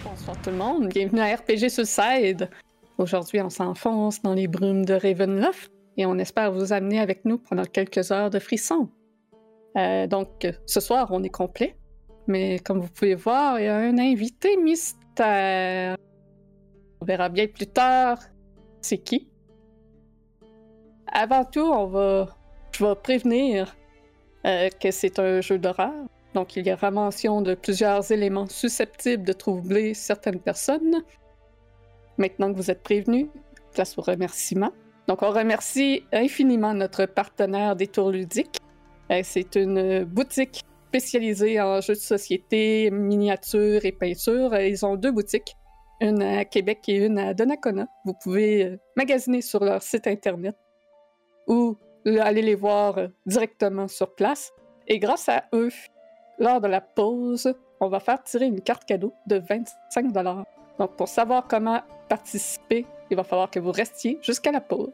Bonsoir tout le monde, bienvenue à RPG Suicide. Aujourd'hui, on s'enfonce dans les brumes de Ravenloft et on espère vous amener avec nous pendant quelques heures de frissons. Donc, ce soir, on est complet, mais comme vous pouvez voir, il y a un invité mystère. On verra bien plus tard c'est qui. Avant tout, je vais prévenir que c'est un jeu d'horreur. Donc, il y aura mention de plusieurs éléments susceptibles de troubler certaines personnes. Maintenant que vous êtes prévenus, place aux remerciements. Donc, on remercie infiniment notre partenaire Détour Ludique. C'est une boutique spécialisée en jeux de société, miniatures et peintures. Ils ont 2 boutiques, une à Québec et une à Donnacona. Vous pouvez magasiner sur leur site internet ou aller les voir directement sur place. Et grâce à eux, lors de la pause, on va faire tirer une carte cadeau de 25$. Donc, pour savoir comment participer, il va falloir que vous restiez jusqu'à la pause.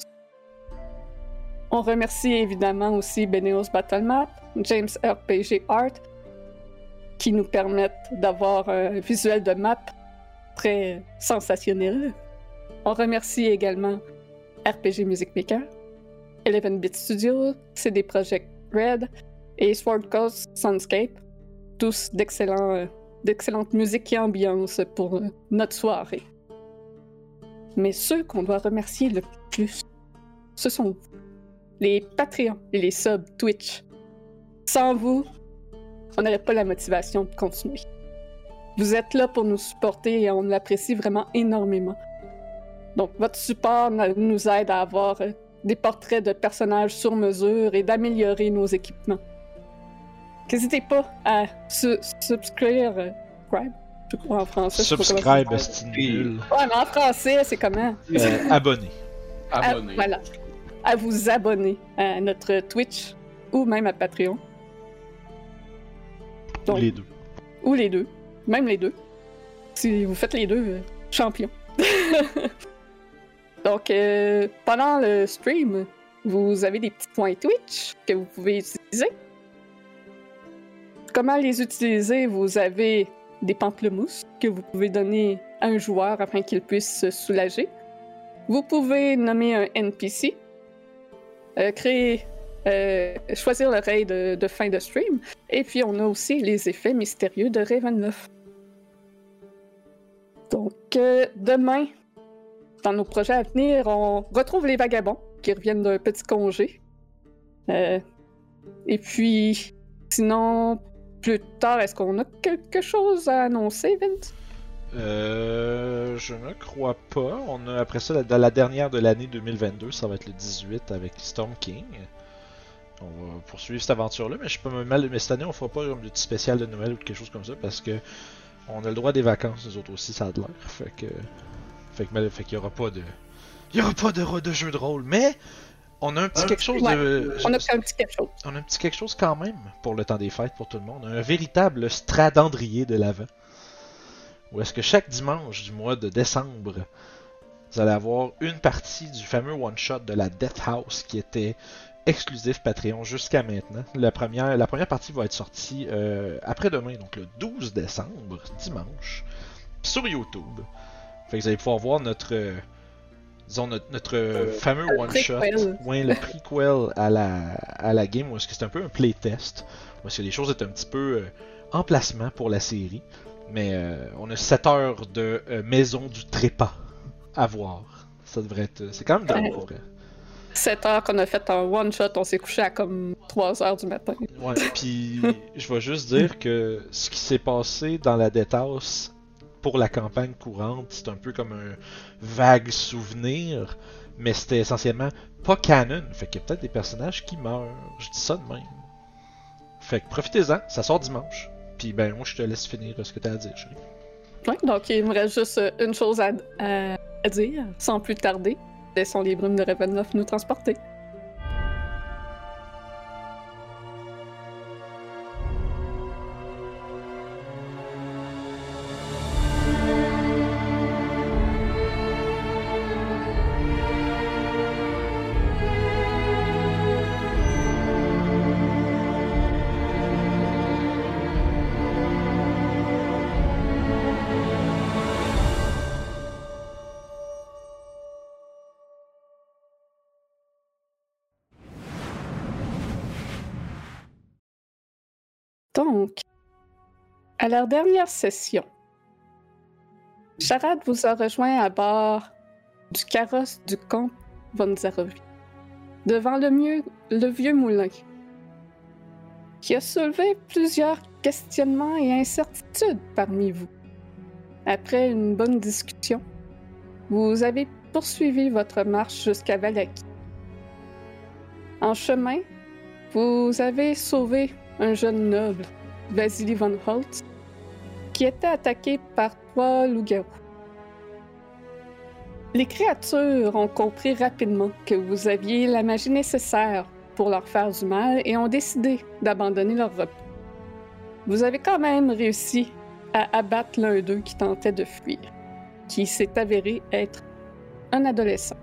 On remercie évidemment aussi Beneos Battlemap, James RPG Art, qui nous permettent d'avoir un visuel de map très sensationnel. On remercie également RPG Music Maker, 11-Bit Studio, CD Projekt Red et Sword Coast Soundscape. Tous d'excellente musique et ambiance pour notre soirée. Mais ceux qu'on doit remercier le plus, ce sont vous, les Patreons et les subs Twitch. Sans vous, on n'aurait pas la motivation de continuer. Vous êtes là pour nous supporter et on l'apprécie vraiment énormément. Donc, votre support nous aide à avoir des portraits de personnages sur mesure et d'améliorer nos équipements. N'hésitez pas à subscribe. Je crois en français. Subscribe, c'est nul. Ouais, mais en français, c'est comment? Abonner. Voilà. À vous abonner à notre Twitch ou même à Patreon. Donc, Ou les deux. Ou les deux. Même les deux. Si vous faites les deux, champion. Donc, pendant le stream, vous avez des petits points Twitch que vous pouvez utiliser. Comment les utiliser? Vous avez des pamplemousses que vous pouvez donner à un joueur afin qu'il puisse se soulager. Vous pouvez nommer un NPC, choisir le raid de fin de stream, et puis on a aussi les effets mystérieux de Ravenloft. Donc, demain, dans nos projets à venir, on retrouve les vagabonds qui reviennent d'un petit congé. Et puis, sinon, plus tard, est-ce qu'on a quelque chose à annoncer, Vince? Je ne crois pas. On a après ça, dans la dernière de l'année 2022, ça va être le 18 avec Storm King. On va poursuivre cette aventure-là, mais je peux me mal. Mais cette année, on fera pas un petit spécial de Noël ou quelque chose comme ça parce que on a le droit des vacances, nous autres aussi, ça a de l'air. Fait qu'il y aura pas de jeu de rôle, mais on a un petit quelque chose de. On a un petit quelque chose. On a un petit quelque chose quand même pour le temps des fêtes pour tout le monde. Un véritable stradendrier de l'Avent. Où est-ce que chaque dimanche du mois de décembre, vous allez avoir une partie du fameux one-shot de la Death House qui était exclusif Patreon jusqu'à maintenant. La première partie va être sortie après-demain, donc le 12 décembre, dimanche, sur YouTube. Fait que vous allez pouvoir voir notre fameux one-shot, le prequel à la game, où est-ce que c'est un peu un playtest, où est-ce que les choses étaient un petit peu en placement pour la série. Mais on a 7 heures de Maison du Trépas à voir. Ça devrait être. C'est quand même drôle pour vrai. 7 heures qu'on a fait en one shot, on s'est couché à comme 3 heures du matin. Ouais, puis je vais juste dire que ce qui s'est passé dans la Death House pour la campagne courante, c'est un peu comme un vague souvenir, mais c'était essentiellement pas canon. Fait qu'il y a peut-être des personnages qui meurent. Je dis ça de même. Fait que profitez-en, ça sort dimanche. Puis ben moi je te laisse finir ce que t'as à dire, chérie. Ouais, donc il me reste juste une chose à dire, sans plus tarder. Laissons les brumes de Ravenloft nous transporter. Donc, à leur dernière session, Sharad vous a rejoint à bord du carrosse du comte von Zarovie, devant le vieux moulin, qui a soulevé plusieurs questionnements et incertitudes parmi vous. Après une bonne discussion, vous avez poursuivi votre marche jusqu'à Vallaki. En chemin, vous avez sauvé un jeune noble, Vasily von Holtz, qui était attaqué par 3 loups-garous. Les créatures ont compris rapidement que vous aviez la magie nécessaire pour leur faire du mal et ont décidé d'abandonner leur repos. Vous avez quand même réussi à abattre l'un d'eux qui tentait de fuir, qui s'est avéré être un adolescent.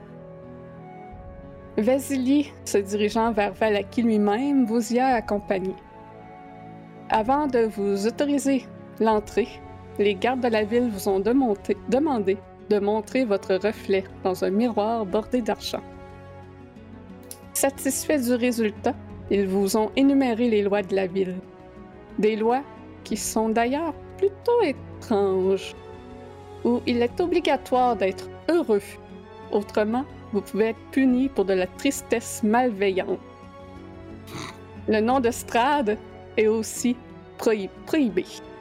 Vasily, se dirigeant vers Vallaki lui-même, vous y a accompagné. Avant de vous autoriser l'entrée, les gardes de la ville vous ont demandé de montrer votre reflet dans un miroir bordé d'argent. Satisfaits du résultat, ils vous ont énuméré les lois de la ville. Des lois qui sont d'ailleurs plutôt étranges, où il est obligatoire d'être heureux. Autrement, vous pouvez être puni pour de la tristesse malveillante. Le nom de Strahd est aussi prohibé.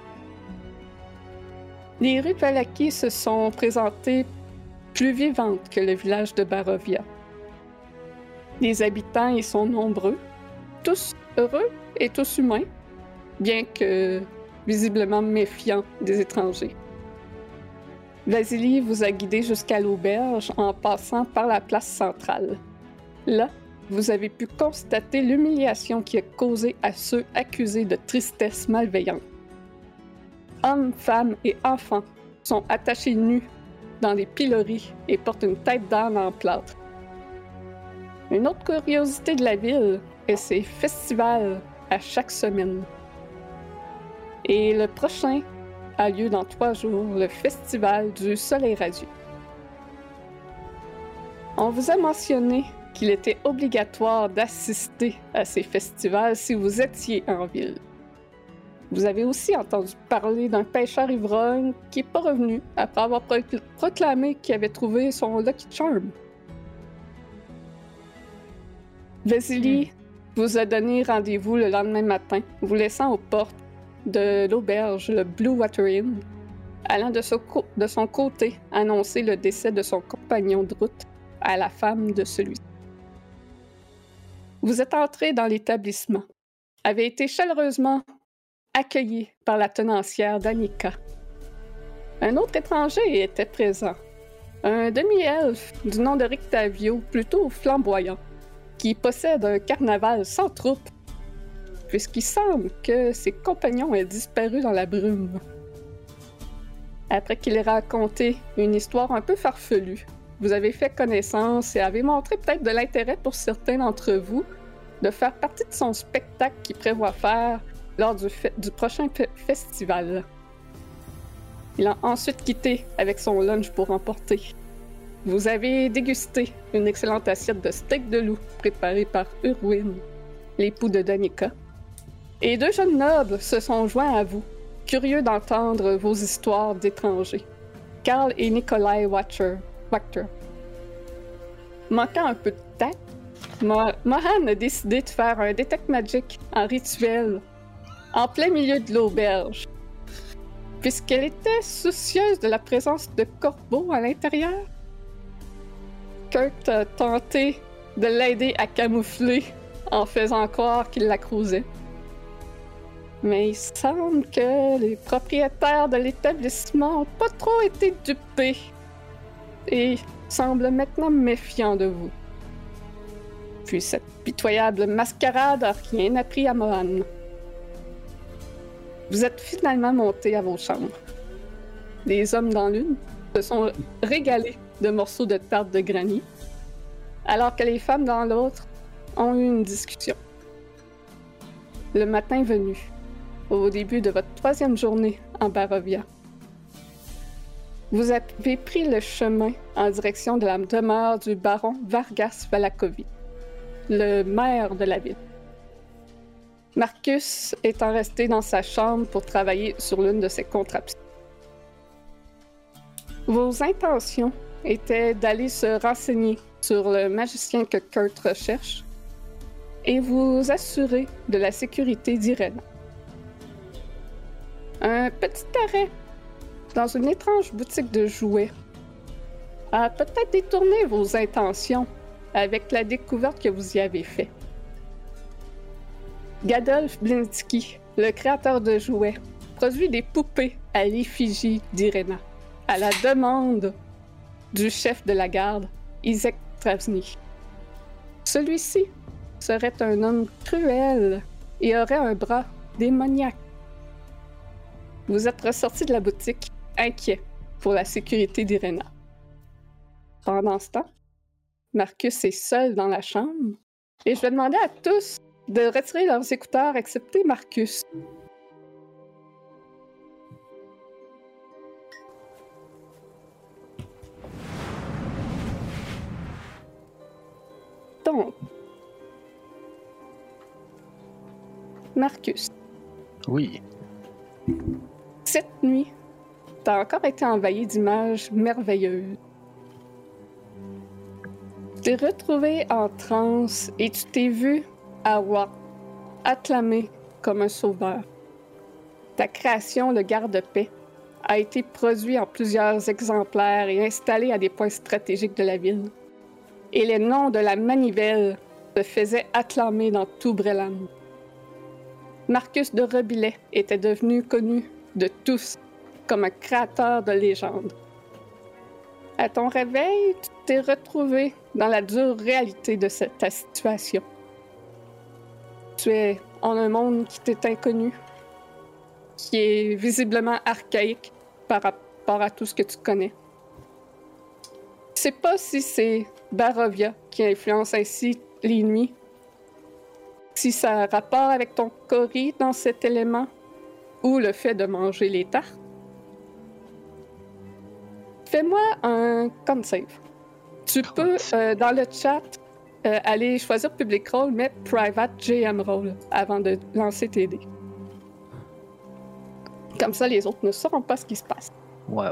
Les rues de Vallaki se sont présentées plus vivantes que le village de Barovia. Les habitants y sont nombreux, tous heureux et tous humains, bien que visiblement méfiants des étrangers. Vasily vous a guidé jusqu'à l'auberge en passant par la place centrale. Là, vous avez pu constater l'humiliation qui est causée à ceux accusés de tristesse malveillante. Hommes, femmes et enfants sont attachés nus dans les piloris et portent une tête d'âne en plâtre. Une autre curiosité de la ville est ses festivals à chaque semaine. Et le prochain a lieu dans 3 jours, le Festival du Soleil radieux. On vous a mentionné qu'il était obligatoire d'assister à ces festivals si vous étiez en ville. Vous avez aussi entendu parler d'un pêcheur ivrogne qui n'est pas revenu après avoir proclamé qu'il avait trouvé son Lucky Charm. Vasily vous a donné rendez-vous le lendemain matin, vous laissant aux portes de l'auberge, le Blue Water Inn, allant de son côté annoncer le décès de son compagnon de route à la femme de celui-ci. Vous êtes entré dans l'établissement, avez été chaleureusement accueilli par la tenancière Danica. Un autre étranger était présent, un demi-elfe du nom de Rictavio, plutôt flamboyant, qui possède un carnaval sans troupe, puisqu'il semble que ses compagnons aient disparu dans la brume. Après qu'il ait raconté une histoire un peu farfelue, vous avez fait connaissance et avez montré peut-être de l'intérêt pour certains d'entre vous de faire partie de son spectacle qu'il prévoit faire lors du prochain festival. Il a ensuite quitté avec son lunch pour emporter. Vous avez dégusté une excellente assiette de steak de loup préparée par Urwin, l'époux de Danica. Et 2 jeunes nobles se sont joints à vous, curieux d'entendre vos histoires d'étrangers, Karl et Nikolai Wachter. Manquant un peu de tact, Mohan a décidé de faire un Detect Magic en rituel en plein milieu de l'auberge, puisqu'elle était soucieuse de la présence de corbeaux à l'intérieur. Kurt a tenté de l'aider à camoufler en faisant croire qu'il la crousait. Mais il semble que les propriétaires de l'établissement n'ont pas trop été dupés et semblent maintenant méfiants de vous. Puis cette pitoyable mascarade a rien appris à Mohan. Vous êtes finalement montés à vos chambres. Les hommes dans l'une se sont régalés de morceaux de tarte de granit, alors que les femmes dans l'autre ont eu une discussion. Le matin venu, au début de votre 3e journée en Barovia, vous avez pris le chemin en direction de la demeure du baron Vargas Valakovic, le maire de la ville. Marcus étant resté dans sa chambre pour travailler sur l'une de ses contraptions. Vos intentions étaient d'aller se renseigner sur le magicien que Kurt recherche et vous assurer de la sécurité d'Irena. Un petit arrêt dans une étrange boutique de jouets a peut-être détourné vos intentions avec la découverte que vous y avez faite. Gadolf Blinsky, le créateur de jouets, produit des poupées à l'effigie d'Irena, à la demande du chef de la garde, Isaac Travny. Celui-ci serait un homme cruel et aurait un bras démoniaque. Vous êtes ressorti de la boutique, inquiet pour la sécurité d'Irena. Pendant ce temps, Marcus est seul dans la chambre et je vais demander à tous de retirer leurs écouteurs, excepté Marcus. Donc, Marcus. Oui. Cette nuit, t'as encore été envahi d'images merveilleuses. Tu t'es retrouvé en transe et tu t'es vu à Watt, acclamé comme un sauveur. Ta création, le garde-paix, a été produit en plusieurs exemplaires et installé à des points stratégiques de la ville. Et les noms de la manivelle se faisaient acclamer dans tout Brelan. Marcus de Rebillet était devenu connu de tous comme un créateur de légendes. À ton réveil, tu t'es retrouvé dans la dure réalité de ta situation. Tu es en un monde qui t'est inconnu, qui est visiblement archaïque par rapport à tout ce que tu connais. Tu sais pas si c'est Barovia qui influence ainsi les nuits, si ça a rapport avec ton Cori dans cet élément, ou le fait de manger les tartes. Fais-moi un con save. Tu peux, dans le chat, aller choisir Public Role, mais Private GM Role avant de lancer tes dés. Comme ça, les autres ne sauront pas ce qui se passe. Ouais.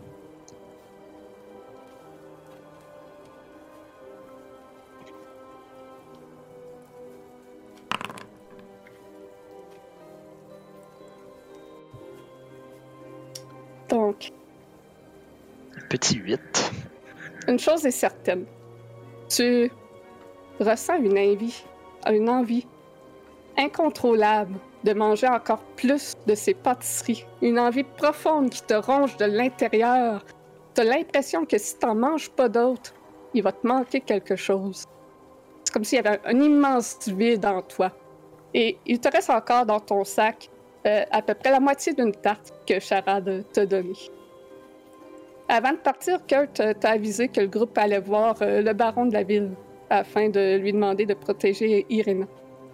Donc, Petit 8. une chose est certaine. Tu ressens une envie incontrôlable de manger encore plus de ces pâtisseries. Une envie profonde qui te ronge de l'intérieur. Tu as l'impression que si tu n'en manges pas d'autres, il va te manquer quelque chose. C'est comme s'il y avait un immense vide en toi. Et il te reste encore dans ton sac à peu près la moitié d'une tarte que Charade t'a donnée. Avant de partir, Kurt t'a avisé que le groupe allait voir le baron de la ville afin de lui demander de protéger Irena.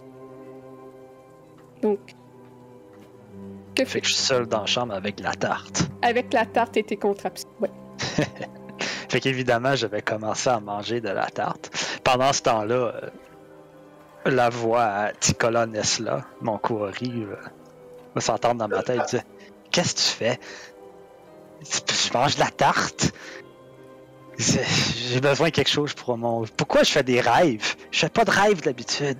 Donc, que Fait que je suis seul dans la chambre avec la tarte. Avec la tarte et tes contraptions, oui. Fait qu'évidemment, je vais commencer à manger de la tarte. Pendant ce temps-là, la voix à Ticola Nesla, mon Kuori, va s'entendre dans ma tête. Il dit, qu'est-ce que tu fais? Je mange de la tarte? J'ai besoin de quelque chose pour mon... Pourquoi je fais des rêves? Je fais pas de rêves d'habitude.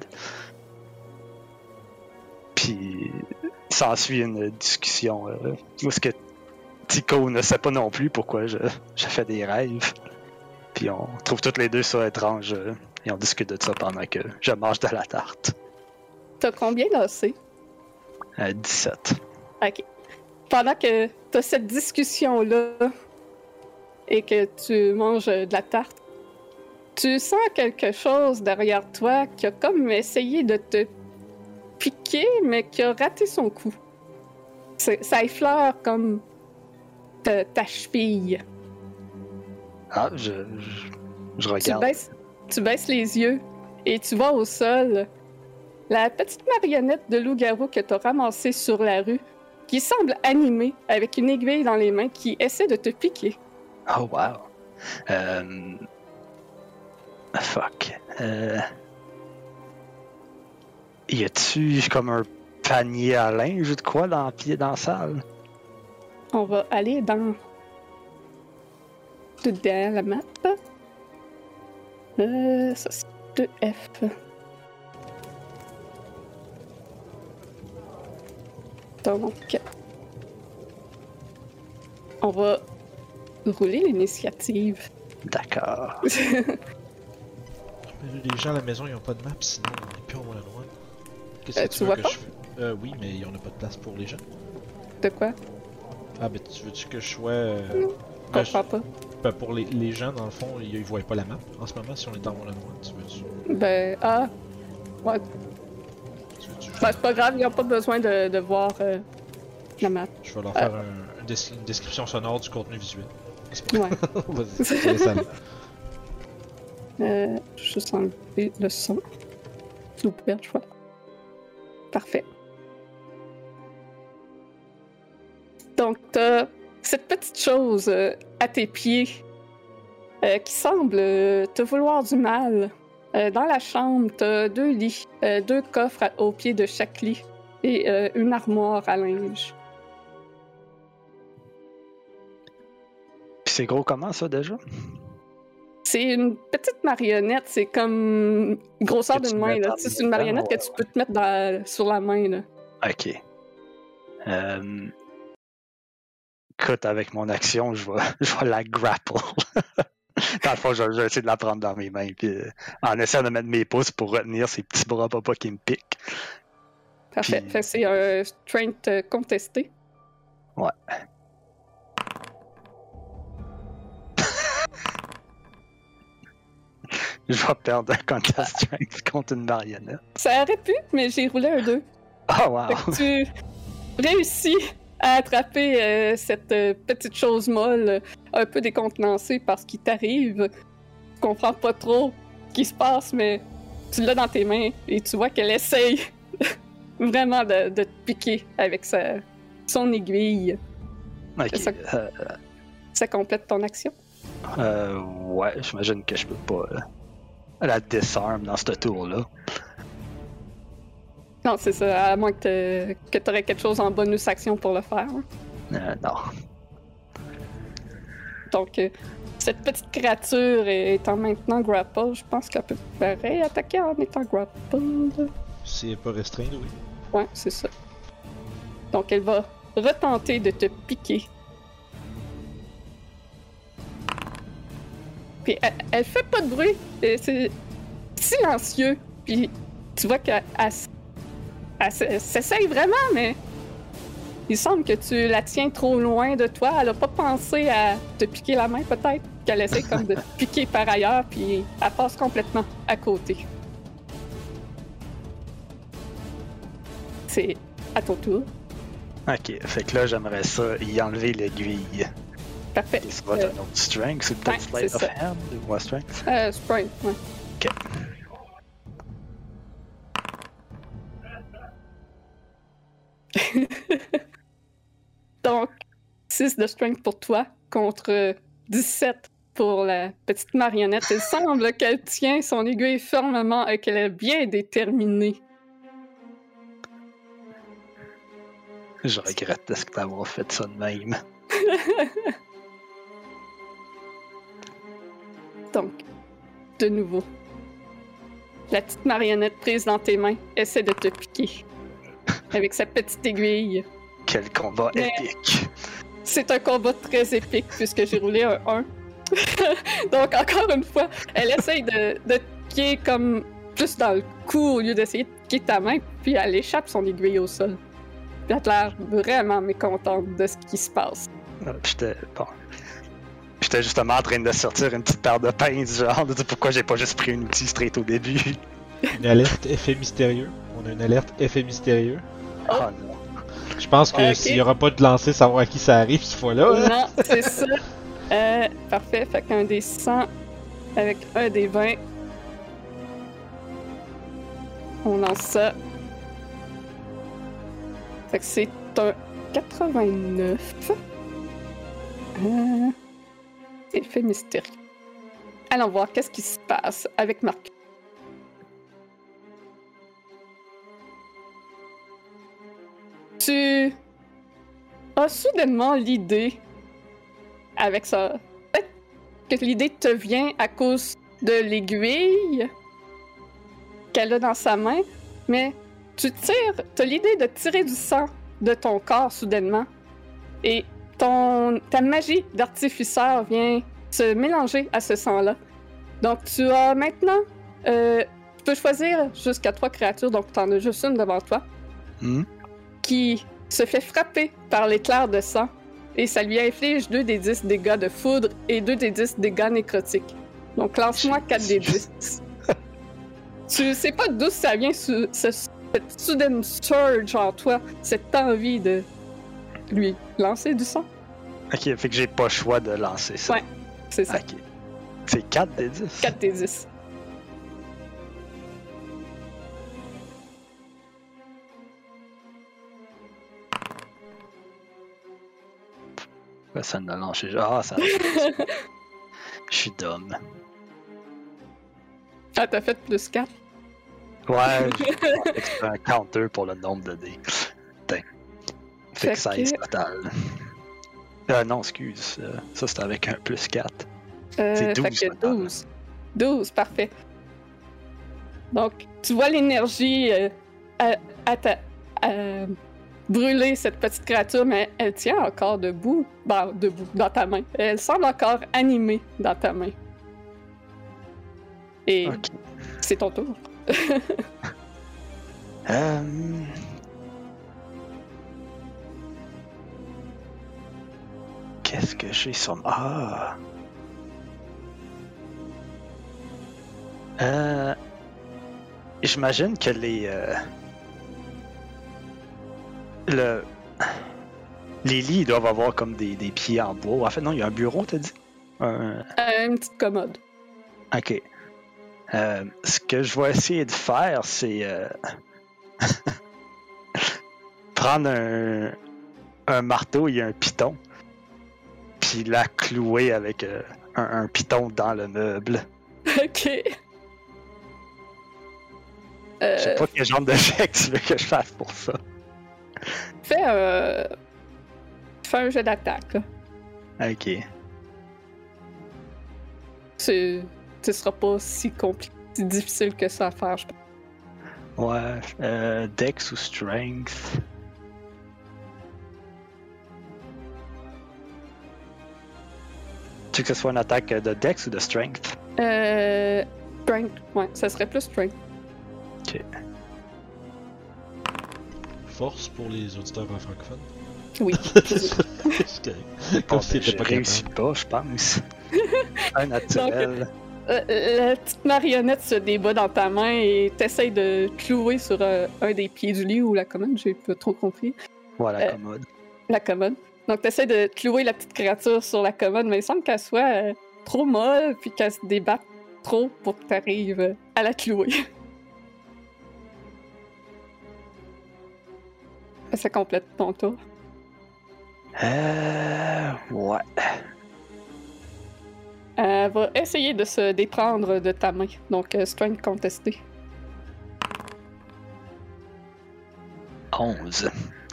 Puis, s'ensuit une discussion où est-ce que Tico ne sait pas non plus pourquoi je fais des rêves. Puis on trouve toutes les deux ça étrange et on discute de ça pendant que je mange de la tarte. T'as combien lancé? 17. OK. Pendant que t'as cette discussion-là et que tu manges de la tarte, tu sens quelque chose derrière toi qui a comme essayé de te piquer, mais qui a raté son coup. Ça effleure comme ta cheville. Ah, je regarde. Tu baisses les yeux et tu vois au sol la petite marionnette de loup-garou que tu as ramassée sur la rue, qui semble animée avec une aiguille dans les mains qui essaie de te piquer. Oh, wow. Fuck. Y a-tu comme un panier à linge ou de quoi dans la salle? On va aller dans... Dedans la map. Ça c'est 2F. Donc... On va rouler l'initiative. D'accord. Les gens à la maison, ils ont pas de map, sinon on est plus en one-on-one. Qu'est-ce que tu vois veux pas? que je fais? Oui, mais on n'a pas de place pour les gens. De quoi? Ah, ben tu veux-tu que je sois... Je ben, comprends pas. ben, pour les gens, dans le fond, ils voient pas la map en ce moment si on est en one-on-one. Tu veux-tu... Ben, ah... Ouais. Tu veux-tu... Ben, c'est pas grave, ils n'ont pas besoin de voir la map. Je vais leur faire une description sonore du contenu visuel. C'est pas Ouais. Vas-y, je te laisse aller. Juste enlever le son. Super, je vois. Parfait. Donc, t'as cette petite chose à tes pieds qui semble te vouloir du mal. Dans la chambre, t'as 2 lits, 2 coffres au pied de chaque lit et une armoire à linge. Puis c'est gros comment ça déjà? C'est une petite marionnette, c'est comme grosseur Que tu d'une main. mets Là. en C'est une marionnette dedans, que tu peux te mettre sur la main. Là. Ok. Écoute, avec mon action, je vais la grapple. Dans le fond, je vais essayer de la prendre dans mes mains. Puis, en essayant de mettre mes pouces pour retenir ces petits bras papa qui me piquent. Parfait. Puis... Fait que c'est un strength contesté. Ouais. Je vais perdre un contest strength contre une marionnette. Ça aurait pu, mais j'ai roulé un 2. Oh wow! Fait que tu réussis à attraper cette petite chose molle, un peu décontenancée par ce qui t'arrive. Tu comprends pas trop ce qui se passe, mais tu l'as dans tes mains et tu vois qu'elle essaye vraiment de te piquer avec son aiguille. Ok. Ça complète ton action. Ouais, j'imagine que je peux pas la disarm dans ce tour-là. Non, c'est ça, à moins que t'aurais quelque chose en bonus action pour le faire. Hein. Non. Donc, cette petite créature étant maintenant grapple, je pense qu'elle peut attaquer en étant grapple. C'est pas restreint, oui. Ouais, c'est ça. Donc, elle va retenter de te piquer. Puis, elle fait pas de bruit. C'est silencieux. Puis, tu vois qu'elle s'essaye vraiment, mais il semble que tu la tiens trop loin de toi. Elle a pas pensé à te piquer la main, peut-être. Qu'elle essaie comme de te piquer par ailleurs, puis elle passe complètement à côté. C'est à ton tour. Ok, fait que là, j'aimerais ça y enlever l'aiguille. Parfait. Et ça va être un autre strength, c'est peut-être ouais, sleight of hand ou moi strength? Sprite, ouais. Ok. Donc, 6 de strength pour toi contre 17 pour la petite marionnette. Il semble qu'elle tient son aiguille fermement et qu'elle est bien déterminée. Je regrette d'avoir fait ça de même. Donc, de nouveau, la petite marionnette prise dans tes mains essaie de te piquer avec sa petite aiguille. Quel combat épique! C'est un combat très épique puisque j'ai roulé un 1. Donc, encore une fois, elle essaye de te piquer comme plus dans le cou au lieu d'essayer de piquer ta main, puis elle échappe son aiguille au sol. Puis elle a l'air vraiment mécontente de ce qui se passe. J'étais justement en train de sortir une petite paire de pinces, genre, de dire pourquoi j'ai pas juste pris un outil straight au début. Une alerte effet mystérieux. On a une alerte effet mystérieux. Oh non. Je pense que s'il y aura pas de lancer, savoir à qui ça arrive cette fois-là. Hein? Non, c'est ça. Parfait. Fait qu'un des 100 avec un des 20. On lance ça. Fait que c'est un 89. Effet mystérieux. Allons voir qu'est-ce qui se passe avec Marc. tu as soudainement l'idée, avec ça, peut-être que l'idée te vient à cause de l'aiguille qu'elle a dans sa main, mais t'as l'idée de tirer du sang de ton corps soudainement, et ta magie d'artificeur vient se mélanger à ce sang-là. Donc tu as maintenant, tu peux choisir jusqu'à 3 créatures, donc tu en as juste une devant toi, qui se fait frapper par l'éclair de sang, et ça lui inflige 2d10 dégâts de foudre et 2d10 dégâts nécrotiques. Donc lance-moi 4d10. Tu sais pas d'où ça vient, cette sudden surge en toi, cette envie de lui lancer du sang. Ok, fait que j'ai pas le choix de lancer ça. Ouais, c'est ça. Ok. C'est 4d10? 4d10. Ça ne lâché. Ah, ça a Je suis dumb. Ah, t'as fait plus 4? Ouais, c'est un counter pour le nombre de dés. Putain. Fait que 16 total. Non, excuse. Ça, c'était avec un plus 4. C'est 12. Fait que 12. 12, parfait. Donc, tu vois l'énergie brûler cette petite créature, mais elle tient encore debout dans ta main. Elle semble encore animée dans ta main. Et c'est ton tour. Qu'est-ce que j'ai sur... J'imagine que les lits ils doivent avoir comme des pieds en bois. En fait, non, il y a un bureau, t'as dit? Une petite commode. Ok. Ce que je vais essayer de faire, c'est prendre un marteau et un piton, puis la clouer avec un piton dans le meuble. Ok. Je sais pas quel genre de jet tu veux que je fasse pour ça. Fais un jet d'attaque. Ok. Ce sera pas si compliqué, si difficile que ça à faire, je pense. Ouais, Dex ou Strength. Tu veux que ce soit une attaque de Dex ou de Strength? Strength, ouais, ça serait plus Strength. Ok. Force pour les auditeurs francophones. Oui. Comme si c'était pas réussi pas, je pense. Un naturel. Donc, la petite marionnette se débat dans ta main et t'essayes de clouer sur un des pieds du lit ou la commode, j'ai pas trop compris. Ouais, la commode. La commode. Donc t'essayes de clouer la petite créature sur la commode, mais il semble qu'elle soit trop molle puis qu'elle se débatte trop pour que t'arrives à la clouer. Ça complète ton tour. Ouais. Elle va essayer de se déprendre de ta main. Donc, strength contesté. 11.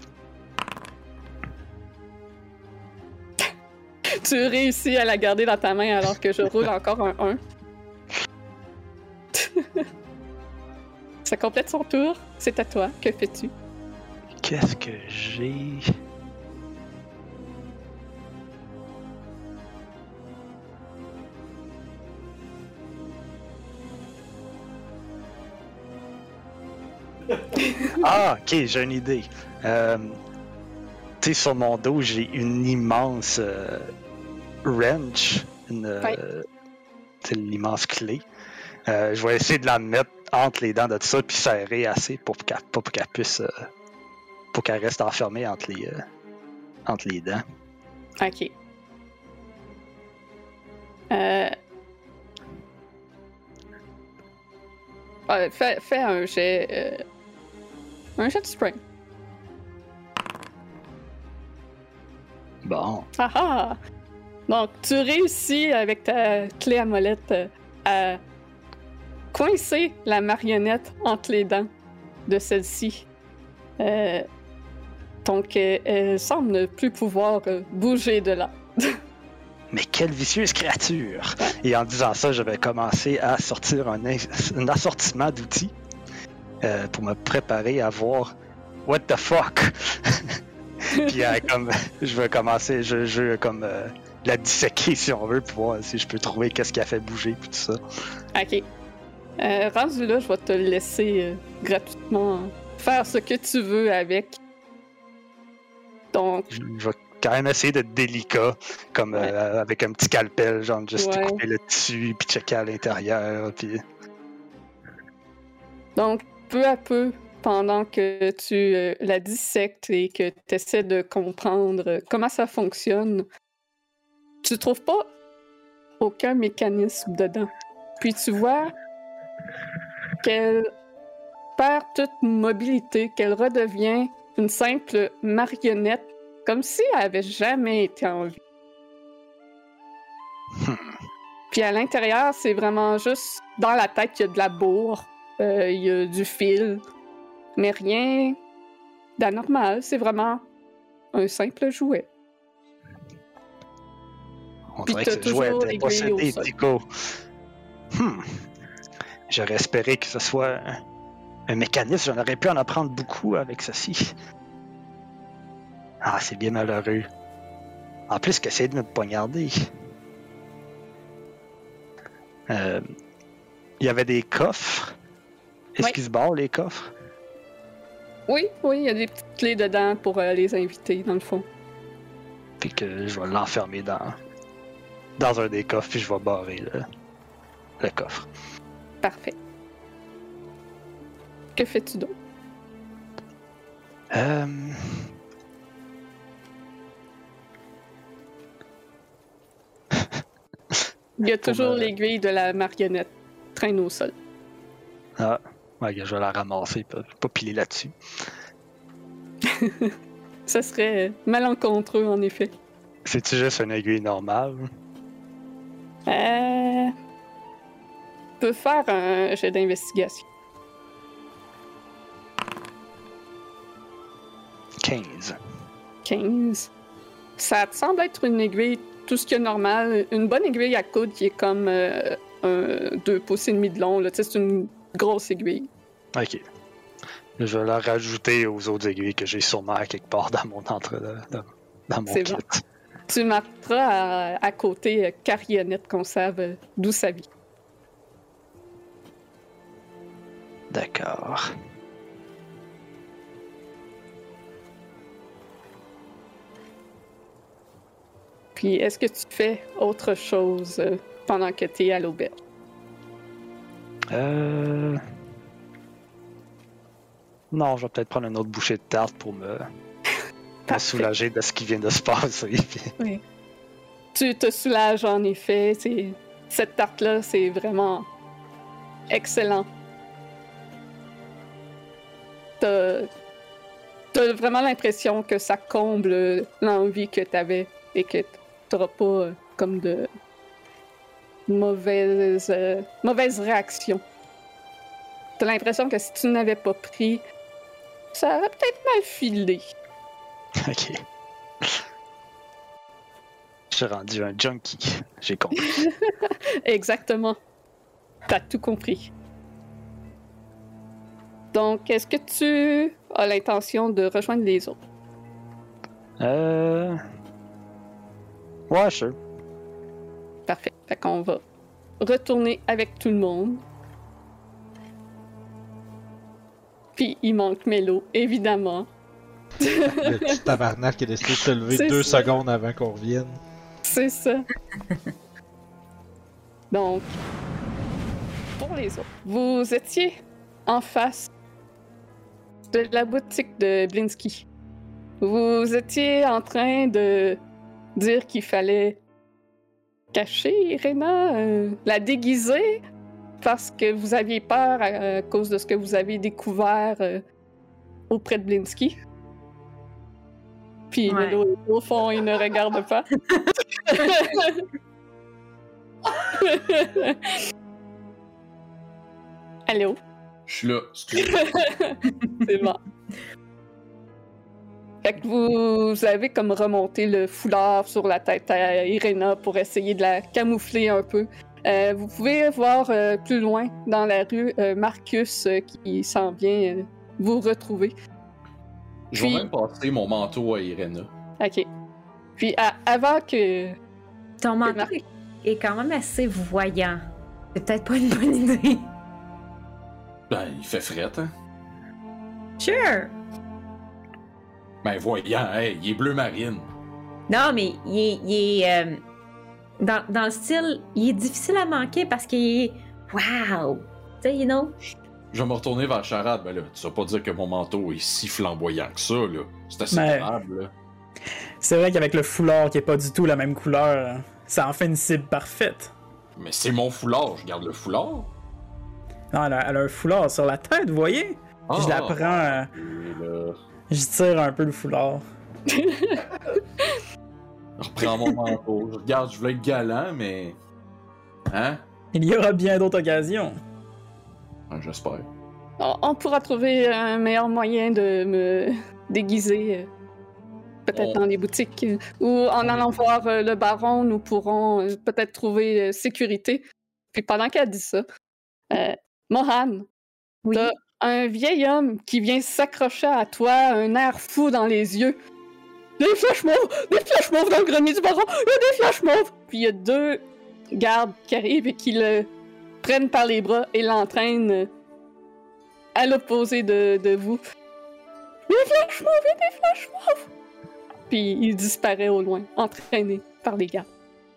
Tu réussis à la garder dans ta main alors que je roule encore un 1. Ça complète son tour. C'est à toi. Que fais-tu? Qu'est-ce que j'ai? Ah, ok, j'ai une idée. Tu sais, sur mon dos, j'ai une immense wrench, c'est l'immense clé. Je vais essayer de la mettre entre les dents de tout ça, puis serrer assez pour qu'elle puisse, pour qu'elle reste enfermée entre les dents. Ok. Fais un jet. Un jet de spring. Bon. Ah ah! Donc, tu réussis avec ta clé à molette à coincer la marionnette entre les dents de celle-ci. Donc, elle semble ne plus pouvoir bouger de là. Mais quelle vicieuse créature! Et en disant ça, je vais commencer à sortir un assortiment d'outils pour me préparer à voir what the fuck! Puis comme je vais commencer, je vais comme la disséquer si on veut pour voir si je peux trouver qu'est-ce qui a fait bouger puis tout ça. Ok. Rendu là, je vais te laisser gratuitement faire ce que tu veux avec. Donc. Je vais quand même essayer d'être délicat, comme avec un petit scalpel, genre juste couper le tissu puis checker à l'intérieur. Puis... Donc, peu à peu, pendant que tu la dissectes et que tu essaies de comprendre comment ça fonctionne, tu trouves pas aucun mécanisme dedans. Puis tu vois qu'elle perd toute mobilité, qu'elle redevient une simple marionnette, comme si elle avait jamais été en vie. Puis à l'intérieur, c'est vraiment juste dans la tête, il y a de la bourre, il y a du fil, mais rien d'anormal. C'est vraiment un simple jouet. On dirait que ce jouet était possédé, Tico. J'aurais espéré que ce soit un mécanisme. J'en aurais pu en apprendre beaucoup avec ceci. Ah, c'est bien malheureux. En plus, qu'essayer de me poignarder. Il y avait des coffres. Est-ce qu'ils se barrent, les coffres? Oui, il y a des petites clés dedans pour les invités, dans le fond. Puis que je vais l'enfermer dans un des coffres, puis je vais barrer le coffre. Parfait. Que fais-tu donc? Il y a toujours l'aiguille de la marionnette traîne au sol. Ah, ouais, je vais la ramasser, pas piler là-dessus. Ça serait malencontreux, en effet. C'est-tu juste une aiguille normale? Peut faire un jet d'investigation. 15. Ça te semble être une aiguille, tout ce qui est normal. Une bonne aiguille à coudre qui est comme 2 pouces et demi de long. Là. C'est une grosse aiguille. Ok. Je vais la rajouter aux autres aiguilles que j'ai sûrement à quelque part dans mon dans mon kit. Bon. Tu marqueras à côté Carrionnette qu'on sache d'où ça vient. D'accord. Puis, est-ce que tu fais autre chose pendant que tu es à l'auberge? Non, je vais peut-être prendre une autre bouchée de tarte pour me soulager de ce qui vient de se passer. Oui. Tu te soulages, en effet. Cette tarte-là, c'est vraiment excellent. T'as vraiment l'impression que ça comble l'envie que t'avais et que t'auras pas comme de mauvaises réactions. T'as l'impression que si tu n'avais pas pris, ça aurait peut-être mal filé. Ok. Je suis rendu un junkie. J'ai compris. Exactement. T'as tout compris. Donc, est-ce que tu as l'intention de rejoindre les autres? Ouais, sure. Parfait. Fait qu'on va retourner avec tout le monde. Puis il manque Mélo, évidemment. Le petit tabarnak qui a décidé de se lever 2 secondes avant qu'on revienne. C'est ça. Donc, pour les autres, vous étiez en face de la boutique de Blinsky. Vous étiez en train de dire qu'il fallait cacher Irena, la déguiser, parce que vous aviez peur à cause de ce que vous avez découvert auprès de Blinsky. Puis Mélo, au fond, il ne regarde pas. Allô? Je suis là, excusez-moi. C'est bon. Fait que vous avez comme remonté le foulard sur la tête à Irena pour essayer de la camoufler un peu. Vous pouvez voir plus loin dans la rue Marcus qui s'en vient vous retrouver. Je vais même passer mon manteau à Irena. OK. Puis avant que... Ton manteau est quand même assez voyant. C'est peut-être pas une bonne idée. Ben, il fait fret, hein? Sure! Ben, voyant, hey, il est bleu marine. Non, mais il est dans le style, il est difficile à manquer parce qu'il est... Wow! Tu sais, you know? Je vais me retourner vers Charade. Ben là, tu vas pas dire que mon manteau est si flamboyant que ça, là. C'est assez grave, là. C'est vrai qu'avec le foulard qui est pas du tout la même couleur, ça en fait une cible parfaite. Mais c'est mon foulard, je garde le foulard. Non, elle a un foulard sur la tête, vous voyez? Je la prends, je tire un peu le foulard. Je reprends mon manteau. Je regarde, je voulais être galant, mais... Hein? Il y aura bien d'autres occasions. Ouais, j'espère. On pourra trouver un meilleur moyen de me déguiser. Peut-être dans les boutiques. Ou en allant voir le baron, nous pourrons peut-être trouver sécurité. Puis pendant qu'elle dit ça, Mohan, Oui. t'as un vieil homme qui vient s'accrocher à toi, un air fou dans les yeux. Des flèches mauves! Des flèches mauves dans le grenier du baron! Il y a des flèches mauves! Puis il y a 2 gardes qui arrivent et qui le prennent par les bras et l'entraînent à l'opposé de vous. Des flèches mauves! Il y a des flèches mauves! Puis il disparaît au loin, entraîné par les gardes.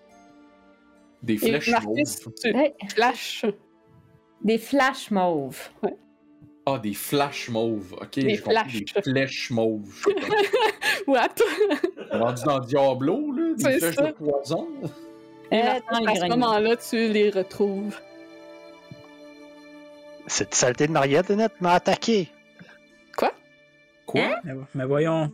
Des flèches Marcus, mauves. tu flashes. Des flashs mauves. Ouais. Ah, des flashs mauves. Ok, Des j'ai compris, flashs. des flèches mauves. What? On est rendu dans Diablo, là? Des C'est flèches ça. de poison? Et dans Marcus, le à ce grenier. moment-là, tu les retrouves. Cette saleté de marionnette m'a attaqué. Quoi? Mais voyons.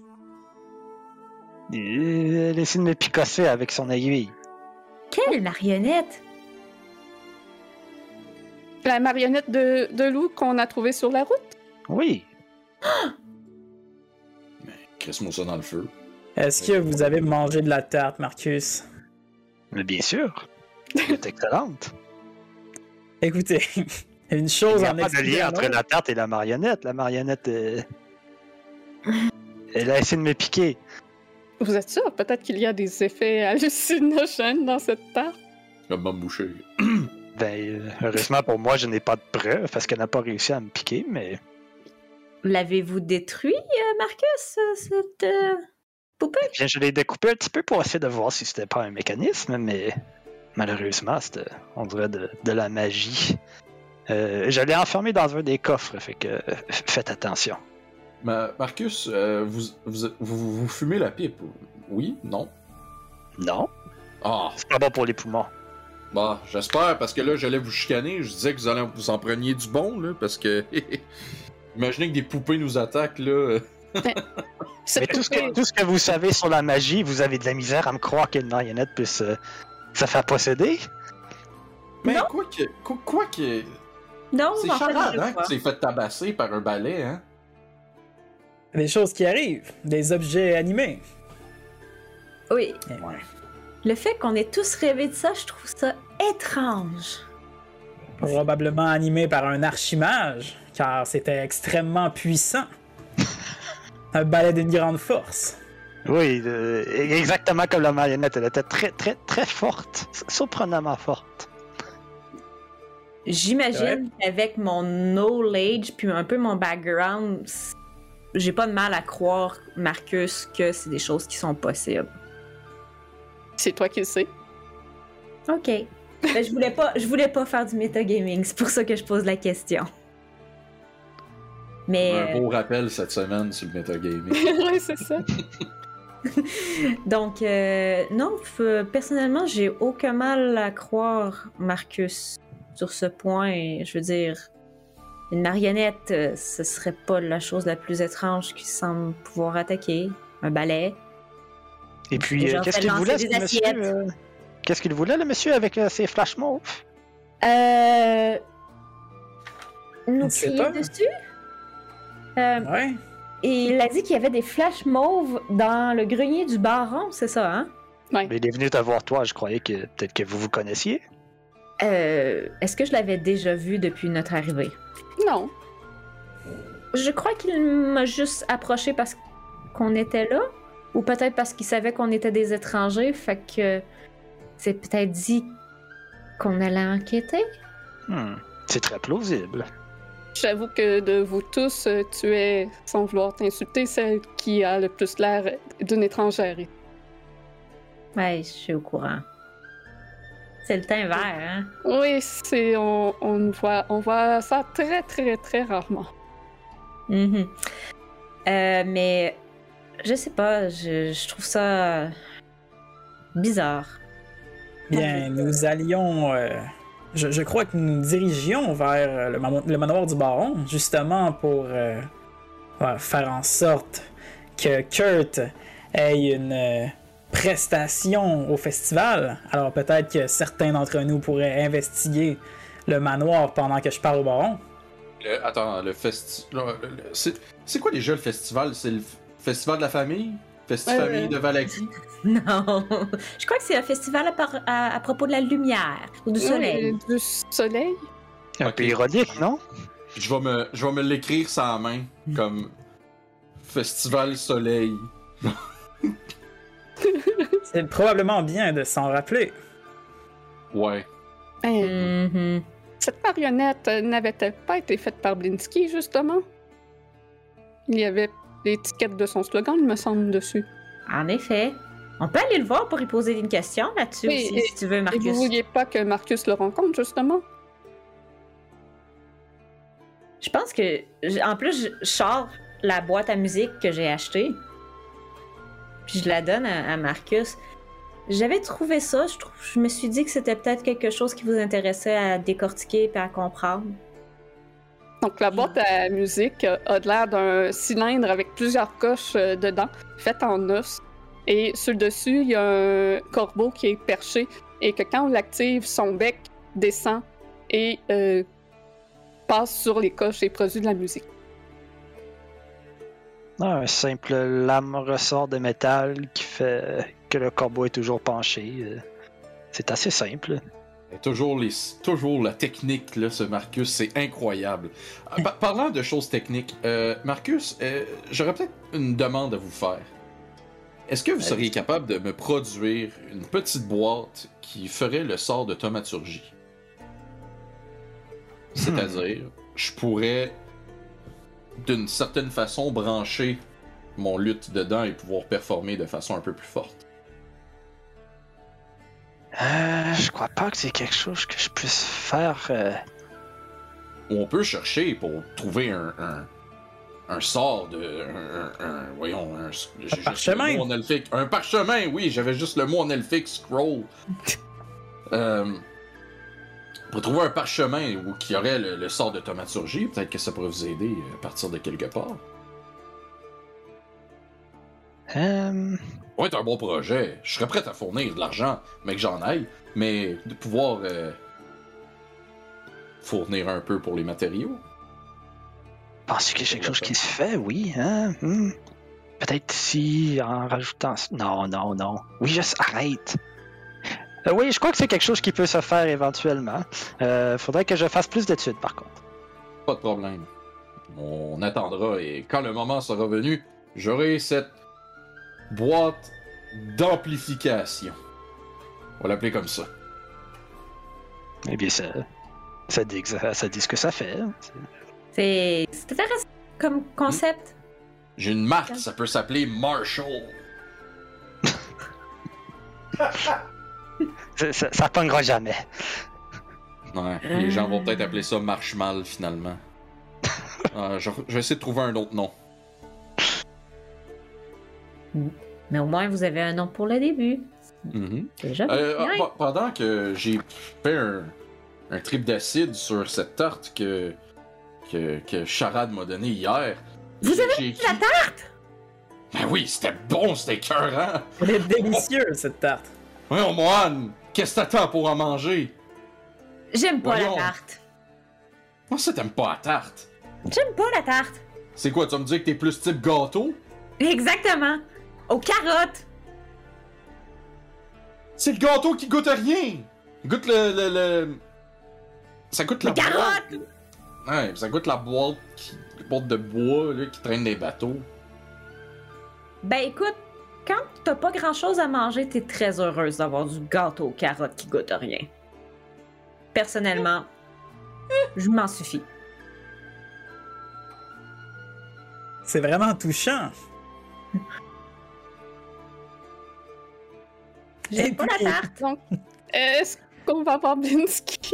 Il a essayé de me picosser avec son aiguille. Quelle marionnette! La marionnette de loup qu'on a trouvée sur la route? Oui. Mais crisse-moi ça dans le feu. Est-ce que vous avez mangé de la tarte, Marcus? Mais bien sûr. Elle est excellente. Écoutez, une Il chose n'y a en pas de expliquant lien entre l'autre. la tarte et la marionnette. La marionnette, elle a essayé de me piquer. Vous êtes sûr? Peut-être qu'il y a des effets hallucinogènes dans cette tarte? Je vais me boucher. Ben, heureusement pour moi, je n'ai pas de preuves parce qu'elle n'a pas réussi à me piquer, mais... L'avez-vous détruit, Marcus, cette poupée? Bien, je l'ai découpé un petit peu pour essayer de voir si c'était pas un mécanisme, mais malheureusement, c'était, on dirait, de la magie. Je l'ai enfermé dans un des coffres, fait que faites attention. Marcus, vous fumez la pipe? Oui? Non? Non, Ah, c'est pas bon pour les poumons. bah, j'espère, parce que là, j'allais vous chicaner. Je disais que vous en preniez du bon, là, parce que... Imaginez que des poupées nous attaquent, là. Mais tout ce que vous savez sur la magie, vous avez de la misère à me croire qu'une marionnette puisse se faire posséder? Mais Non. quoi que... Non, C'est en fait, Charade, je hein, crois. qui s'est fait tabasser par un balai, hein? Des choses qui arrivent, des objets animés. Oui. Ouais. Le fait qu'on ait tous rêvé de ça, je trouve ça étrange. Probablement animés par un archimage, car c'était extrêmement puissant. Un balai d'une grande force. Oui, exactement comme la marionnette. Elle était très, très, très forte. Surprenamment forte. J'imagine qu'avec mon knowledge puis un peu mon background, j'ai pas de mal à croire, Marcus, que c'est des choses qui sont possibles. C'est toi qui le sais. Ok. Ben, je voulais pas faire du metagaming, c'est pour ça que je pose la question. Mais Un beau rappel cette semaine sur le metagaming. Ouais, c'est ça. donc non, personnellement, j'ai aucun mal à croire Marcus sur ce point. Et, je veux dire, une marionnette, ce serait pas la chose la plus étrange qui semble pouvoir attaquer. Un balai. Et puis, Déjà qu'est-ce fait qu'il lancer voulait, des ce monsieur? assiettes. Qu'est-ce qu'il voulait, le monsieur, avec ses flash mauves? Nous Je sais crier pas. dessus? Ouais. il a dit qu'il y avait des flèches mauves dans le grenier du baron, c'est ça, hein? Ouais. Mais il est venu te voir toi, je croyais que peut-être que vous vous connaissiez. Est-ce que je l'avais déjà vu depuis notre arrivée? Non. Je crois qu'il m'a juste approché parce qu'on était là, ou peut-être parce qu'il savait qu'on était des étrangers, fait que c'est peut-être dit qu'on allait enquêter. C'est très plausible. J'avoue que de vous tous, tu es, sans vouloir t'insulter, celle qui a le plus l'air d'une étrangère. Ouais, je suis au courant. C'est le teint vert, hein? Oui, on voit ça très, très, très rarement. Mhm. Mais je sais pas, je trouve ça bizarre. Bien, nous allions. Je crois que nous nous dirigions vers le manoir du baron, justement pour faire en sorte que Kurt ait une prestation au festival. Alors peut-être que certains d'entre nous pourraient investiguer le manoir pendant que je parle au baron. Attends, le festival. C'est quoi déjà le festival? C'est le festival de la famille? Famille de Valaki? Non, je crois que c'est un festival à propos de la lumière ou du soleil. Du soleil? Un peu ironique, non? Je vais me l'écrire sans main, comme Festival Soleil. C'est probablement bien de s'en rappeler. Ouais. Mhm. Cette marionnette n'avait-elle pas été faite par Blinsky, justement? Il y avait l'étiquette de son slogan, il me semble, dessus. En effet. On peut aller le voir pour lui poser une question là-dessus Oui, aussi, si tu veux, Et Marcus. vous vouliez pas que Marcus le rencontre, justement? Je pense que... En plus, je sors la boîte à musique que j'ai achetée. Puis je la donne à Marcus. J'avais trouvé ça, je me suis dit que c'était peut-être quelque chose qui vous intéressait à décortiquer et à comprendre. Donc, la boîte à musique a l'air d'un cylindre avec plusieurs coches dedans, faites en os. Et sur le dessus, il y a un corbeau qui est perché et que quand on l'active, son bec descend et passe sur les coches et produit de la musique. Un simple lame ressort de métal qui fait que le corbeau est toujours penché. C'est assez simple. Et toujours la technique, là, ce Marcus, c'est incroyable. Parlant de choses techniques, Marcus, j'aurais peut-être une demande à vous faire. Est-ce que vous seriez capable de me produire une petite boîte qui ferait le sort de thaumaturgie? C'est-à-dire, je pourrais, d'une certaine façon, brancher mon luth dedans et pouvoir performer de façon un peu plus forte. Je crois pas que c'est quelque chose que je puisse faire. On peut chercher pour trouver un sort de... voyons, j'ai juste parchemin. le mot en elfique. Un parchemin, oui, j'avais juste le mot en elfique, scroll. Pour trouver un parchemin où qui aurait le sort de thaumaturgie, peut-être que ça pourrait vous aider à partir de quelque part. Ouais, c'est un bon projet. Je serais prêt à fournir de l'argent, mais que j'en aille. Mais de pouvoir fournir un peu pour les matériaux. Penses-tu qu'il y a quelque chose qui se fait, oui, hein? Peut-être si, en rajoutant... Non. Oui, juste arrête. Oui, je crois que c'est quelque chose qui peut se faire éventuellement. Faudrait que je fasse plus d'études, par contre. Pas de problème. On attendra et quand le moment sera venu, j'aurai cette boîte d'amplification. On va l'appeler comme ça. Eh bien, ça dit ce que ça fait. Hein. C'est intéressant comme concept. J'ai une marque, ça peut s'appeler Marshall. Ça pognera jamais. Ouais, les gens vont peut-être appeler ça Marshmal finalement. Je vais essayer de trouver un autre nom. Mais au moins, vous avez un nom pour le début. Mm-hmm. Déjà bien. Pendant que j'ai fait un trip d'acide sur cette tarte que Charade m'a donnée hier. Vous avez la tarte? Ben oui, c'était bon, c'était écœurant! Elle est délicieuse, cette tarte. Voyons, Moine, qu'est-ce que t'attends pour en manger? J'aime pas Voyons. la tarte. Comment ça, t'aimes pas la tarte? J'aime pas la tarte. C'est quoi, tu vas me dire que t'es plus type gâteau? Exactement! Aux carottes! C'est le gâteau qui goûte à rien! Il goûte le... Ça goûte la Les carottes! boîte. Ouais, ça goûte la boîte de bois là, qui traîne des bateaux. Ben écoute, quand t'as pas grand chose à manger, t'es très heureuse d'avoir du gâteau aux carottes qui goûte à rien. Personnellement, je m'en suffis. C'est vraiment touchant. J'aime pas la tarte. Donc, est-ce qu'on va voir Blinsky?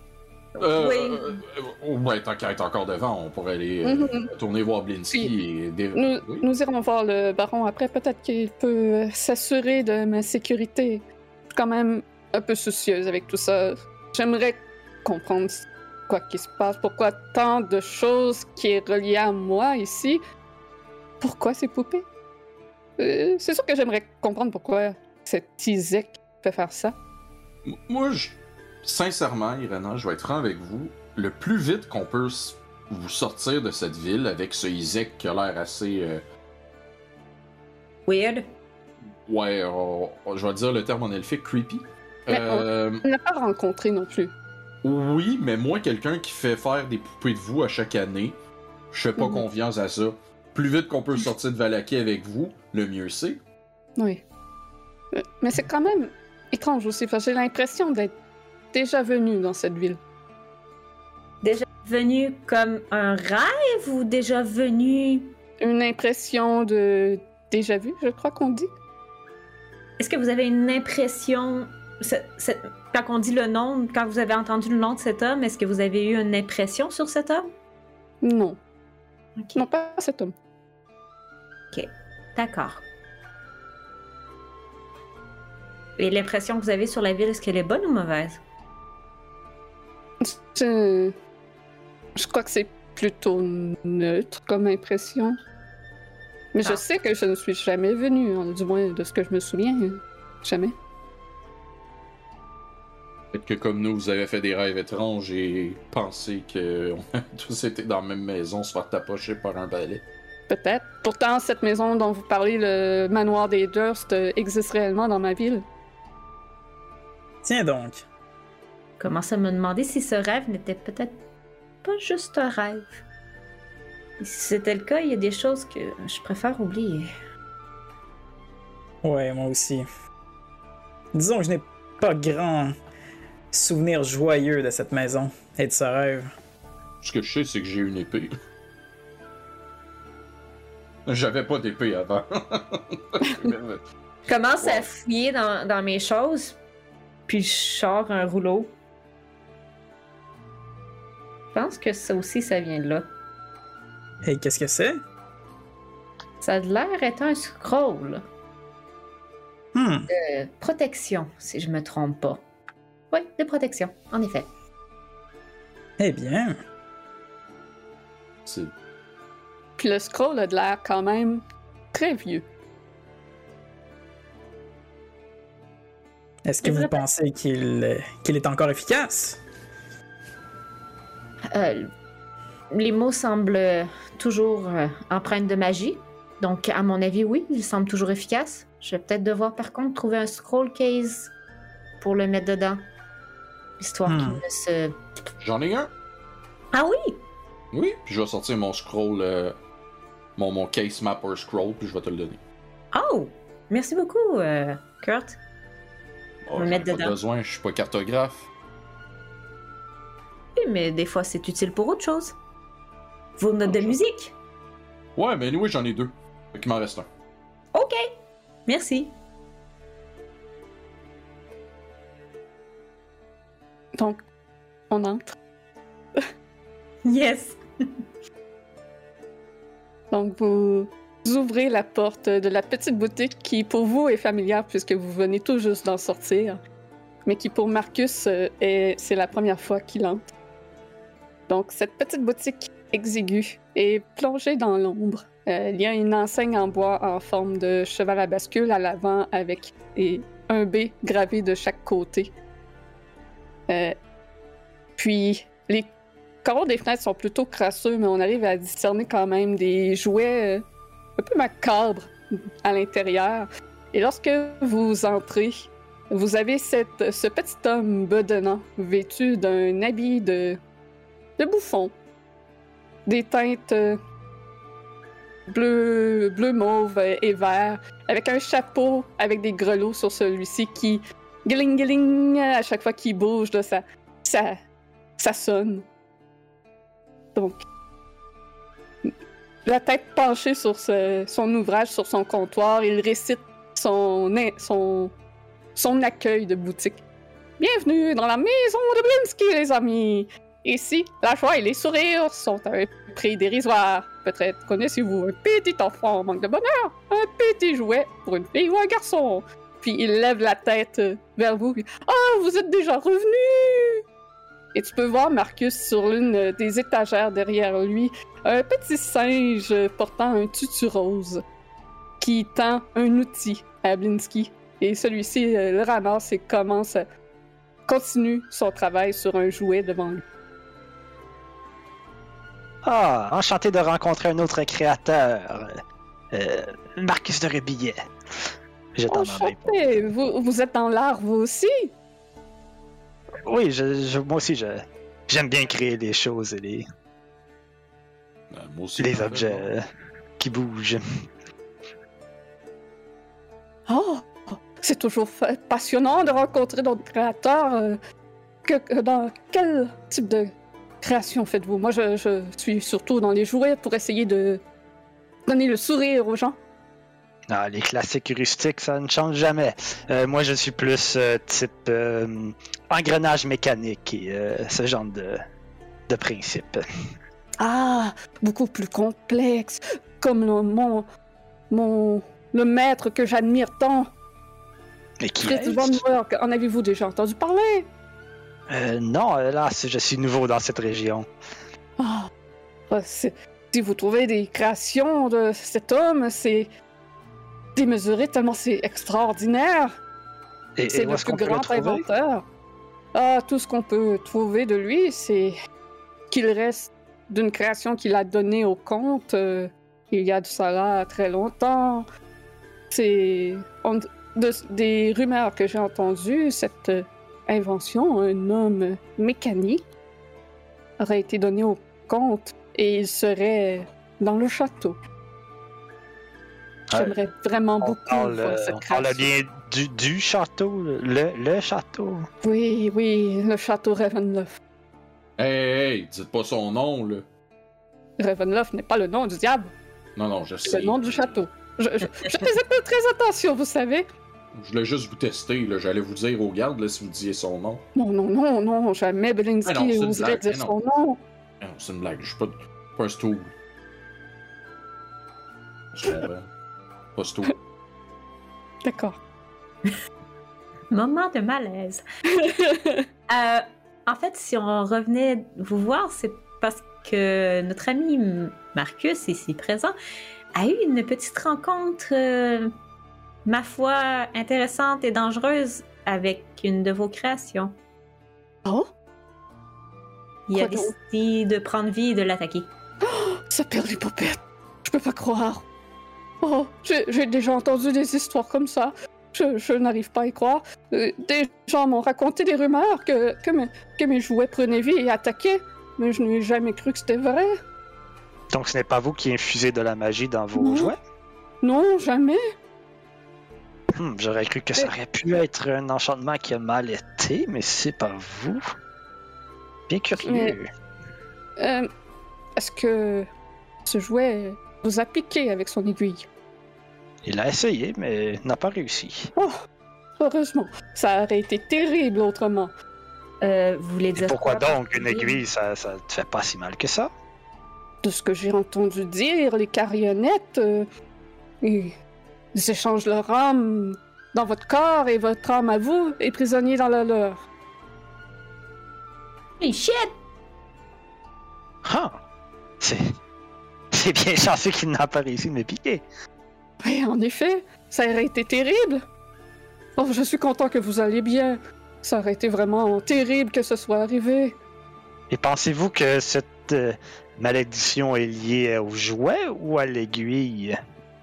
Ouais, tant qu'à être encore devant, on pourrait aller tourner voir Blinsky Oui. et... Nous irons voir le baron après. Peut-être qu'il peut s'assurer de ma sécurité. Je suis quand même un peu soucieuse avec tout ça. J'aimerais comprendre quoi qui se passe, pourquoi tant de choses qui est reliées à moi ici. Pourquoi ces poupées? C'est sûr que j'aimerais comprendre pourquoi cet Isaac fait faire ça. Moi, sincèrement, Irena, je vais être franc avec vous. Le plus vite qu'on peut vous sortir de cette ville avec ce Isaac qui a l'air assez... Weird. Ouais, je vais dire le terme en elfique, creepy. Mais on ne l'a pas rencontré non plus. Oui, mais moi, quelqu'un qui fait faire des poupées de vous à chaque année, je fais pas confiance à ça. Plus vite qu'on peut sortir de Valaquia avec vous, le mieux c'est. Oui. Mais c'est quand même étrange aussi, parce que j'ai l'impression d'être déjà venu dans cette ville. Déjà venu comme un rêve ou déjà venu... Une impression de déjà vu, je crois qu'on dit. Est-ce que vous avez une impression... Quand on dit le nom, quand vous avez entendu le nom de cet homme, est-ce que vous avez eu une impression sur cet homme? Non. Ok. Non, pas cet homme. Ok, d'accord. Et l'impression que vous avez sur la ville, est-ce qu'elle est bonne ou mauvaise? Je crois que c'est plutôt neutre comme impression. Mais je sais que je ne suis jamais venue, hein, du moins de ce que je me souviens. Jamais. Peut-être que comme nous, vous avez fait des rêves étranges et pensé qu'on a tous été dans la même maison, se faire tapocher par un balai. Peut-être. Pourtant, cette maison dont vous parlez, le manoir des Durst, existe réellement dans ma ville. Tiens donc. Commence à me demander si ce rêve n'était peut-être pas juste un rêve. Et si c'était le cas, il y a des choses que je préfère oublier. Ouais, moi aussi. Disons que je n'ai pas grand souvenir joyeux de cette maison et de ce rêve. Ce que je sais, c'est que j'ai une épée. J'avais pas d'épée avant. Je commence à fouiller dans mes choses, puis je sors un rouleau. Je pense que ça aussi, ça vient de là. Et qu'est-ce que c'est? Ça a l'air être un scroll. De protection, si je me trompe pas. Oui, de protection, en effet. Eh bien. C'est... Puis le scroll a de l'air quand même très vieux. Est-ce que vous pensez qu'il est encore efficace? Les mots semblent toujours empreintes de magie. Donc, à mon avis, oui, ils semblent toujours efficaces. Je vais peut-être devoir, par contre, trouver un scroll case pour le mettre dedans. Histoire qu'il ne se... J'en ai un. Ah oui? Oui, puis je vais sortir mon scroll, mon case mapper scroll, puis je vais te le donner. Oh! Merci beaucoup, Kurt. Oh, le mettre pas dedans. besoin, je suis pas cartographe. Oui, mais des fois, c'est utile pour autre chose. Vos notes de musique. Ouais, mais anyway, j'en ai deux. Fait qu'il m'en reste un. OK. Merci. Donc, on entre. Yes. Donc, vous ouvrez la porte de la petite boutique qui, pour vous, est familière puisque vous venez tout juste d'en sortir, mais qui, pour Marcus, c'est la première fois qu'il entre. Donc, cette petite boutique exiguë est plongée dans l'ombre. Il y a une enseigne en bois en forme de cheval à bascule à l'avant avec un B gravé de chaque côté. Puis, les carreaux des fenêtres sont plutôt crasseux, mais on arrive à discerner quand même des jouets un peu macabres à l'intérieur. Et lorsque vous entrez, vous avez ce petit homme bedonnant, vêtu d'un habit de bouffon, des teintes bleu mauve et vert, avec un chapeau avec des grelots sur celui-ci qui gling à chaque fois qu'il bouge, là, ça sonne. Donc, la tête penchée sur son ouvrage, sur son comptoir, il récite son accueil de boutique. Bienvenue dans la maison de Blinsky, les amis! Ici, la joie et les sourires sont à un prix dérisoire. Peut-être connaissez-vous un petit enfant en manque de bonheur, un petit jouet pour une fille ou un garçon. Puis il lève la tête vers vous. Ah, vous êtes déjà revenu! Et tu peux voir Marcus sur l'une des étagères derrière lui, un petit singe portant un tutu rose qui tend un outil à Blinsky. Et celui-ci le ramasse et continue son travail sur un jouet devant lui. Ah, enchanté de rencontrer un autre créateur. Marcus de Rebillet. Je t'en Enchanté! Vous êtes dans l'art, vous aussi? Oui, moi aussi, j'aime bien créer des choses et Moi aussi, les objets qui bougent. Oh! C'est toujours passionnant de rencontrer d'autres créateurs. Dans quel type de création faites-vous? Moi, je suis surtout dans les jouets pour essayer de donner le sourire aux gens. Ah, les classiques rustiques, ça ne change jamais. Moi, je suis plus type engrenage mécanique et ce genre de principe. Ah! Beaucoup plus complexe. Comme le maître que j'admire tant. Mais qui Fritz est von Werk, en avez-vous déjà entendu parler? Non, là, je suis nouveau dans cette région. Ah! Si vous trouvez des créations de cet homme, c'est démesuré tellement c'est extraordinaire. Et C'est où le est-ce qu'on plus peut le grand trouver? inventeur. Ah, tout ce qu'on peut trouver de lui, c'est qu'il reste d'une création qu'il a donnée au comte il y a de ça là très longtemps. C'est des rumeurs que j'ai entendues, cette invention, un homme mécanique, aurait été donné au comte et il serait dans le château. J'aimerais vraiment beaucoup voir cette On création. parle bien du château, le château. Oui, le château Ravenloft. Hey, dites pas son nom, là. Ravenloft n'est pas le nom du diable, Non, je c'est sais. le nom du château. Je faisais pas très attention, vous savez. Je voulais juste vous tester, là. J'allais vous dire au garde, là, si vous disiez son nom. Non, jamais Ah non, Belinsky c'est une oserait blague, dire ah son nom. Non, c'est une blague, je suis pas un stool. Je comprends. Pas stool. D'accord. Moment de malaise. En fait, si on revenait vous voir, c'est parce que notre ami Marcus, ici présent, a eu une petite rencontre, ma foi, intéressante et dangereuse avec une de vos créations. Oh? Il a Quoi donc? décidé de prendre vie et de l'attaquer. Ça perd les paupières. Je peux pas croire. Oh, j'ai déjà entendu des histoires comme ça. Je n'arrive pas à y croire. Des gens m'ont raconté des rumeurs que mes jouets prenaient vie et attaquaient, mais je n'ai jamais cru que c'était vrai. Donc ce n'est pas vous qui infusez de la magie dans vos Non. jouets? Non, jamais. J'aurais cru que ça aurait pu être un enchantement qui a mal été, mais c'est pas vous. Bien curieux. Est-ce que ce jouet vous a piqué avec son aiguille? Il a essayé, mais n'a pas réussi. Oh, heureusement. Ça aurait été terrible autrement. Vous voulez Et dire pourquoi quoi, donc une aiguille, ça te fait pas si mal que ça? De ce que j'ai entendu dire, les carionnettes, ils échangent leur âme dans votre corps et votre âme à vous est prisonnier dans la leur. Hey, shit! Ah! C'est bien chanceux qu'il n'a pas réussi de me piquer. Oui, en effet, ça aurait été terrible. Oh, je suis content que vous alliez bien. Ça aurait été vraiment terrible que ce soit arrivé. Et pensez-vous que cette malédiction est liée au jouet ou à l'aiguille?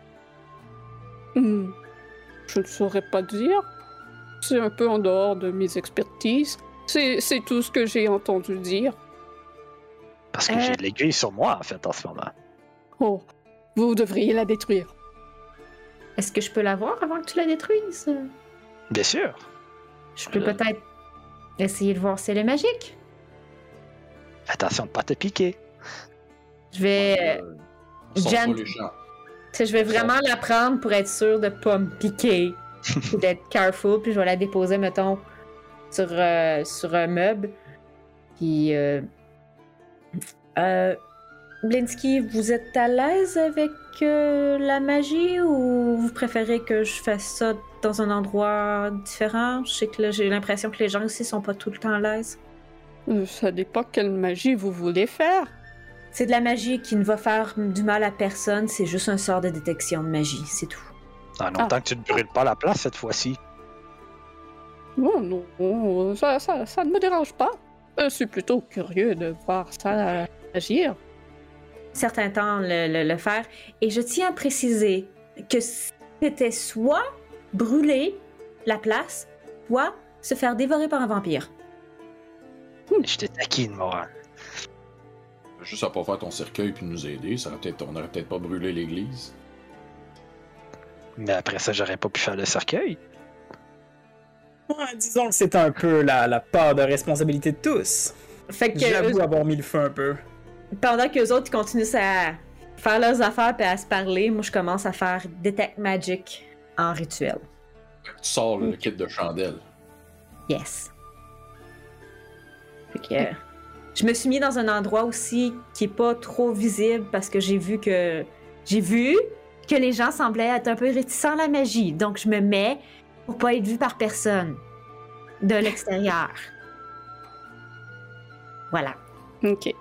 Je ne saurais pas dire. C'est un peu en dehors de mes expertises. C'est tout ce que j'ai entendu dire. Parce que j'ai de l'aiguille sur moi, en fait, en ce moment. Oh, vous devriez la détruire. Est-ce que je peux la voir avant que tu la détruises? Bien sûr. Je peux peut-être essayer de voir si elle est magique. Attention de ne pas te piquer. Je vais... Sors pas les champs. Je vais vraiment la prendre pour être sûre de pas me piquer. Ou d'être careful, puis je vais la déposer, mettons, sur un meuble. Puis... Blinsky, vous êtes à l'aise avec la magie ou vous préférez que je fasse ça dans un endroit différent? Je sais que là, j'ai l'impression que les gens ici sont pas tout le temps à l'aise. Ça dépend quelle magie vous voulez faire. C'est de la magie qui ne va faire du mal à personne, c'est juste un sort de détection de magie, c'est tout. En longtemps que tu ne brûles pas la place cette fois-ci. Non, ça ne me dérange pas. Je suis plutôt curieux de voir ça agir. Certain temps le faire. Et je tiens à préciser que c'était soit brûler la place, soit se faire dévorer par un vampire. Je t'ai taquine, Moran. Juste à pas faire ton cercueil puis nous aider, on aurait peut-être pas brûlé l'église. Mais après ça, j'aurais pas pu faire le cercueil. Ouais, disons que c'est un peu la part de responsabilité de tous. Fait que J'avoue avoir mis le feu un peu. pendant qu'eux autres ils continuent à faire leurs affaires et à se parler, moi je commence à faire Detect Magic en rituel. Tu sors le kit de chandelle. Yes. Fait que je me suis mis dans un endroit aussi qui est pas trop visible parce que j'ai vu que les gens semblaient être un peu réticents à la magie. Donc je me mets pour pas être vu par personne de l'extérieur. Voilà. OK.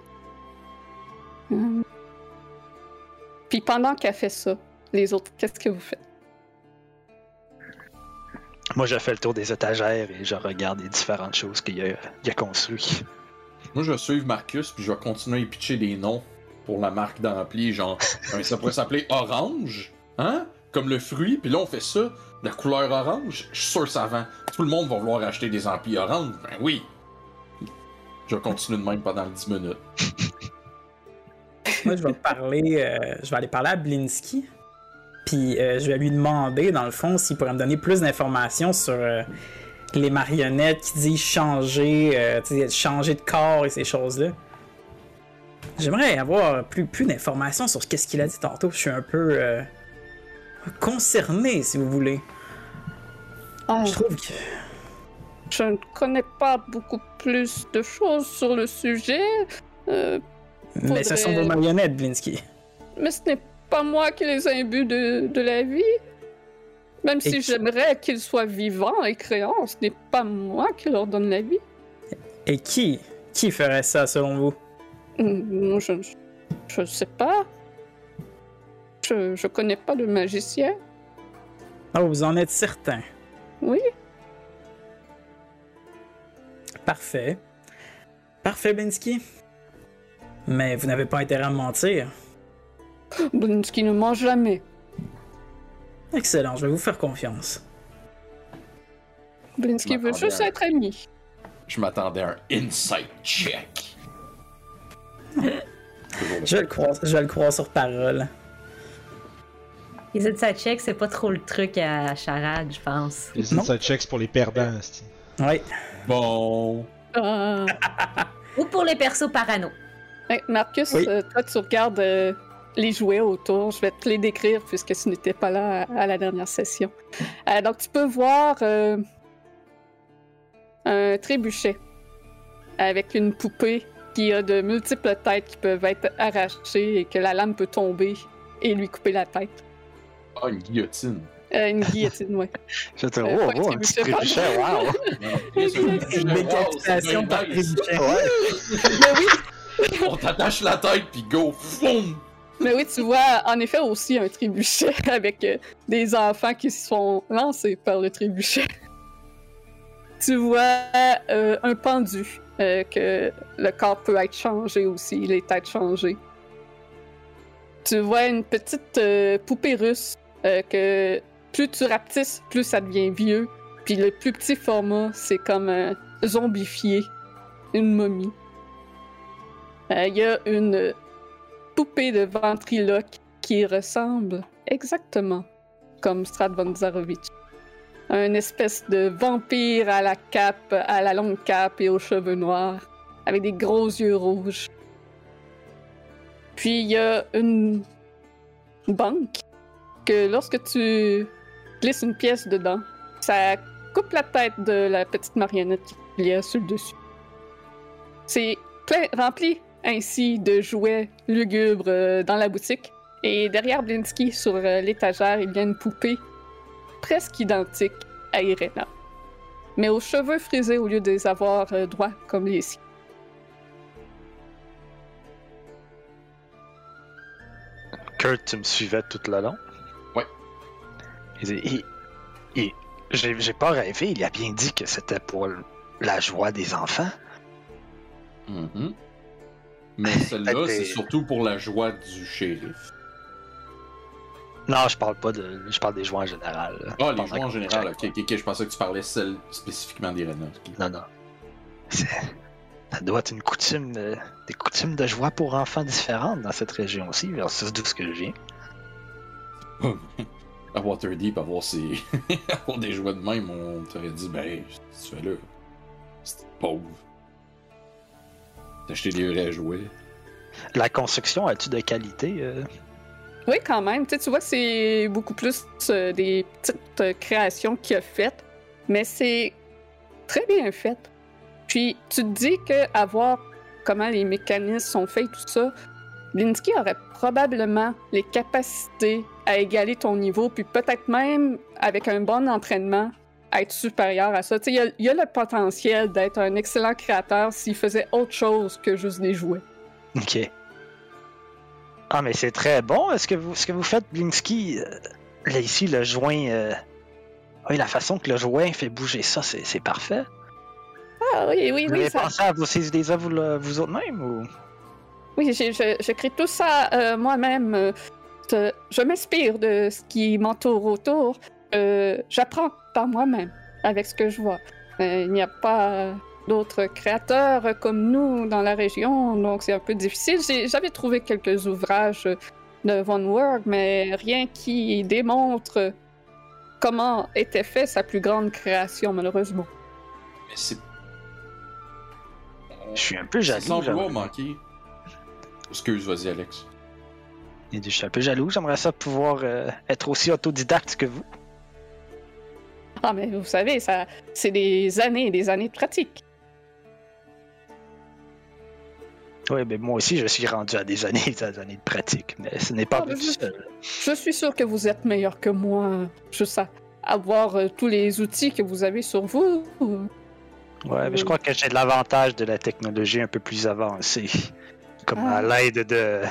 Puis pendant qu'elle fait ça, les autres, qu'est-ce que vous faites? Moi, je fais le tour des étagères et je regarde les différentes choses qu'il a construites. Moi, je vais suivre Marcus, puis je vais continuer à pitcher des noms pour la marque d'ampli, genre, ça pourrait s'appeler Orange, hein? Comme le fruit, puis là, on fait ça, de couleur orange, je suis sûr que ça vend. Tout le monde va vouloir acheter des amplis orange, ben oui! Je vais continuer de même pendant 10 minutes. Moi, je vais aller parler à Blinsky. Puis je vais lui demander, dans le fond, s'il pourrait me donner plus d'informations sur les marionnettes qui disent changer de corps et ces choses-là. J'aimerais avoir plus d'informations sur ce qu'il a dit tantôt. Je suis un peu concerné, si vous voulez. Je trouve que... Je ne connais pas beaucoup plus de choses sur le sujet. Mais ce sont vos marionnettes, Blinsky. Mais ce n'est pas moi qui les imbues de la vie. Même si j'aimerais qu'ils soient vivants et créants, ce n'est pas moi qui leur donne la vie. Et qui ferait ça, selon vous? Je ne sais pas. Je connais pas de magicien. Oh, vous en êtes certain? Oui. Parfait. Parfait, Blinsky. Mais vous n'avez pas intérêt à me mentir. Blinsky ne ment jamais. Excellent, je vais vous faire confiance. Blinsky veut juste être ami. Je m'attendais à un insight check. Je vais le croire sur parole. Les inside checks, c'est pas trop le truc à charade, je pense. Les inside checks pour les perdants, c'est... Oui. Bon. Ou pour les persos parano. Hey, Marcus, Oui. toi, tu regardes les jouets autour. Je vais te les décrire puisque tu n'étais pas là à la dernière session. Donc, tu peux voir un trébuchet avec une poupée qui a de multiples têtes qui peuvent être arrachées et que la lame peut tomber et lui couper la tête. Ah, une guillotine. Une guillotine, ouais. Je te pas un un petit trébuchet, trébuchet, wow! Une décapitation par trébuchet. Mais oui, On t'attache la tête, puis go! Foum! mais oui, tu vois en effet aussi un trébuchet avec des enfants qui se font lancés par le trébuchet. Tu vois un pendu, que le corps peut être changé aussi, les têtes changées. Tu vois une petite poupée russe que plus tu rapetisses, plus ça devient vieux. Puis le plus petit format, c'est comme un zombifié, une momie. Il y a une poupée de ventriloque qui ressemble exactement comme Strad von Zarovich. Un espèce de vampire à la cape, à la longue cape et aux cheveux noirs, avec des gros yeux rouges. Puis il y a une banque que lorsque tu glisses une pièce dedans, ça coupe la tête de la petite marionnette qu'il y a sur le dessus. C'est rempli ainsi de jouets lugubres dans la boutique. Et derrière Blinsky, sur l'étagère, il y a une poupée presque identique à Irena, mais aux cheveux frisés au lieu de les avoir droits comme les siens. Kurt, tu me suivais tout le long? Ouais. J'ai pas rêvé, il a bien dit que c'était pour la joie des enfants. Mm-hmm. Mais celle-là, c'est surtout pour la joie du shérif. Non, je parle pas de. Je parle des joies en général. Ah, les joies en général, ok. Je pensais que tu parlais celle spécifiquement d'Irena. Non. Ça doit être une coutume, des coutumes de joie pour enfants différentes dans cette région aussi, versus d'où ce que je viens. À Waterdeep, avoir des joies de même, on t'aurait dit, ben, tu fais là. C'est pauvre. T'acheter des vrais jouets. La construction, as-tu de qualité? Oui, quand même. Tu vois, c'est beaucoup plus des petites créations qu'il a faites, mais c'est très bien fait. Puis, tu te dis qu'à voir comment les mécanismes sont faits et tout ça, Blinsky aurait probablement les capacités à égaler ton niveau, puis peut-être même, avec un bon entraînement, être supérieur à ça. Tu sais, il y a le potentiel d'être un excellent créateur s'il faisait autre chose que juste des jouets. Ok. Ah, mais c'est très bon. Ce que vous faites, Blinsky, là, ici, le joint... Oui, la façon que le joint fait bouger ça, c'est parfait. Ah oui, Vous avez pensé à ces idées-là vous autres-même, ou... Oui, j'écris tout ça moi-même. Je m'inspire de ce qui m'entoure autour. J'apprends par moi-même avec ce que je vois. Il n'y a pas d'autres créateurs comme nous dans la région, donc c'est un peu difficile. J'avais trouvé quelques ouvrages de Von Werg, mais rien qui démontre comment était fait sa plus grande création, malheureusement. Mais c'est... Je suis un peu jaloux. Sans vouloir manquer. Excuse, vas-y, Alex. Je suis un peu jaloux. J'aimerais ça pouvoir être aussi autodidacte que vous. Ah, mais vous savez, ça, c'est des années et des années de pratique. Oui, mais moi aussi, je suis rendu à des années et des années de pratique, mais ce n'est pas tout seul. Je suis sûr que vous êtes meilleur que moi. Juste à voir tous les outils que vous avez sur vous. Ouais, mais je crois que j'ai l'avantage de la technologie un peu plus avancée. Comme à l'aide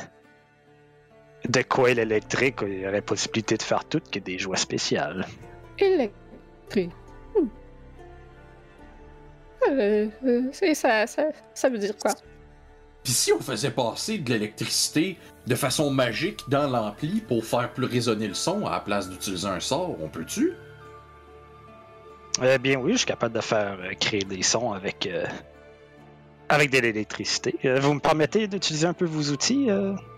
de coils électriques, il y aurait possibilité de faire tout que des jouets spéciaux. Électrique. Ça veut dire quoi? Pis si on faisait passer de l'électricité de façon magique dans l'ampli pour faire plus résonner le son à la place d'utiliser un sort, on peut-tu? Bien oui, je suis capable de faire créer des sons avec de l'électricité. Vous me permettez d'utiliser un peu vos outils?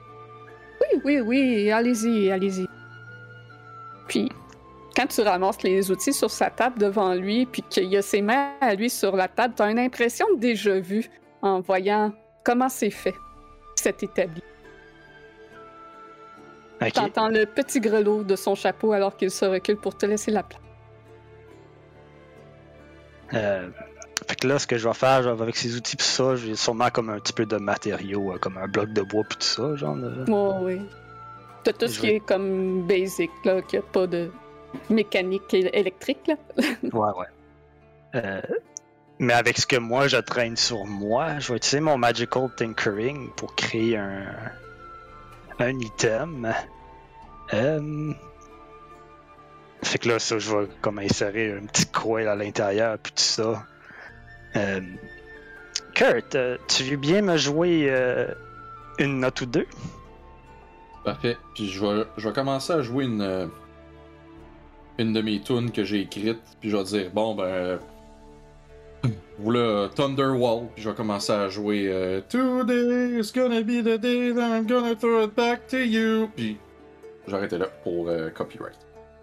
Oui, allez-y. Puis, quand tu ramasses les outils sur sa table devant lui, puis qu'il y a ses mains à lui sur la table, t'as une impression de déjà vu en voyant comment c'est fait, cet établi. Okay. T'entends le petit grelot de son chapeau alors qu'il se recule pour te laisser la place. Fait que là, ce que je vais faire, avec ces outils pis ça, j'ai sûrement comme un petit peu de matériaux, comme un bloc de bois pis tout ça, genre. Oh, oui. T'as tout ce qui est comme basic, là, qu'il n'y a pas de mécanique électrique, là. Ouais. Mais avec ce que moi je traîne sur moi, je vais utiliser mon Magical Tinkering pour créer un item. Fait que là, ça, je vais comme insérer un petit coin à l'intérieur, puis tout ça. Kurt, tu veux bien me jouer une note ou deux? Parfait. Puis je vais commencer à jouer une de mes tunes que j'ai écrites. Puis je vais dire, bon, ben. Voilà, Thunderwall. Puis je vais commencer à jouer Today is gonna be the day that I'm gonna throw it back to you. Puis j'arrêtais là pour copyright.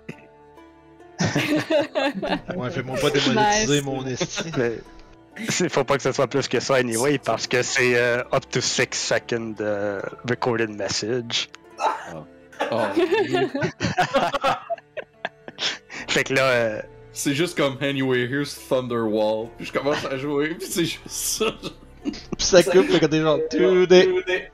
Ouais, fais-moi pas démonétiser Nice. mon esti. Faut pas que ce soit plus que ça anyway, parce que c'est up to 6 seconds de recorded message. Oh, Fait que là, c'est juste comme Anyway, here's Thunderwall. Puis je commence à jouer, puis c'est juste ça. Puis ça coupe, fait que t'es genre Today.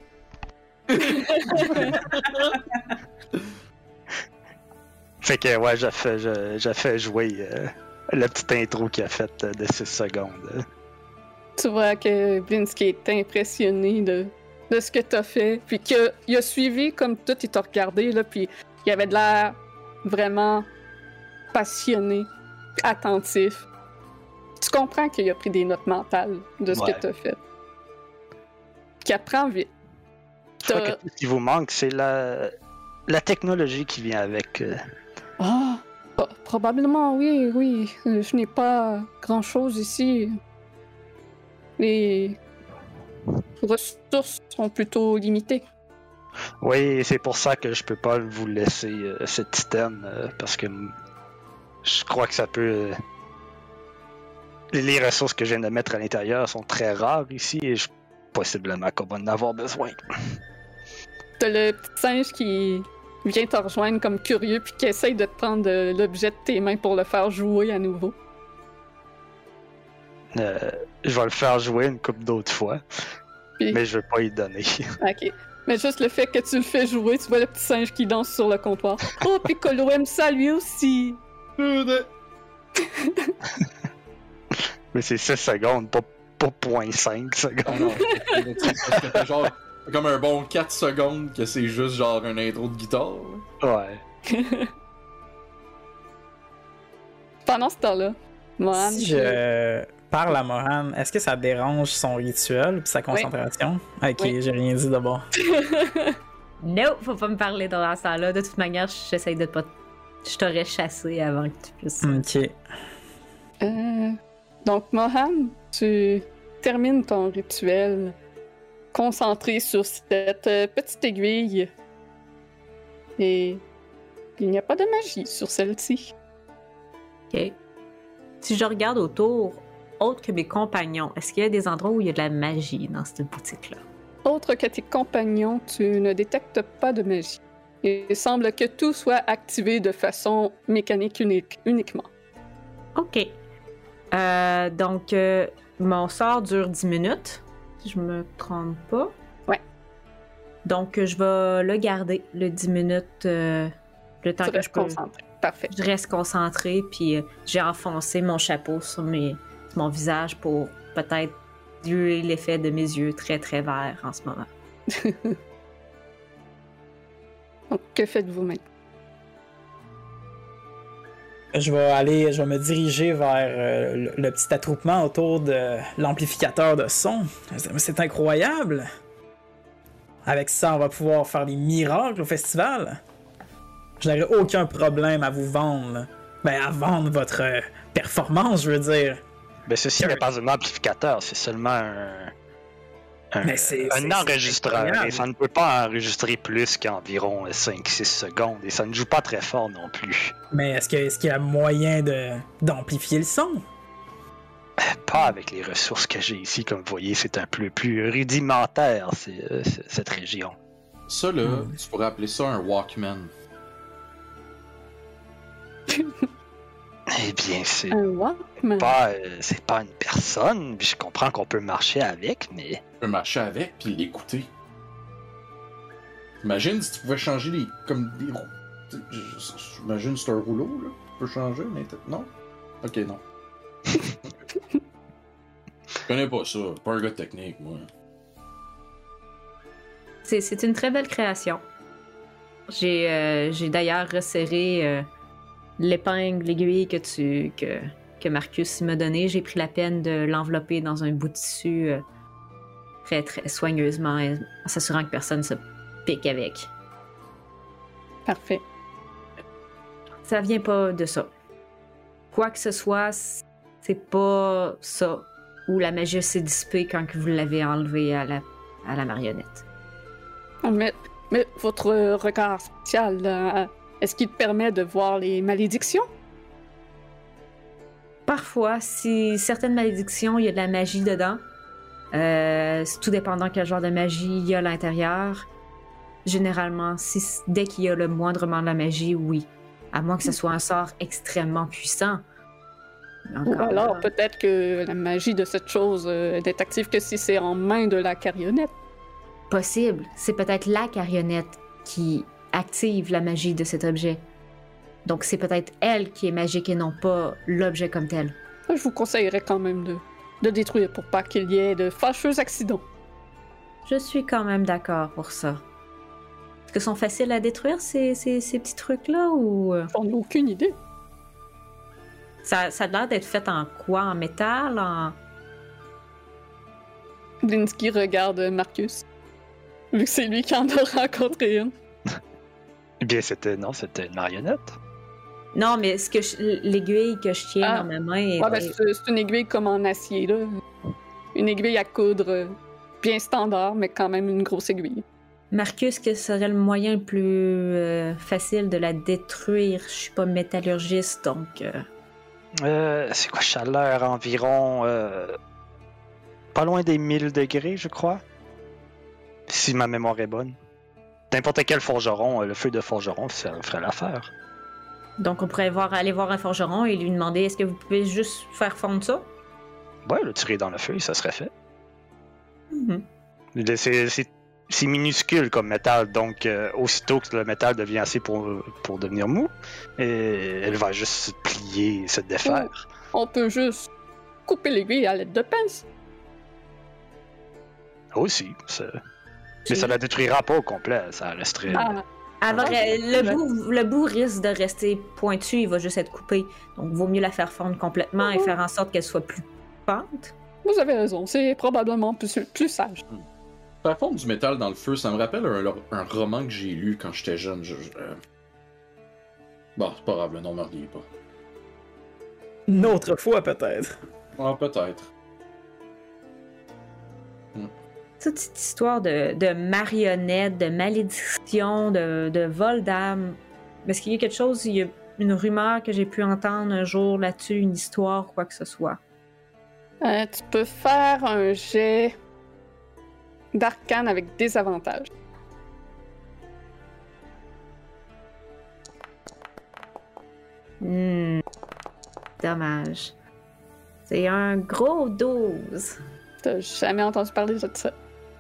fait que ouais, j'ai fait jouer la petite intro qu'il a faite de 6 secondes. Tu vois que Blinsky est impressionné de ce que t'as fait, puis qu'il a suivi comme tout, il t'a regardé, là, puis il avait de l'air vraiment passionné, attentif. Tu comprends qu'il a pris des notes mentales de ce Ouais. que t'as fait. Qu'il apprend vite. Je crois que tout ce qui vous manque, c'est la technologie qui vient avec. Ah, probablement, oui. Je n'ai pas grand-chose ici. Les ressources sont plutôt limitées. Oui, c'est pour ça que je peux pas vous laisser cet item, parce que je crois que ça peut... les ressources que je viens de mettre à l'intérieur sont très rares ici, et possiblement qu'on va en avoir besoin. T'as le petit singe qui vient te rejoindre comme curieux puis qui essaye de te prendre l'objet de tes mains pour le faire jouer à nouveau. Je vais le faire jouer une couple d'autres fois, Puis- mais je vais pas y donner. Ok. Mais juste le fait que tu le fais jouer, tu vois le petit singe qui danse sur le comptoir. Oh, Piccolo aime ça lui aussi! Mais c'est 6 secondes, pas 0.5 secondes. Parce que t'as genre comme un bon 4 secondes que c'est juste genre un intro de guitare. Là. Ouais. Pendant ce temps-là, Mohan, Si je parle à Mohan, est-ce que ça dérange son rituel et sa concentration? Ok, Oui. j'ai rien dit d'abord. Non, faut pas me parler dans ce temps-là. De toute manière, j'essaye de pas. Je t'aurais chassé avant que tu puisses. Ok. Donc, Mohan, tu termines ton rituel concentré sur cette petite aiguille. Et il n'y a pas de magie sur celle-ci. Ok. Si je regarde autour, autre que mes compagnons, est-ce qu'il y a des endroits où il y a de la magie dans cette boutique-là? Autre que tes compagnons, tu ne détectes pas de magie. Il semble que tout soit activé de façon mécanique uniquement. Ok. Donc, mon sort dure 10 minutes, si je me trompe pas. Ouais. Donc, je vais le garder, le 10 minutes, le temps Tu que je restes peux. concentré. Parfait. Je reste concentrée, puis j'ai enfoncé mon chapeau sur mon visage pour peut-être diluer l'effet de mes yeux très très verts en ce moment. Donc, que faites-vous maintenant? Je vais me diriger vers le petit attroupement autour de l'amplificateur de son. C'est incroyable! Avec ça, on va pouvoir faire des miracles au festival. Je n'aurai aucun problème à vous vendre. Là. Ben, à vendre votre performance, je veux dire. Mais ceci n'est pas un amplificateur, c'est seulement Mais c'est enregistreur. incroyable. Et ça ne peut pas enregistrer plus qu'environ 5-6 secondes. Et ça ne joue pas très fort non plus. Mais est-ce qu'il y a moyen d'amplifier le son? Pas avec les ressources que j'ai ici. Comme vous voyez, c'est un peu plus rudimentaire, cette région. Ça là, tu pourrais appeler ça un Walkman. Eh bien, c'est Un Walkman? c'est pas une personne. Puis je comprends qu'on peut marcher avec, mais... Tu peux marcher avec puis l'écouter. Imagine si tu pouvais changer comme des roues. J'imagine c'est un rouleau là. Tu peux changer, mais non? Ok, non. Je connais pas ça. Pas un gars de technique, moi. C'est une très belle création. J'ai d'ailleurs resserré l'épingle, l'aiguille que Marcus m'a donnée, j'ai pris la peine de l'envelopper dans un bout de tissu très, très soigneusement, en s'assurant que personne ne se pique avec. Parfait. Ça vient pas de ça. Quoi que ce soit, c'est pas ça. Ou la magie s'est dissipée quand vous l'avez enlevé à la marionnette. Mais votre regard spécial, est-ce qu'il te permet de voir les malédictions? Parfois, si certaines malédictions, il y a de la magie dedans. C'est tout dépendant quel genre de magie il y a à l'intérieur. Généralement, dès qu'il y a le moindrement de la magie, oui. À moins que ce soit un sort extrêmement puissant. Ou alors, peut-être que la magie de cette chose n'est active que si c'est en main de la carionnette. Possible. C'est peut-être la carionnette qui active la magie de cet objet. Donc c'est peut-être elle qui est magique et non pas l'objet comme tel. Je vous conseillerais quand même de détruire pour pas qu'il y ait de fâcheux accidents. Je suis quand même d'accord pour ça. Est-ce que sont faciles à détruire, ces petits trucs-là, ou... J'en ai aucune idée. Ça a l'air d'être fait en quoi? En métal? Blinsky regarde Marcus. Vu que c'est lui qui en a rencontré une. Eh bien, c'était une marionnette. Non, mais l'aiguille que je tiens dans ma main est... Ouais, c'est une aiguille comme en acier, là. Une aiguille à coudre bien standard, mais quand même une grosse aiguille. Marcus, quel serait le moyen le plus facile de la détruire? Je suis pas métallurgiste, donc... C'est quoi, chaleur environ... pas loin des 1000 degrés, je crois. Si ma mémoire est bonne. N'importe quel forgeron, le feu de forgeron, ça ferait l'affaire. Donc on pourrait aller voir un forgeron et lui demander est-ce que vous pouvez juste faire fondre ça? Ouais, le tirer dans le feu, ça serait fait. Mm-hmm. C'est minuscule comme métal, donc aussitôt que le métal devient assez pour devenir mou, et elle va juste se plier, se défaire. On peut juste couper l'aiguille à l'aide de pince. Aussi, mais ça la détruira pas au complet, ça resterait... Le bout risque de rester pointu, il va juste être coupé. Donc, vaut mieux la faire fondre complètement et faire en sorte qu'elle soit plus pente. Vous avez raison, c'est probablement plus sage. Faire fondre du métal dans le feu, ça me rappelle un roman que j'ai lu quand j'étais jeune. Bon, c'est pas grave, le nom me revient pas. Une autre fois, peut-être. Ah, peut-être. Toute cette histoire de marionnettes, de malédiction, de vol d'âme. Est-ce qu'il y a quelque chose, il y a une rumeur que j'ai pu entendre un jour là-dessus, une histoire, quoi que ce soit? Tu peux faire un jet d'arcane avec des avantages. Dommage. C'est un gros 12. T'as jamais entendu parler de ça.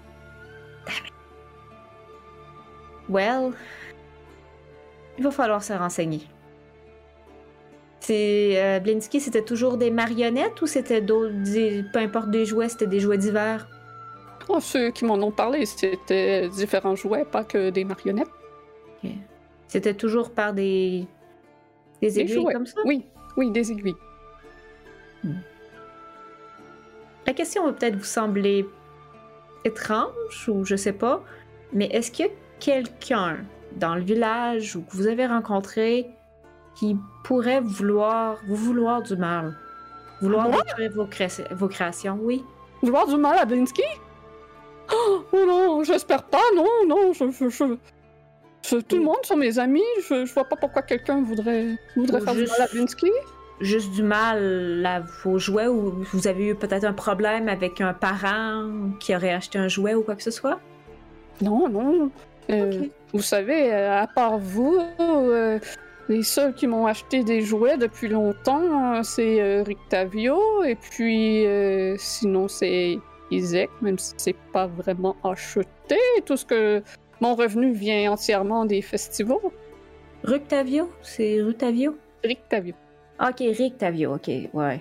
Well, il va falloir se renseigner. Blinsky, c'était toujours des marionnettes ou c'était peu importe des jouets, c'était des jouets divers? Oh, ceux qui m'en ont parlé, c'était différents jouets, pas que des marionnettes. Okay. C'était toujours par des aiguilles jouets. Comme ça? Oui, des aiguilles. La question va peut-être vous sembler étrange ou je sais pas, mais est-ce qu'il y a quelqu'un dans le village ou que vous avez rencontré qui pourrait vous vouloir du mal? Vouloir détruire vos créations, oui? Vouloir du mal à Blinsky? Oh non, j'espère pas, non, tout le monde sont mes amis, je vois pas pourquoi quelqu'un voudrait faire du mal à Blinsky. Juste du mal à vos jouets ou vous avez eu peut-être un problème avec un parent qui aurait acheté un jouet ou quoi que ce soit? Non. Okay. Vous savez, à part vous, les seuls qui m'ont acheté des jouets depuis longtemps, c'est Rictavio, et puis sinon c'est Isaac, même si c'est pas vraiment acheté. Tout ce que mon revenu vient entièrement des festivals. Rictavio? C'est Rictavio? Rictavio. Ok, Rictavio, ok, ouais.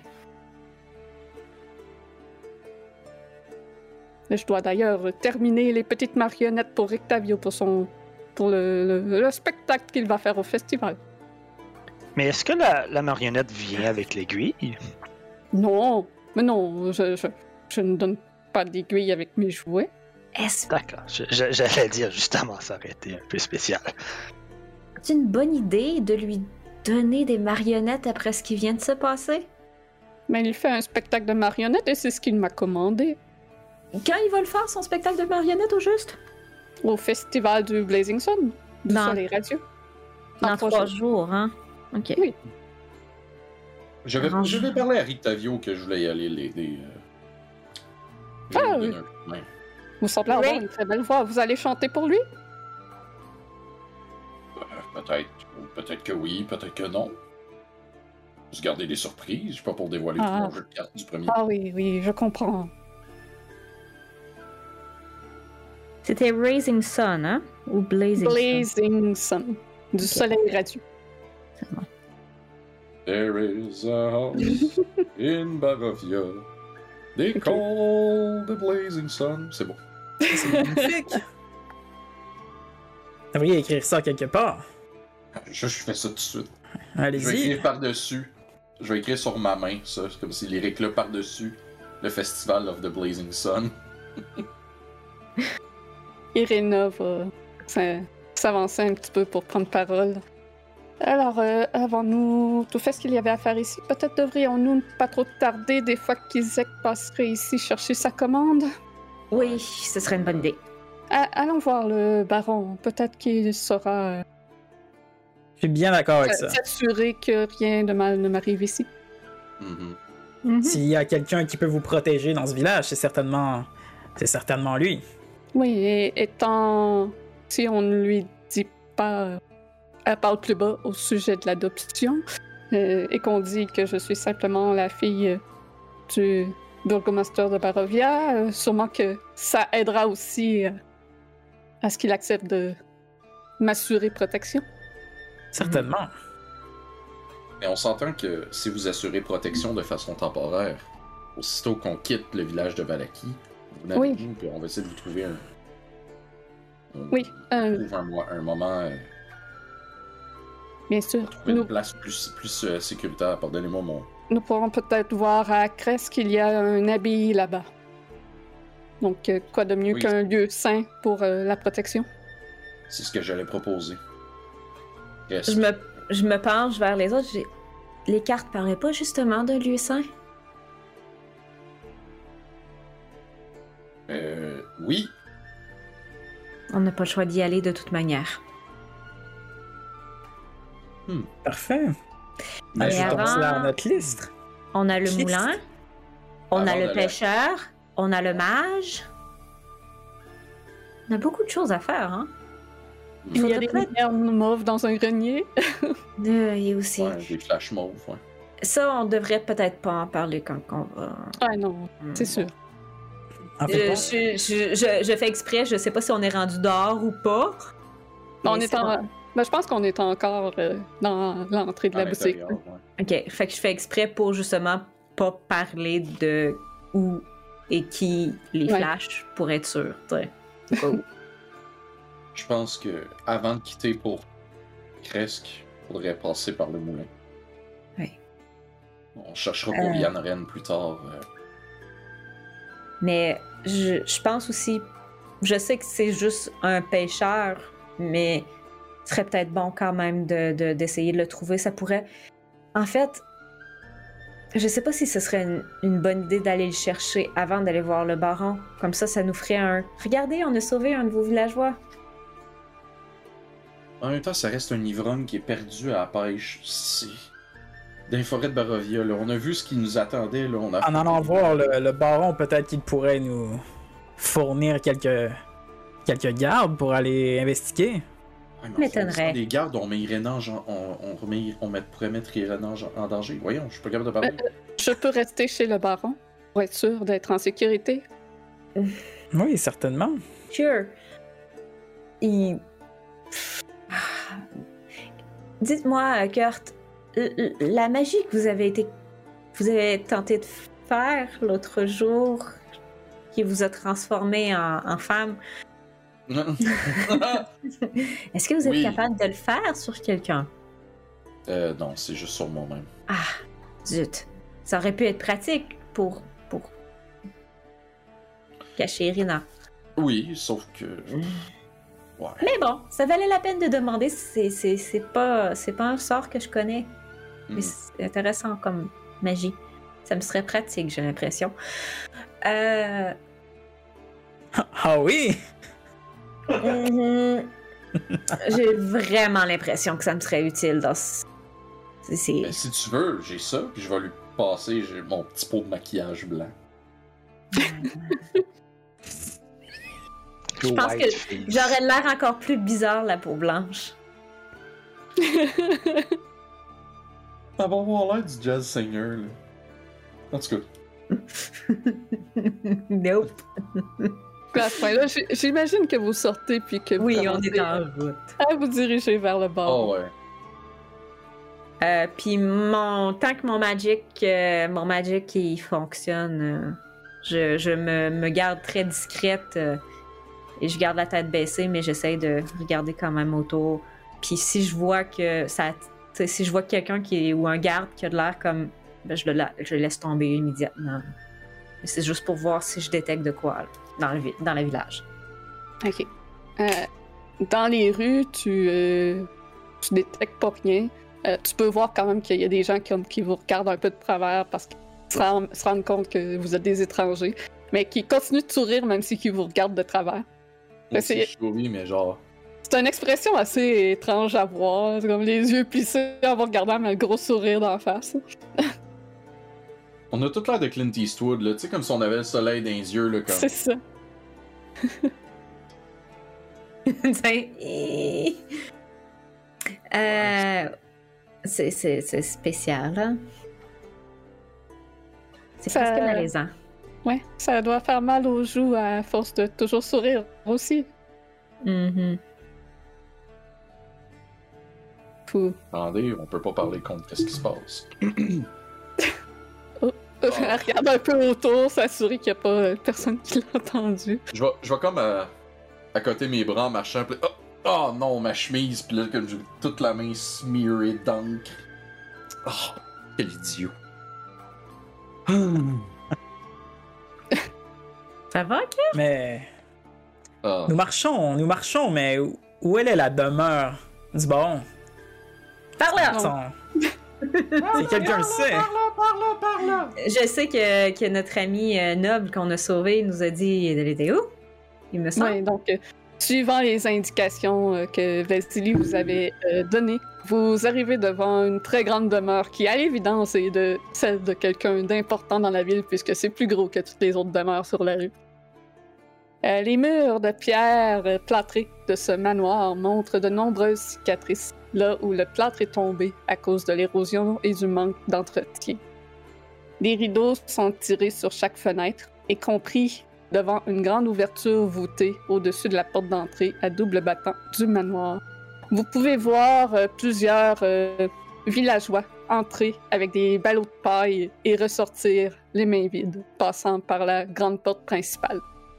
Je dois d'ailleurs terminer les petites marionnettes pour Rictavio pour le spectacle qu'il va faire au festival. Mais est-ce que la marionnette vient avec l'aiguille? Non, mais non, je ne donne pas d'aiguille avec mes jouets. Est-ce D'accord. J'allais dire justement, ça aurait été un peu spécial. que c'est une bonne idée de lui donner des marionnettes après ce qui vient de se passer? Mais il fait un spectacle de marionnettes et c'est ce qu'il m'a commandé. Quand il va le faire, son spectacle de marionnettes, au juste? Au festival du Blazing Sun, du Dans- Soleil radieux. Dans En 3 jours, hein? Ok. Oui. Je vais parler à Rictavio que je voulais y aller l'aider. Je vais Ah, lui oui. donner un coup de main. Vous semblez avoir une très belle voix. Vous allez chanter pour lui? Peut-être que oui, peut-être que non. Juste garder des surprises, je suis pas pour dévoiler tout Ah. mon jeu de cartes du premier. Ah oui, oui, je comprends. C'était Raising Sun, hein? Ou Blazing Sun? Blazing Sun, du Soleil radieux. There is a house in Barovia. They call the Blazing Sun. C'est bon. C'est magnifique! Vous devriez écrire ça quelque part. Je fais ça tout de suite. Je vais Allez-y. écrire par-dessus. Je vais écrire sur ma main, ça. C'est comme si lyrique-là par-dessus. Le Festival of the Blazing Sun. Irena va s'avancer un petit peu pour prendre parole. Alors, avons-nous tout fait ce qu'il y avait à faire ici? Peut-être devrions-nous ne pas trop tarder des fois qu'Isaac passerait ici chercher sa commande? Oui, ce serait une bonne idée. Allons voir le baron. Peut-être qu'il saura Je suis bien d'accord avec ça. s'assurer que rien de mal ne m'arrive ici. Mhm. S'il y a quelqu'un qui peut vous protéger dans ce village, c'est certainement lui. Oui, et étant... Si on ne lui dit pas... elle parle plus bas au sujet de l'adoption, et qu'on dit que je suis simplement la fille du bourgmestre de Barovia, sûrement que ça aidera aussi à ce qu'il accepte de m'assurer protection. Certainement. Mais on s'entend que si vous assurez protection de façon temporaire, aussitôt qu'on quitte le village de Valaki, vous n'avez Oui. nous, puis on va essayer de vous trouver Oui, un moment, bien sûr. trouver une place plus sécuritaire. Pardonnez-moi Nous pourrons peut-être voir à Crest qu'il y a un abbaye là-bas. Donc, quoi de mieux Oui. qu'un lieu sain pour la protection? C'est ce que j'allais proposer. Yes. Je me penche vers les autres. Les cartes parlaient pas justement d'un lieu sain? Oui, On n'a pas le choix d'y aller de toute manière. Parfait. Mais Ajoutons avant- cela à notre liste. On a le Liste. moulin, on a Avant le de- pêcheur, on a le mage. On a beaucoup de choses à faire, hein? Il y a faudrait des peut-être- lumières mauves dans un grenier. Et aussi. ouais, des flashs mauves, ouais. Ça, on devrait peut-être pas en parler quand on va. Ah non, c'est sûr. En fait, Je fais exprès, je sais pas si on est rendu dehors ou pas. On mais est c'est en... bon. Ben, je pense qu'on est encore dans l'entrée de À la boutique. l'intérieur, ouais. Ok, fait que je fais exprès pour justement pas parler de où et qui les Ouais. flashs pour être sûr. t'sais. Au cas où. Je pense que avant de quitter pour Cresque, il faudrait passer par le moulin. Oui. On cherchera pour Yann Ren plus tard. Mais je pense aussi, je sais que c'est juste un pêcheur, mais ce serait peut-être bon quand même d'essayer de le trouver. Ça pourrait. En fait, je sais pas si ce serait une bonne idée d'aller le chercher avant d'aller voir le baron. Comme ça nous ferait un. Regardez, on a sauvé un de vos villageois. En même temps, ça reste un ivrogne qui est perdu à la pêche. C'est dans les forêts de Barovia. Là. On a vu ce qui nous attendait. Là. On a en allant voir le baron, peut-être qu'il pourrait nous fournir quelques gardes pour aller investiguer. Ouais, mais m'étonnerait. Des gardes, on met Irena pourrait mettre Irena en danger. Voyons, je suis pas capable de parler. Je peux rester chez le baron pour être sûr d'être en sécurité. Oui, certainement. Sure. Dites-moi, Kurt, la magie que vous avez tenté de faire l'autre jour, qui vous a transformé en femme, est-ce que vous êtes Oui. capable de le faire sur quelqu'un? Non, c'est juste sur moi-même. Ah, zut. Ça aurait pu être pratique pour cacher Irina. Oui, sauf que... Ouais. Mais bon, ça valait la peine de demander. C'est pas un sort que je connais. Mais c'est intéressant comme magie. Ça me serait pratique, j'ai l'impression. Ah oui! J'ai vraiment l'impression que ça me serait utile dans Ben, si tu veux, j'ai ça, puis je vais lui passer mon petit pot de maquillage blanc. Je pense que j'aurais l'air encore plus bizarre, la peau blanche. Ça va avoir l'air du jazz singer, là. En tout cas. Nope. À ce point-là, j'imagine que vous sortez puis que vous Oui, on commencez est en route. à vous diriger vers le bord. Oh ouais. Puis tant que mon magic il fonctionne, je me garde très discrète et je garde la tête baissée, mais j'essaye de regarder quand même autour. Puis si je vois que si je vois quelqu'un ou un garde qui a de l'air comme, ben je le laisse tomber immédiatement. Mais c'est juste pour voir si je détecte de quoi là, dans le village. Ok. Dans les rues, tu détectes pas rien. Tu peux voir quand même qu'il y a des gens qui vous regardent un peu de travers parce qu'ils se rendent compte que vous êtes des étrangers, mais qui continuent de sourire même si ils vous regardent de travers. C'est souris, mais genre... C'est une expression assez étrange à voir. C'est comme les yeux plissés en vous regardant, mais un gros sourire d'en face. On a tout l'air de Clint Eastwood, là. Tu sais, comme si on avait le soleil dans les yeux, là, comme... C'est ça. C'est spécial, hein? C'est Ça- presque malaisant. Ouais, ça doit faire mal aux joues à force de toujours sourire aussi. Mhm. Fou. Attendez, on peut pas parler contre qu'est-ce qui se passe. Elle regarde un peu autour, s'assurer qu'il n'y a pas personne qui l'a entendu. Je vais comme à côté mes bras en marchant, pis oh non, ma chemise, pis là, comme j'ai toute la main smearée d'encre. Oh, quel idiot. Ça va, ok? Mais Ah. nous marchons, mais où elle est la demeure du baron? Par là! Si quelqu'un le sait. Par là! Je sais que notre ami noble qu'on a sauvé nous a dit elle était où? Il me semble. Ouais, donc, suivant les indications que Vasily vous avait données, vous arrivez devant une très grande demeure qui, à l'évidence, est celle de quelqu'un d'important dans la ville, puisque c'est plus gros que toutes les autres demeures sur la rue. Les murs de pierre plâtrés de ce manoir montrent de nombreuses cicatrices, là où le plâtre est tombé à cause de l'érosion et du manque d'entretien. Des rideaux sont tirés sur chaque fenêtre, y compris devant une grande ouverture voûtée au-dessus de la porte d'entrée à double battant du manoir. Vous pouvez voir plusieurs villageois entrer avec des ballots de paille et ressortir les mains vides, passant par la grande porte principale.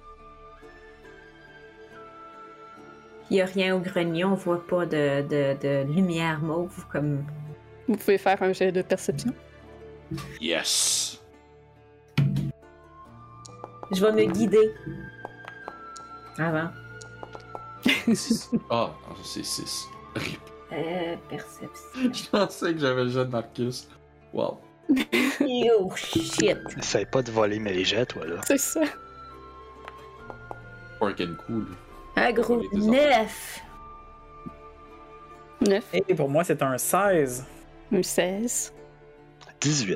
Il n'y a rien au grenier, on voit pas de lumière mauve comme. Vous pouvez faire un jet de perception. Yes! Je vais me guider. Avant. Ah, non, c'est 6. Rip. Perception. Je pensais que j'avais le jet de Marcus. Wow. Oh shit. Essaye pas de voler mes jets, toi, là. C'est ça. Fucking cool. Un gros On est des 9. 9, Et pour moi, c'est un 16. un 16. 18.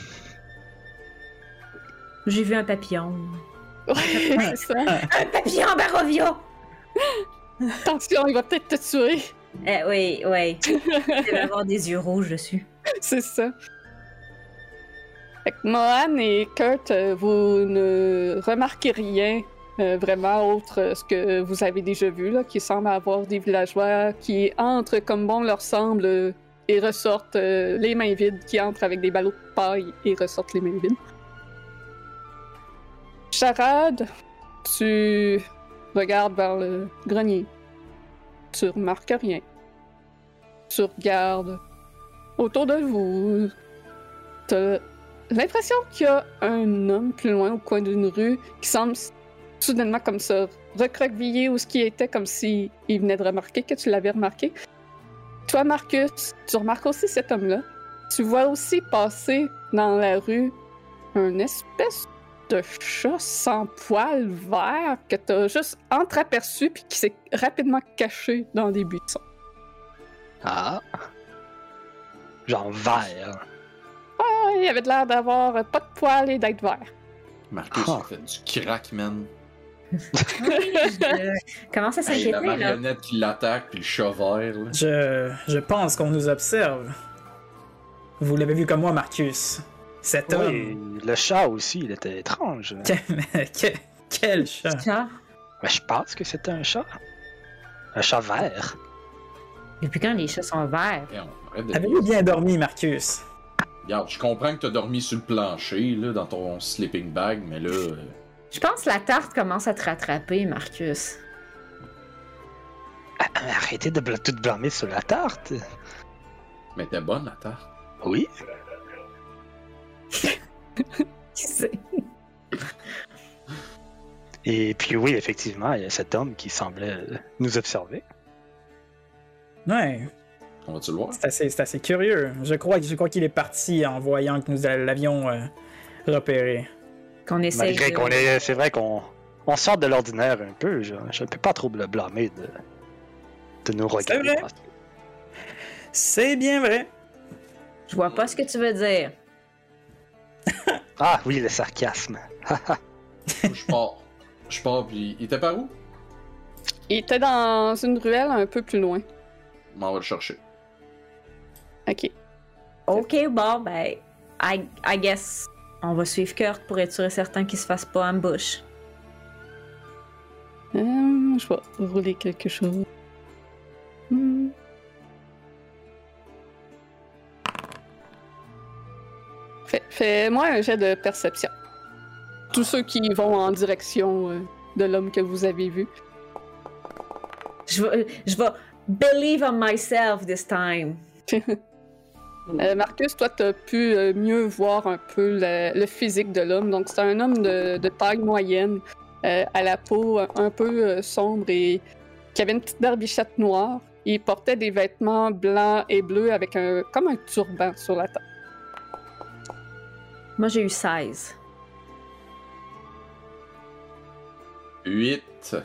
J'ai vu un papillon. Ouais, c'est ça. Un papillon Barovia! Attention, il va peut-être te tuer. Oui. Il va avoir des yeux rouges dessus. C'est ça. Fait que Mohan et Kurt, vous ne remarquez rien vraiment autre ce que vous avez déjà vu, là, qui semble avoir des villageois qui entrent comme bon leur semble et ressortent les mains vides, qui entrent avec des ballots de paille et ressortent les mains vides. Charade, tu regardes vers le grenier. Tu remarques rien. Tu regardes autour de vous. T'as l'impression qu'il y a un homme plus loin au coin d'une rue qui semble soudainement comme se recroqueviller où ce qui était, comme s'il venait de remarquer que tu l'avais remarqué. Toi, Marcus, tu remarques aussi cet homme-là. Tu vois aussi passer dans la rue un espèce de chat sans poils vert que t'as juste entreaperçu puis qui s'est rapidement caché dans des buissons. Ah. Genre vert. Ah, il avait l'air d'avoir pas de poils et d'être vert. Marcus, Ah. il fait du crack, man. Commence à Hey, s'inquiéter, la là. marionnette qui l'attaque, puis le chat vert, là. Je pense qu'on nous observe. Vous l'avez vu comme moi, Marcus. Cet homme. Oui, le chat aussi, il était étrange. Quel chat. Chat. Mais je pense que c'était un chat. Un chat vert. Depuis quand les chats sont verts? Hey, on arrête de Avez-vous bien dormi, Marcus? Regarde, je comprends que t'as dormi sur le plancher, là, dans ton sleeping bag, mais là... Je pense que la tarte commence à te rattraper, Marcus. Arrêtez de tout blâmer sur la tarte. Mais t'es bonne, la tarte. Oui. Qui sait? Et puis oui, effectivement, il y a cet homme qui semblait nous observer. Ouais, On va-tu le voir? c'est assez curieux. Je crois qu'il est parti en voyant que nous l'avions repéré. Qu'on essaye Malgré de... qu'on est... C'est vrai qu'on sort de l'ordinaire un peu. Je ne peux pas trop le blâmer de nous regarder. vrai. C'est bien vrai. Je vois pas ce que tu veux dire. Ah oui, le sarcasme. Je pars, puis... Il était par où? Il était dans une ruelle un peu plus loin. On va le chercher. Ok. Ok, bon, ben... I guess... On va suivre Kurt pour être sûr et certain qu'il se fasse pas ambush. Je vais rouler quelque chose. Fais-moi un jet de perception. Tous ceux qui vont en direction de l'homme que vous avez vu. Je vais believe on myself this time. Marcus, toi, t'as pu mieux voir un peu le physique de l'homme. Donc, c'est un homme de taille moyenne, à la peau un peu sombre et qui avait une petite barbichette noire. Il portait des vêtements blancs et bleus avec comme un turban sur la tête. Moi, j'ai eu 16. 8.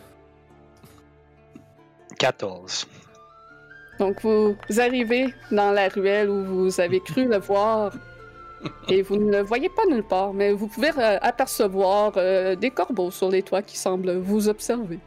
14. Donc, vous arrivez dans la ruelle où vous avez cru le voir et vous ne le voyez pas nulle part, mais vous pouvez apercevoir des corbeaux sur les toits qui semblent vous observer.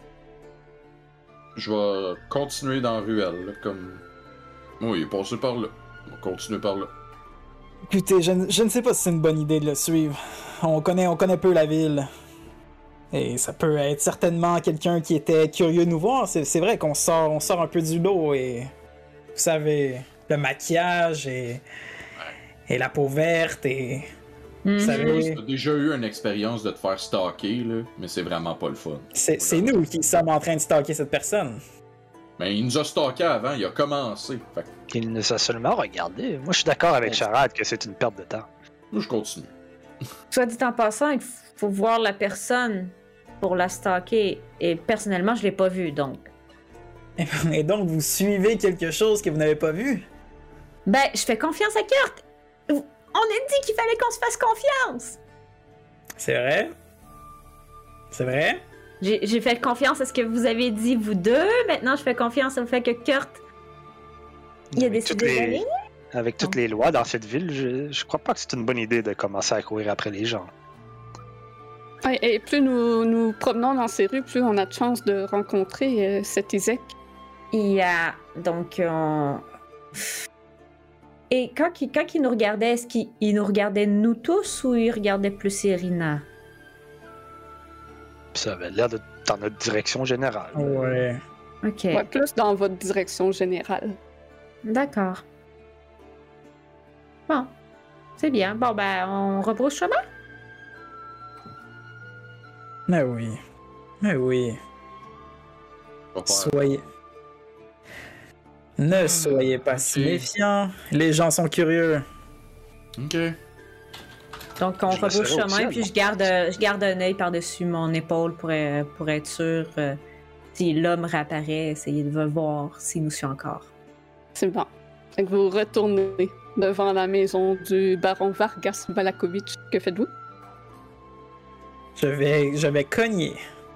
Je vais continuer dans la ruelle, là, comme... Oui, il est passé par là. On va continuer par là. Écoutez, je ne sais pas si c'est une bonne idée de le suivre. On connaît peu la ville. Et ça peut être certainement quelqu'un qui était curieux de nous voir. C'est vrai qu'on sort un peu du lot et... Vous savez, le maquillage et la peau verte et... Vous savez, T'as déjà eu une expérience de te faire stalker, là, mais c'est vraiment pas le fun. c'est nous qui sommes en train de stalker cette personne. Mais il nous a stalké avant, il a commencé. Fait que Il nous a seulement regardé. Moi, je suis d'accord avec Charade que c'est une perte de temps. moi, je continue. Soit dit en passant, il faut voir la personne pour la stalker. Et personnellement, je l'ai pas vue, donc. Et donc, vous suivez quelque chose que vous n'avez pas vu? Ben, je fais confiance à Kurt. On a dit qu'il fallait qu'on se fasse confiance. C'est vrai? C'est vrai? J'ai fait confiance à ce que vous avez dit, vous deux. Maintenant, je fais confiance au fait que Kurt... Il a Avec décidé toutes les- d'aller. Avec toutes les lois dans cette ville, je crois pas que c'est une bonne idée de commencer à courir après les gens. Et plus nous promenons dans ces rues, plus on a de chances de rencontrer cet Isaac. Il y a... Donc, Et quand il nous regardait, est-ce qu'il nous regardait nous tous ou il regardait plus Irina? Puis ça avait l'air de dans notre direction générale. Ouais. Ok, Ouais, plus dans votre direction générale. d'accord. Bon, c'est bien. Bon, ben, on rebrousse chemin? Mais oui. Mais oui. On va faire- Soyez. Ne soyez pas si méfiants. Les gens sont curieux. Ok. Donc, on Je me rebrousse le serais chemin, aussi puis je garde un œil par-dessus mon épaule pour être sûr si l'homme réapparaît, essayer de voir s'il nous suit encore. C'est bon. Fait que vous retournez devant la maison du baron Vargas Valakovic. Que faites-vous? Je vais cogner.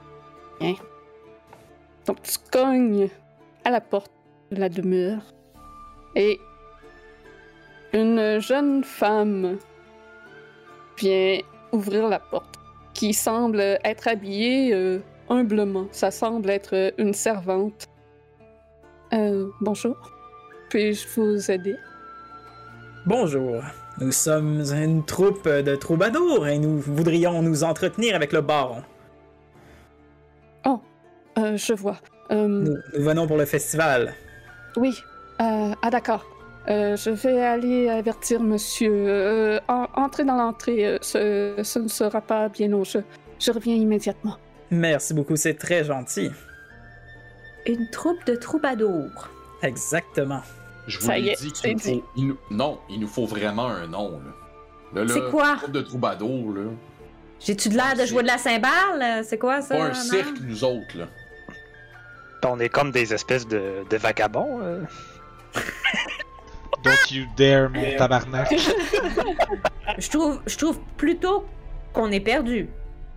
Donc, tu cognes à la porte de la demeure et une jeune femme vient ouvrir la porte, qui semble être habillée humblement. Ça semble être une servante. Bonjour. Puis-je vous aider? Bonjour. Nous sommes une troupe de troubadours et nous voudrions nous entretenir avec le baron. Je vois. Nous venons pour le festival. Oui. D'accord. Je vais aller avertir monsieur. Entrez dans l'entrée. Ce ne sera pas bien long. Je reviens immédiatement. Merci beaucoup, c'est très gentil. Une troupe de troubadours. Exactement. Je vous Ça y l'ai est, dit c'est qu'il nous faut... Non, il nous faut vraiment un nom, là. C'est quoi? Troupe de troubadours, là. J'ai-tu de l'air de jouer de la cymbale? C'est quoi ça? Pas un non? cirque, nous autres, là. On est comme des espèces de vagabonds. Don't you dare, mon tabarnak. Je trouve plutôt qu'on est perdu.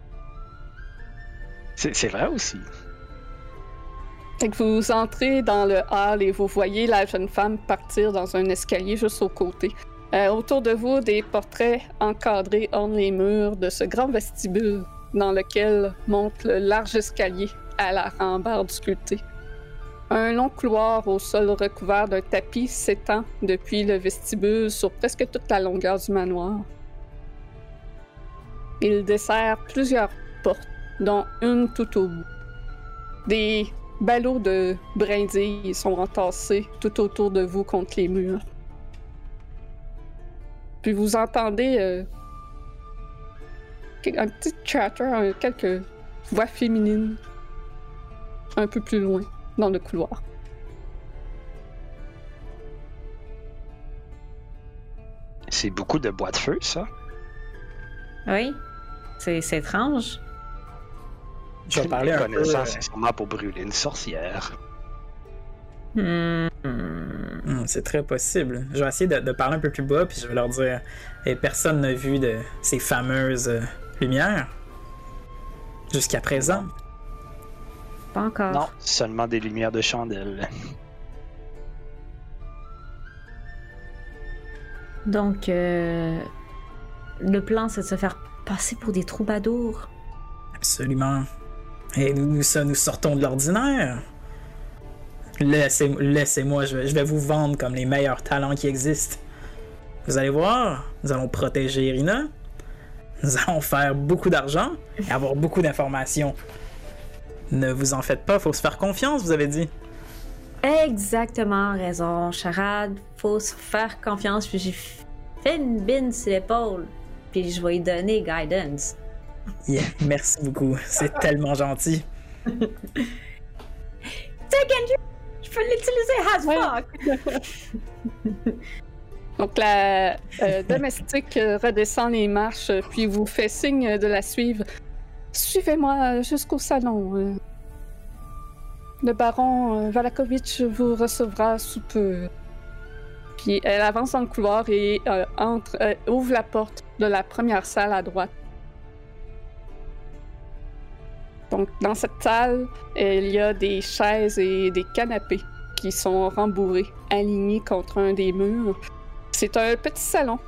C'est vrai aussi. Fait que vous entrez dans le hall et vous voyez la jeune femme partir dans un escalier juste au côté. Autour de vous, des portraits encadrés ornent les murs de ce grand vestibule dans lequel monte le large escalier à la rambarde sculptée. Un long couloir au sol recouvert d'un tapis s'étend depuis le vestibule sur presque toute la longueur du manoir. Il dessert plusieurs portes, dont une tout au bout. Des ballots de brindilles sont entassés tout autour de vous contre les murs. Puis vous entendez un petit chatter, quelques voix féminines un peu plus loin dans le couloir. C'est beaucoup de bois de feu, ça. Oui. C'est étrange. Je vais parler un peu. Connaissance, c'est sûrement pour brûler une sorcière. C'est très possible. Je vais essayer de parler un peu plus bas, puis je vais leur dire personne n'a vu de ces fameuses lumières jusqu'à présent. Pas encore. Non, seulement des lumières de chandelle. Donc, le plan, c'est de se faire passer pour des troubadours. Absolument. Et nous sortons de l'ordinaire. Laissez-moi, je vais vous vendre comme les meilleurs talents qui existent. Vous allez voir, nous allons protéger Irina. Nous allons faire beaucoup d'argent et avoir beaucoup d'informations. Ne vous en faites pas, faut se faire confiance, vous avez dit. Exactement raison, Charade. Faut se faire confiance. Puis j'ai fait une bine sur l'épaule. Puis je vais lui donner guidance. Yeah, merci beaucoup. C'est tellement gentil. Take Andrew! Je peux l'utiliser as fuck! Donc la domestique redescend les marches, puis vous fait signe de la suivre. Suivez-moi jusqu'au salon. Le baron Valakovic vous recevra sous peu. Puis elle avance dans le couloir et ouvre la porte de la première salle à droite. Donc, dans cette salle, il y a des chaises et des canapés qui sont rembourrés, alignés contre un des murs. C'est un petit salon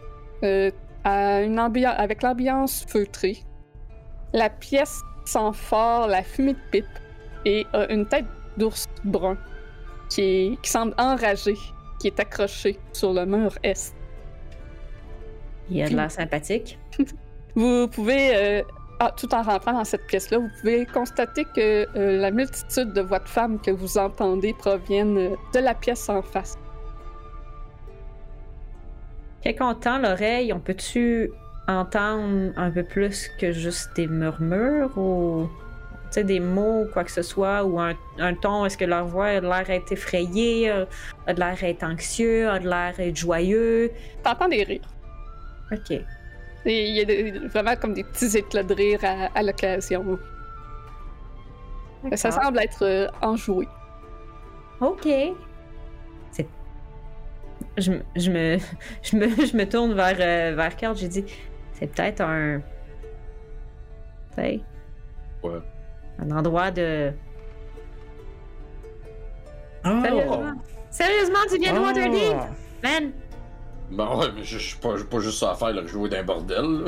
avec l'ambiance feutrée. La pièce sent fort la fumée de pipe et a une tête d'ours brun qui semble enragée, qui est accrochée sur le mur est. Il a de l'air sympathique. Vous pouvez... tout en rentrant dans cette pièce-là, vous pouvez constater que la multitude de voix de femmes que vous entendez proviennent de la pièce en face. Quand on tend l'oreille, on peut-tu entendre un peu plus que juste des murmures ou sais, des mots, quoi que ce soit, ou un ton? Est-ce que leur voix a de l'air d'être effrayée, a de l'air d'être anxieux, a de l'air d'être joyeux? T'entends des rires. OK. Et il y a vraiment comme des petits éclats de rire à l'occasion. Ça semble être enjoué. OK. Je me tourne vers Carl, j'ai dit, c'est peut-être un... Tu sais... Ouais. Un endroit de... Oh. Sérieusement, tu viens de Waterdeep? Man! Ben ouais, mais je suis pas juste ça à faire, là, jouer d'un bordel.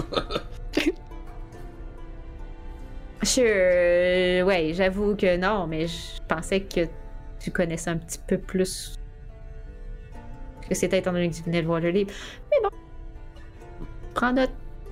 Ouais, j'avoue que non, mais je pensais que tu connaissais un petit peu plus que c'était étant donné que tu venais de Waterdeep. Mais bon, prends note.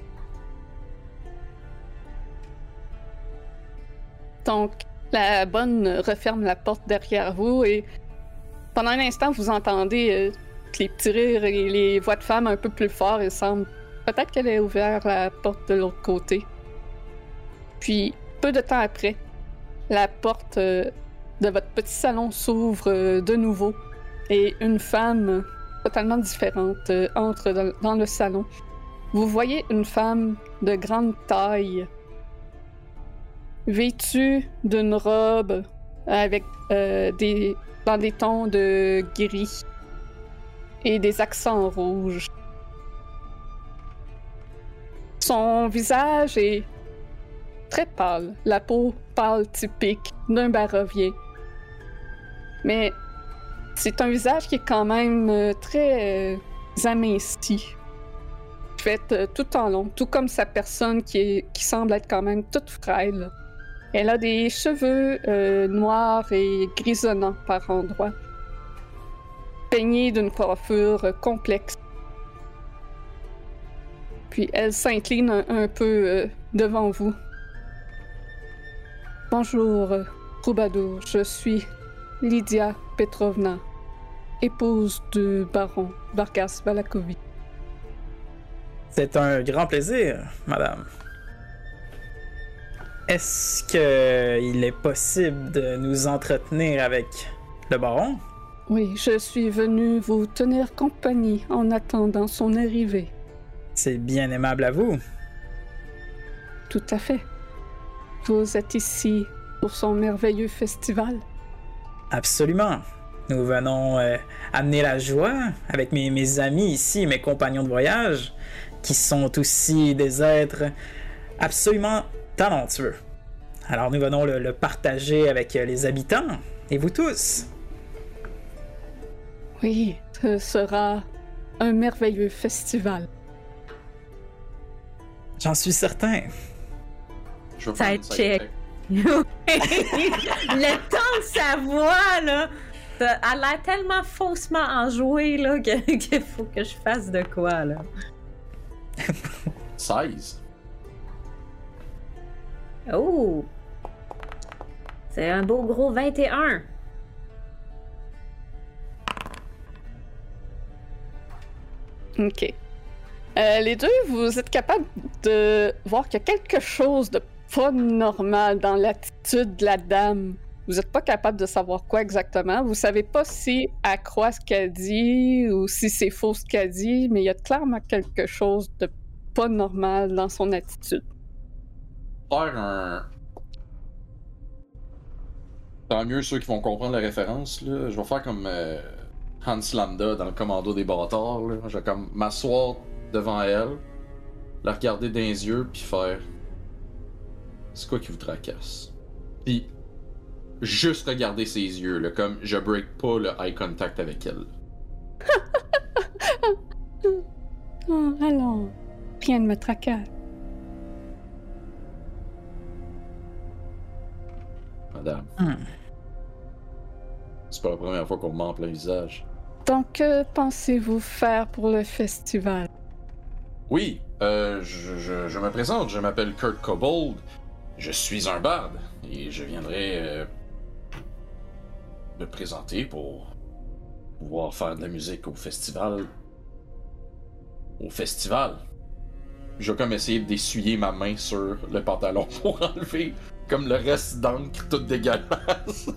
Donc, la bonne referme la porte derrière vous et pendant un instant, vous entendez les petits rires et les voix de femmes un peu plus fort. Il semble peut-être qu'elle ait ouvert la porte de l'autre côté. Puis, peu de temps après, la porte de votre petit salon s'ouvre de nouveau et une femme totalement différente entre dans le salon. Vous voyez une femme de grande taille, vêtue d'une robe avec dans des tons de gris et des accents rouges. Son visage est très pâle, la peau pâle typique d'un barovien. Mais c'est un visage qui est quand même très aminci, fait tout en long, tout comme sa personne qui semble être quand même toute frêle. Elle a des cheveux noirs et grisonnants par endroits, peignés d'une coiffure complexe. Puis elle s'incline un peu devant vous. Bonjour, Troubadour, je suis Lydia Petrovna, épouse du baron Vargas Valakovic. C'est un grand plaisir, madame. Est-ce qu'il est possible de nous entretenir avec le baron? Oui, je suis venue vous tenir compagnie en attendant son arrivée. C'est bien aimable à vous. Tout à fait. Vous êtes ici pour son merveilleux festival? Absolument. Nous venons amener la joie avec mes amis ici, mes compagnons de voyage, qui sont aussi des êtres absolument talentueux. Alors nous venons le partager avec les habitants et vous tous. Oui, ce sera un merveilleux festival. J'en suis certain. Je veux Ça faire va une être side check. check. Le ton de sa voix, là, elle a l'air tellement faussement enjouée, là, qu'il faut que je fasse de quoi, là. 16. Oh! C'est un beau gros 21. OK. Les deux, vous êtes capables de voir qu'il y a quelque chose de pas normal dans l'attitude de la dame. Vous n'êtes pas capable de savoir quoi exactement. Vous savez pas si elle croit ce qu'elle dit ou si c'est faux ce qu'elle dit, mais il y a clairement quelque chose de pas normal dans son attitude. Faire un... Tant mieux ceux qui vont comprendre la référence, là. Je vais faire comme Hans Landa dans le Commando des bâtards, là. Je vais comme m'asseoir devant elle, la regarder dans les yeux, puis faire... C'est quoi qui vous tracasse? Puis juste regarder ses yeux, là, comme je break pas le eye contact avec elle. Oh, allons, rien ne me tracasse. Madame. C'est pas la première fois qu'on me ment en plein visage. Donc, que pensez-vous faire pour le festival? Oui, je me présente, je m'appelle Kurt Kobold. Je suis un barde et je viendrai me présenter pour pouvoir faire de la musique au festival. Au festival. Je vais comme essayer d'essuyer ma main sur le pantalon pour enlever comme le reste d'encre toute dégueulasse.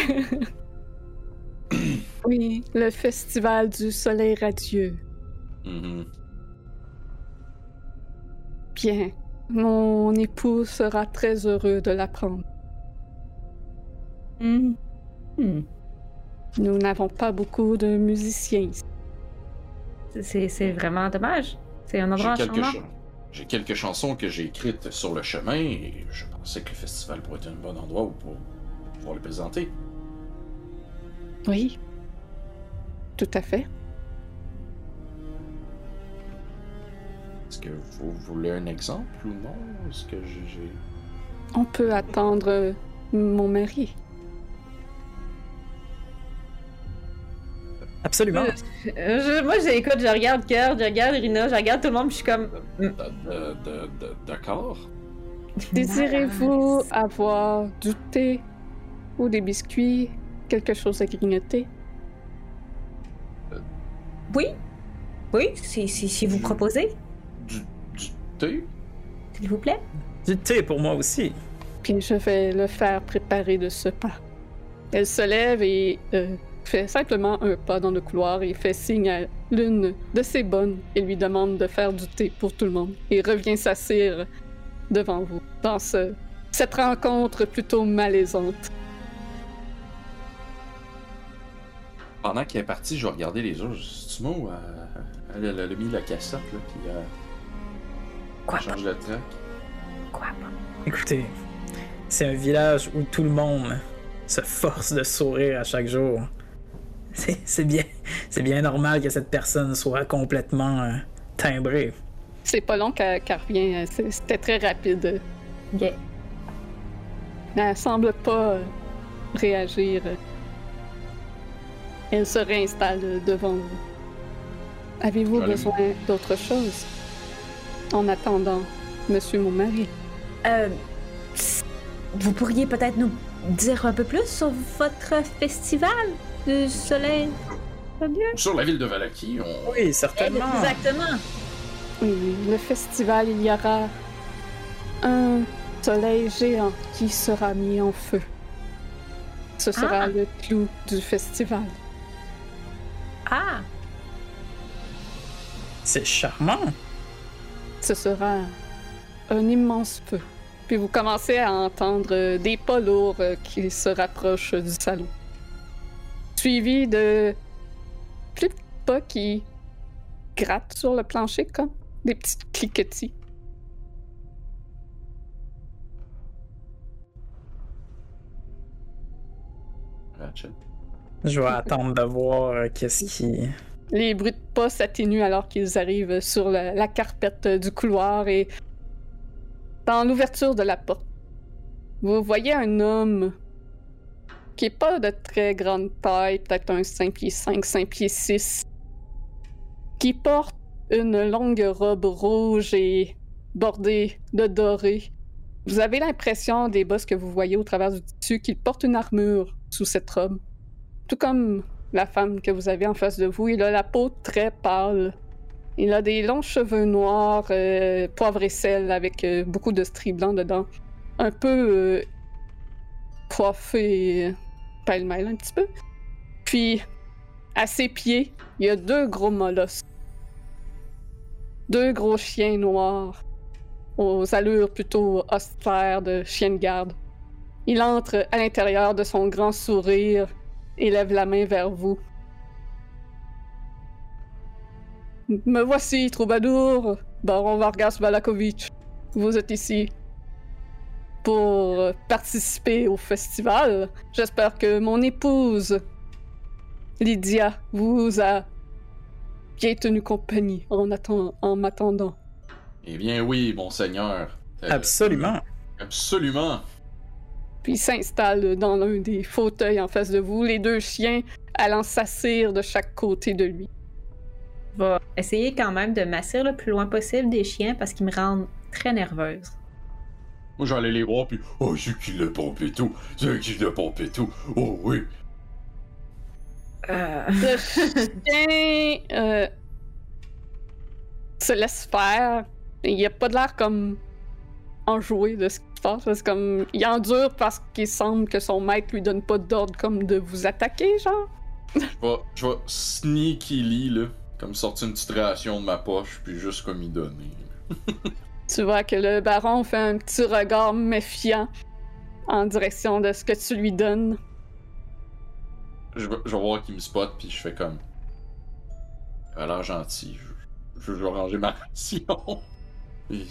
Oui, le festival du soleil radieux. Bien, mon époux sera très heureux de l'apprendre. Nous n'avons pas beaucoup de musiciens ici. C'est vraiment dommage. C'est un endroit charmant. J'ai quelques chansons que j'ai écrites sur le chemin et je pensais que le festival pourrait être un bon endroit pour pouvoir les présenter. Oui, tout à fait. Est-ce que vous voulez un exemple ou non? Est-ce que j'ai... On peut attendre mon mari. Absolument. Moi, écoute, je regarde Cœur, je regarde Irina, je regarde tout le monde, puis je suis comme... D'accord. Désirez-vous avoir du thé ou des biscuits, quelque chose à grignoter? Oui. Oui, si vous proposez. Du thé? S'il vous plaît. Du thé pour moi aussi. Puis je vais le faire préparer de ce pas. Elle se lève et fait simplement un pas dans le couloir et fait signe à l'une de ses bonnes et lui demande de faire du thé pour tout le monde. Et revient s'asseoir devant vous dans cette rencontre plutôt malaisante. Pendant qu'elle est partie, je vais regarder les autres. C'est-tu moi? Elle a mis la cassette, là, puis Quoi change de track. Quoi? Écoutez, c'est un village où tout le monde se force de sourire à chaque jour. C'est bien normal que cette personne soit complètement timbrée. C'est pas long qu'elle revient. C'était très rapide. Ok. Elle semble pas réagir. Elle se réinstalle devant vous. Avez-vous besoin d'autre chose? En attendant, monsieur mon mari. Vous pourriez peut-être nous dire un peu plus sur votre festival du soleil radieux? Sur la ville de Valaki, Oui, certainement. Exactement. Oui, le festival, il y aura un soleil géant qui sera mis en feu. Ce sera le clou du festival. Ah! C'est charmant. Ce sera un immense feu. Puis vous commencez à entendre des pas lourds qui se rapprochent du salon. Suivi de plus petits pas qui grattent sur le plancher, comme des petits cliquetis. Ratchet. Je vais attendre de voir qu'est-ce qui... Les bruits de pas s'atténuent alors qu'ils arrivent sur la carpette du couloir et dans l'ouverture de la porte, vous voyez un homme qui est pas de très grande taille, peut-être un 5 pieds 5, 5 pieds 6, qui porte une longue robe rouge et bordée de doré. Vous avez l'impression des bosses que vous voyez au travers du tissu qu'il porte une armure sous cette robe. Tout comme la femme que vous avez en face de vous, il a la peau très pâle. Il a des longs cheveux noirs, poivre et sel, avec beaucoup de stries blancs dedans. Un peu coiffé pêle-mêle un petit peu. Puis, à ses pieds, il y a deux gros molosses. Deux gros chiens noirs, aux allures plutôt austères de chiens de garde. Il entre à l'intérieur de son grand sourire et lève la main vers vous. Me voici, troubadour, baron Vargas Valakovitch. Vous êtes ici pour participer au festival. J'espère que mon épouse, Lydia, vous a bien tenu compagnie en m'attendant. Eh bien oui, monseigneur. Absolument. Absolument. Puis il s'installe dans l'un des fauteuils en face de vous, les deux chiens allant s'assire de chaque côté de lui. Je vais essayer quand même de m'asseoir le plus loin possible des chiens parce qu'ils me rendent très nerveuse. Moi j'allais les voir puis oh c'est qui le pompé tout, c'est qui le pompé tout, oh oui. Le chien se laisse faire il a pas de l'air comme enjoué de ce qui se passe. C'est comme, il endure parce qu'il semble que son maître lui donne pas d'ordre comme de vous attaquer, genre. Je vais sneakily, là, comme sortir une petite ration de ma poche, puis juste comme y donner. Tu vois que le baron fait un petit regard méfiant en direction de ce que tu lui donnes. Je vais voir qu'il me spot, puis je fais comme... Il a l'air gentil. Je vais ranger ma ration. Puis,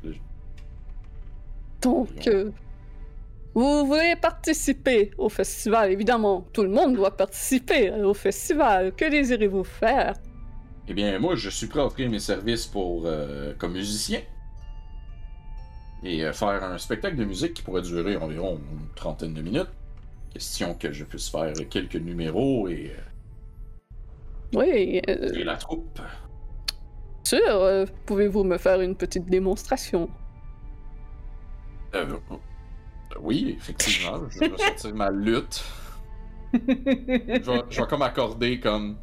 Donc, vous voulez participer au festival. Évidemment, tout le monde doit participer au festival. Que désirez-vous faire? eh bien, moi, je suis prêt à offrir mes services pour comme musicien. Et faire un spectacle de musique qui pourrait durer environ une trentaine de minutes. Question que je puisse faire quelques numéros et Oui, la troupe. sûr. Pouvez-vous me faire une petite démonstration? Oui, effectivement. Je vais sortir ma lutte. Je vais comme accorder comme...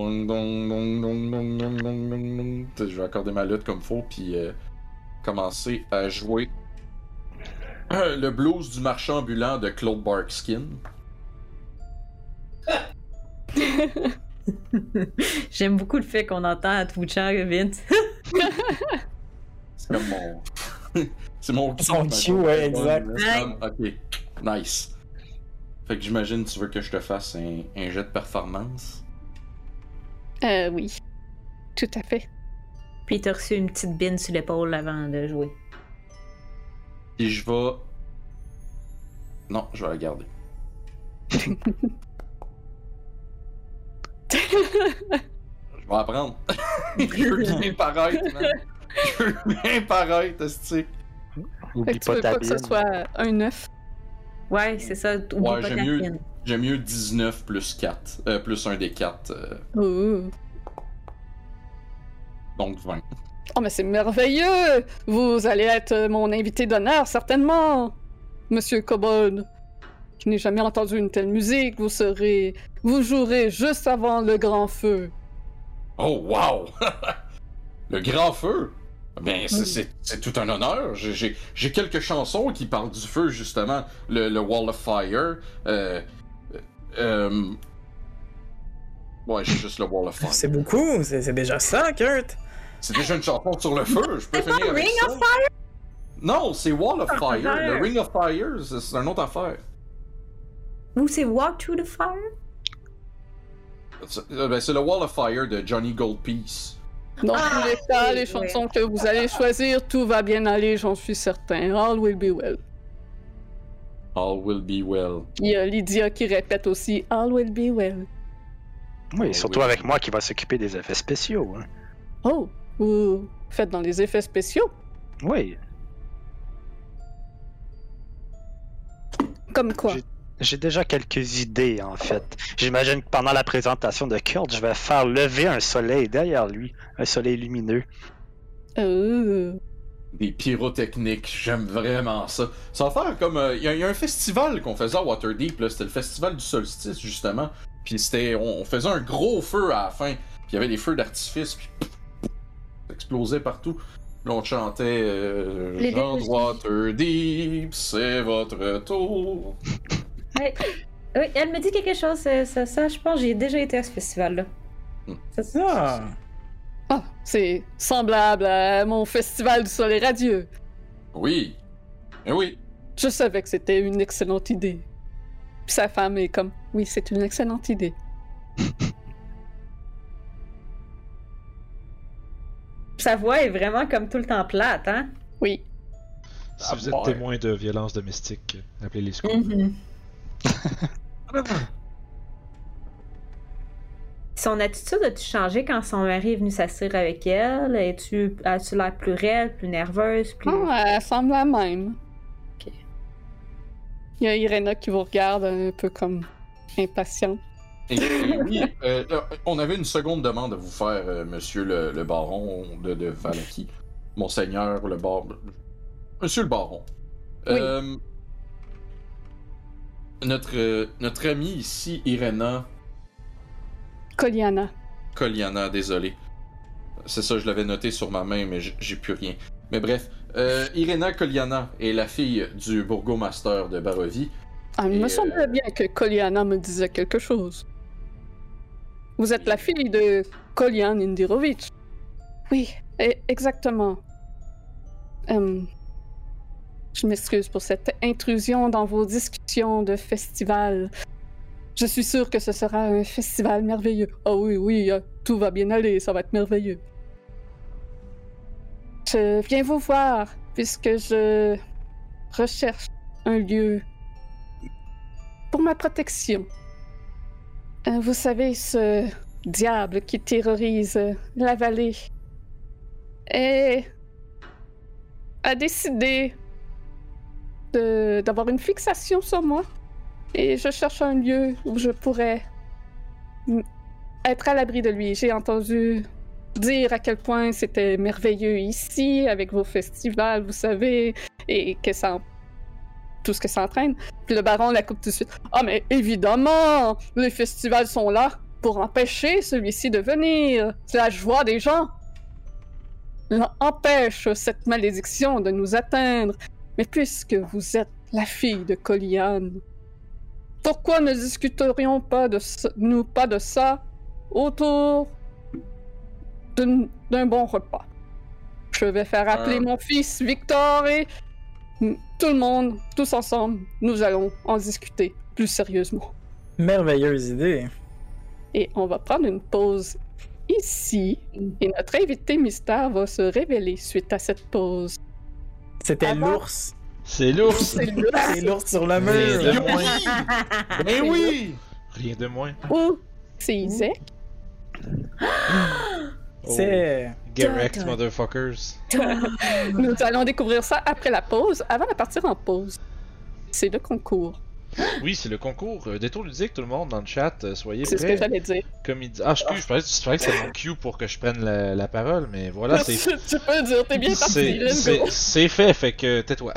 Je vais accorder ma lutte comme faut, puis commencer à jouer le blues du marchand ambulant de Claude Barkskin. J'aime beaucoup le fait qu'on entend à Twitcher, Vince. C'est comme mon... c'est mon cue. Son cue, ouais, exact. Ok, nice. Fait que j'imagine tu veux que je te fasse un jet de performance? Oui. Tout à fait. Puis t'as reçu une petite bine sur l'épaule avant de jouer. Et je vais... Non, je vais la garder. Je vais apprendre. Je veux bien paraître, man. Je veux bien paraître, esti. Fait Oublie que tu veux pas ta pas que ce bine. soit un 9. Ouais, c'est ça. Oublie Ouais, pas j'aime ta mieux- bine. J'aime mieux 19 plus 4. Plus un des 4. Oh. Donc 20. Oh, mais c'est merveilleux! Vous allez être mon invité d'honneur, certainement! Monsieur Kobold, qui n'ai jamais entendu une telle musique, vous jouerez juste avant le grand feu. Oh, wow! Le grand feu! Ben, c'est tout un honneur. J'ai quelques chansons qui parlent du feu, justement. Le Wall of Fire. Ouais, j'ai juste le Wall of Fire. C'est beaucoup, c'est déjà ça, Kurt. C'est déjà une chanson sur le feu. Je peux finir avec Ring ça. of Fire? Non, c'est Wall of Fire. Fire. Le Ring of Fire, c'est une autre affaire. Ou c'est Walk Through the Fire? C'est le Wall of Fire de Johnny Goldpiece. Dans tous les cas, les oui. chansons que vous allez choisir, tout va bien aller, j'en suis certain. All will be well. All will be well. Il y a Lydia qui répète aussi All will be well. Oui, surtout oui. avec moi qui va s'occuper des effets spéciaux. Hein. Oh, vous faites dans les effets spéciaux? Oui, Comme quoi? j'ai déjà quelques idées en fait. J'imagine que pendant la présentation de Kurt, je vais faire lever un soleil derrière lui, un soleil lumineux. Des pyrotechniques, j'aime vraiment ça. Ça va faire comme... Il y a un festival qu'on faisait à Waterdeep, là, c'était le festival du solstice, justement. Puis c'était... On faisait un gros feu à la fin, puis il y avait des feux d'artifice, puis ça explosait partout. Là, on chantait Les Jean de déluges. Waterdeep, c'est votre tour. Ouais. Oui, elle me dit quelque chose. Ça, je pense que j'ai déjà été à ce festival-là. Ça, Ah, Ah, c'est semblable à mon festival du soleil radieux. Oui. Eh oui. Je savais que c'était une excellente idée. Puis sa femme est comme, oui, c'est une excellente idée. Sa voix est vraiment comme tout le temps plate, hein? Oui. Si vous Ah, êtes ouais. témoin de violences domestiques, appelez les secours. Mhm. Son attitude a-tu changé quand son mari est venu s'asseoir avec elle? As-tu l'air plus raide, plus nerveuse, plus... Ah, elle semble la même. Ok. Il y a Irena qui vous regarde un peu comme impatiente. Et oui, on avait une seconde demande à vous faire, monsieur le baron de Valaki. Monseigneur le baron. Monsieur le baron. Oui. Notre amie ici, Irena Coliana. Coliana, désolé. C'est ça, je l'avais noté sur ma main, mais j'ai plus rien. Mais bref, Irena Koliana est la fille du bourgomaster de Barovie. Ah, il me semblait bien que Koliana me disait quelque chose. Vous êtes la fille de Kolian Indirovic. Oui, exactement. Je m'excuse pour cette intrusion dans vos discussions de festival. Je suis sûre que ce sera un festival merveilleux. Ah oui, tout va bien aller, ça va être merveilleux. Je viens vous voir, puisque je recherche un lieu pour ma protection. Vous savez, ce diable qui terrorise la vallée a décidé d'avoir une fixation sur moi. Et je cherche un lieu où je pourrais être à l'abri de lui. J'ai entendu dire à quel point c'était merveilleux ici, avec vos festivals, vous savez, et que ça... tout ce que ça entraîne. Puis le baron la coupe tout de suite. Ah, mais évidemment, les festivals sont là pour empêcher celui-ci de venir. C'est la joie des gens. Empêche cette malédiction de nous atteindre. Mais puisque vous êtes la fille de Kolian, pourquoi ne discuterions pas de ça autour d'un bon repas? Je vais faire appeler mon fils Victor et tout le monde, tous ensemble, nous allons en discuter plus sérieusement. Merveilleuse idée. Et on va prendre une pause ici, et notre invité mystère va se révéler suite à cette pause. C'était l'ours. C'est l'ours! C'est l'ours sur le mur. Rien de moins. Mais oui! Rien de moins. Ou c'est Isaac. C'est... Gerex, motherfuckers. Nous allons découvrir ça après la pause, avant de partir en pause. C'est le concours. Oui, c'est le concours. Détour ludique, tout le monde dans le chat, soyez prêts. C'est ce que j'allais dire. Comme il dit... Ah, excuse, je pensais que c'était mon cue pour que je prenne la parole, mais voilà, c'est... Tu peux dire, t'es bien parti, let's go. C'est fait que tais-toi.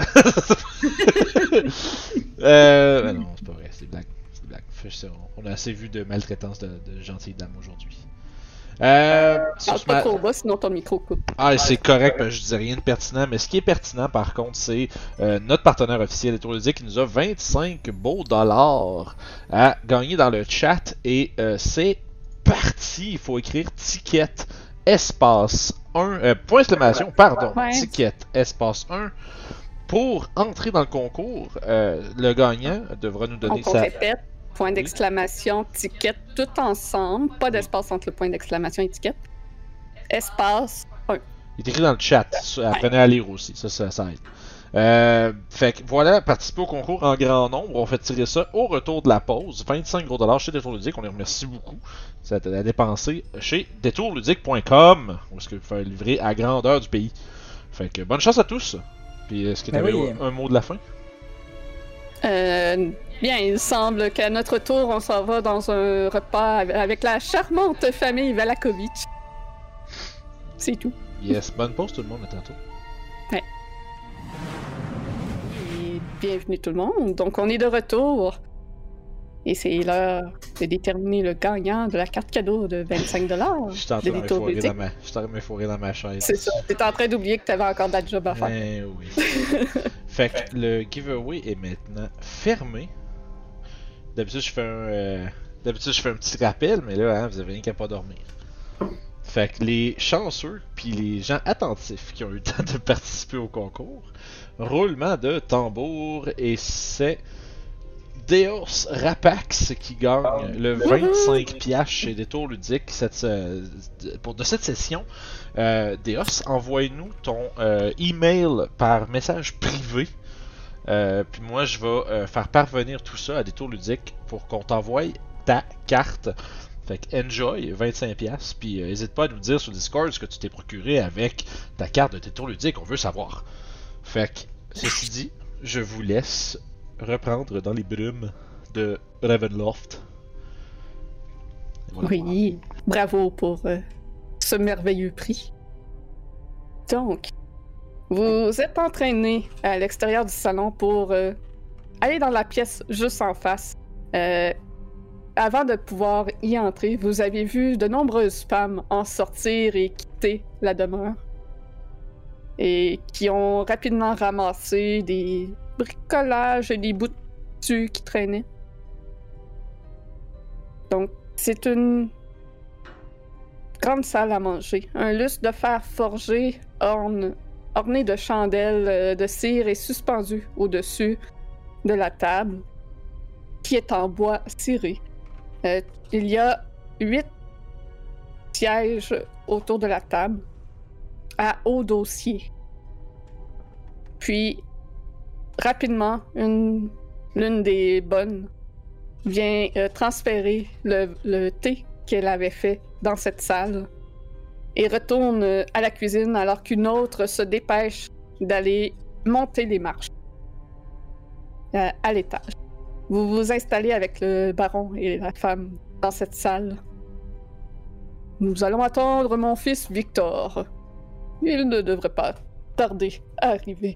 Non, c'est pas vrai, c'est blague. C'est blague. On a assez vu de maltraitance de gentilles dames aujourd'hui. Parle pas trop bas, sinon ton micro coupe. Ah, c'est correct, je disais rien de pertinent, mais ce qui est pertinent par contre, c'est notre partenaire officiel Détour ludique qui nous a 25 beaux dollars à gagner dans le chat et c'est parti. Il faut écrire ticket espace 1, point d'exclamation, pardon, Ouais. ticket espace 1 pour entrer dans le concours. Le gagnant devra nous donner On sa... répète. Point d'exclamation, ticket, tout ensemble. Pas d'espace entre le point d'exclamation et ticket. Espace 1. Il est écrit dans le chat. Apprenez à lire aussi. Ça aide. Fait que voilà, participez au concours en grand nombre. On fait tirer ça au retour de la pause. 25 gros dollars chez Détour Ludique. On les remercie beaucoup. Ça a à dépenser chez détourludique.com où est-ce que vous pouvez livrer à grandeur du pays. Fait que bonne chance à tous. Puis est-ce que tu avais un mot de la fin? Bien, il semble qu'à notre tour, on s'en va dans un repas avec la charmante famille Valakovic. C'est tout. Yes, bonne pause tout le monde, à tantôt. Ouais. Et bienvenue tout le monde. Donc, on est de retour. Et c'est l'heure de déterminer le gagnant de la carte cadeau de 25 $. Je suis en train de m'effourer dans ma chaise. C'est ça. T'es en train d'oublier que t'avais encore de la job à faire. Ben oui. Fait que le giveaway est maintenant fermé. D'habitude, je fais un petit rappel, mais là, vous avez rien qu'à pas dormir. Fait que les chanceux, puis les gens attentifs qui ont eu le temps de participer au concours, roulement de tambour, et c'est Deos Rapax qui gagne le 25$ chez Détour Ludique de cette session. Deos, envoie-nous ton email par message privé. Puis moi, je vais faire parvenir tout ça à Détour Ludique pour qu'on t'envoie ta carte. Fait que enjoy, 25$. Puis n'hésite pas à nous dire sur Discord ce que tu t'es procuré avec ta carte de Détour Ludique. On veut savoir. Fait que, ceci dit, je vous laisse reprendre dans les brumes de Ravenloft. Voilà. Oui, bravo pour ce merveilleux prix. Donc, vous êtes entraîné à l'extérieur du salon pour aller dans la pièce juste en face. Avant de pouvoir y entrer, vous avez vu de nombreuses femmes en sortir et quitter la demeure. et qui ont rapidement ramassé des bricolages et des bouts de tissu qui traînaient. Donc, c'est une grande salle à manger. Un lustre de fer forgé orné de chandelles de cire est suspendu au-dessus de la table, qui est en bois ciré. Il y a 8 sièges autour de la table, à haut dossier. Puis, rapidement, l'une des bonnes vient transférer le thé qu'elle avait fait dans cette salle et retourne à la cuisine alors qu'une autre se dépêche d'aller monter les marches à l'étage. Vous vous installez avec le baron et la femme dans cette salle. Nous allons attendre mon fils Victor. Il ne devrait pas tarder à arriver.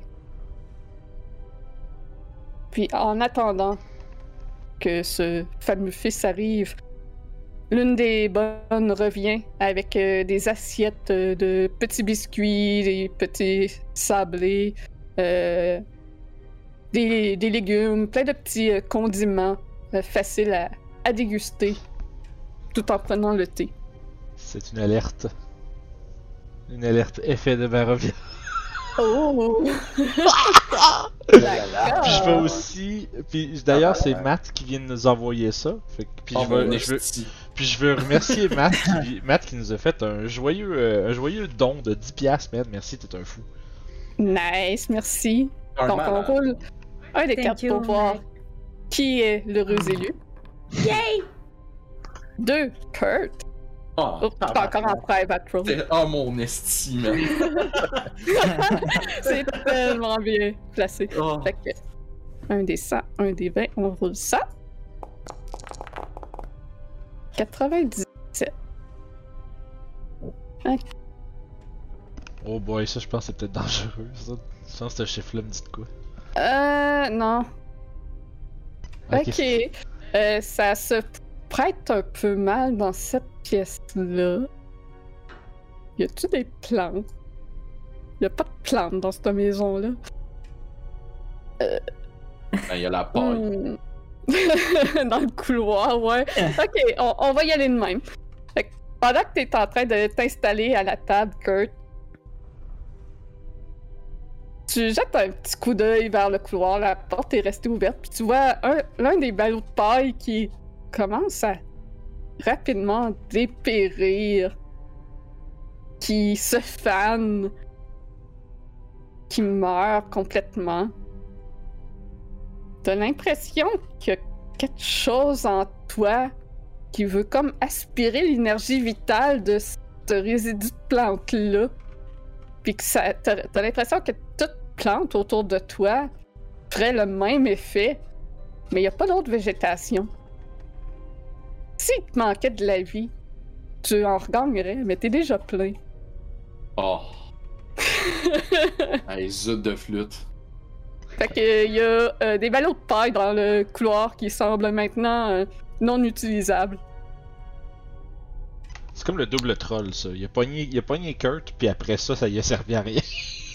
Puis en attendant que ce fameux fils arrive, l'une des bonnes revient avec des assiettes de petits biscuits, des petits sablés, des légumes, plein de petits condiments faciles à déguster tout en prenant le thé. C'est une alerte. Une alerte effet de Barovia. Oh! Puis je vais aussi. Puis d'ailleurs, c'est Matt qui vient de nous envoyer ça. Puis je veux remercier Matt qui nous a fait un joyeux don de 10$, man. Merci, t'es un fou. Nice, merci. Donc on roule un des cartes pour voir qui est l'heureux élu. Yay! 2, Kurt. Oh, t'es encore en private roll. Oh mon esti, man. C'est tellement bien placé. Oh. Fait que, un des 100, un des 20, on roule ça. 97. Okay. Oh boy, ça je pense que c'est peut-être dangereux. Ça. Je pense que ce chiffre-là me dit de quoi. Non. Ok. Ça se prête un peu mal dans cette pièce-là. Y a-tu des plantes? Y a pas de plantes dans cette maison-là. Il y a la paille. Dans le couloir, ouais. Ok, on va y aller de même. Fait que pendant que t'es en train de t'installer à la table, Kurt, tu jettes un petit coup d'œil vers le couloir, la porte est restée ouverte, puis tu vois l'un des ballots de paille qui commence à rapidement dépérir, qui se fane, qui meurt complètement. T'as l'impression qu'il y a quelque chose en toi qui veut comme aspirer l'énergie vitale de ce résidu de plante-là. Puis que t'as l'impression que toute plante autour de toi ferait le même effet, mais il n'y a pas d'autre végétation. S'il te manquait de la vie, tu en regagnerais, mais t'es déjà plein. Oh. Hey, zut de flûte. Fait que y a des ballots de paille dans le couloir qui semblent maintenant non utilisables. C'est comme le double troll, ça. Il a pogné Kurt, puis après ça y a servi à rien.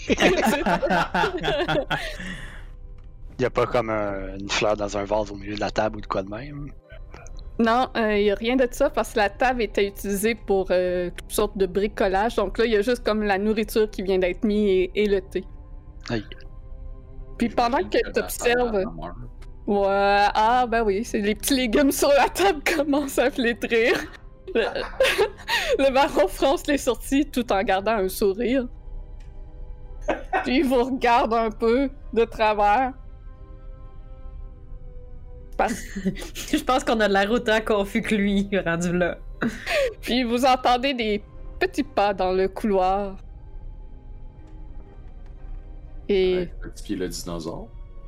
Y a pas comme une fleur dans un vase au milieu de la table ou de quoi de même? Non, il y a rien de ça parce que la table était utilisée pour toutes sortes de bricolage. Donc là, il y a juste comme la nourriture qui vient d'être mise et le thé. Aïe. Puis pendant que t'observes... Ouais, ben oui, c'est les petits légumes sur la table commencent à flétrir. Le baron fronce les sourcils tout en gardant un sourire. Puis il vous regarde un peu de travers. Je pense qu'on a de l'air autant confus que lui, rendu là. Puis vous entendez des petits pas dans le couloir. Et... Ouais, petit pied le dinosaure.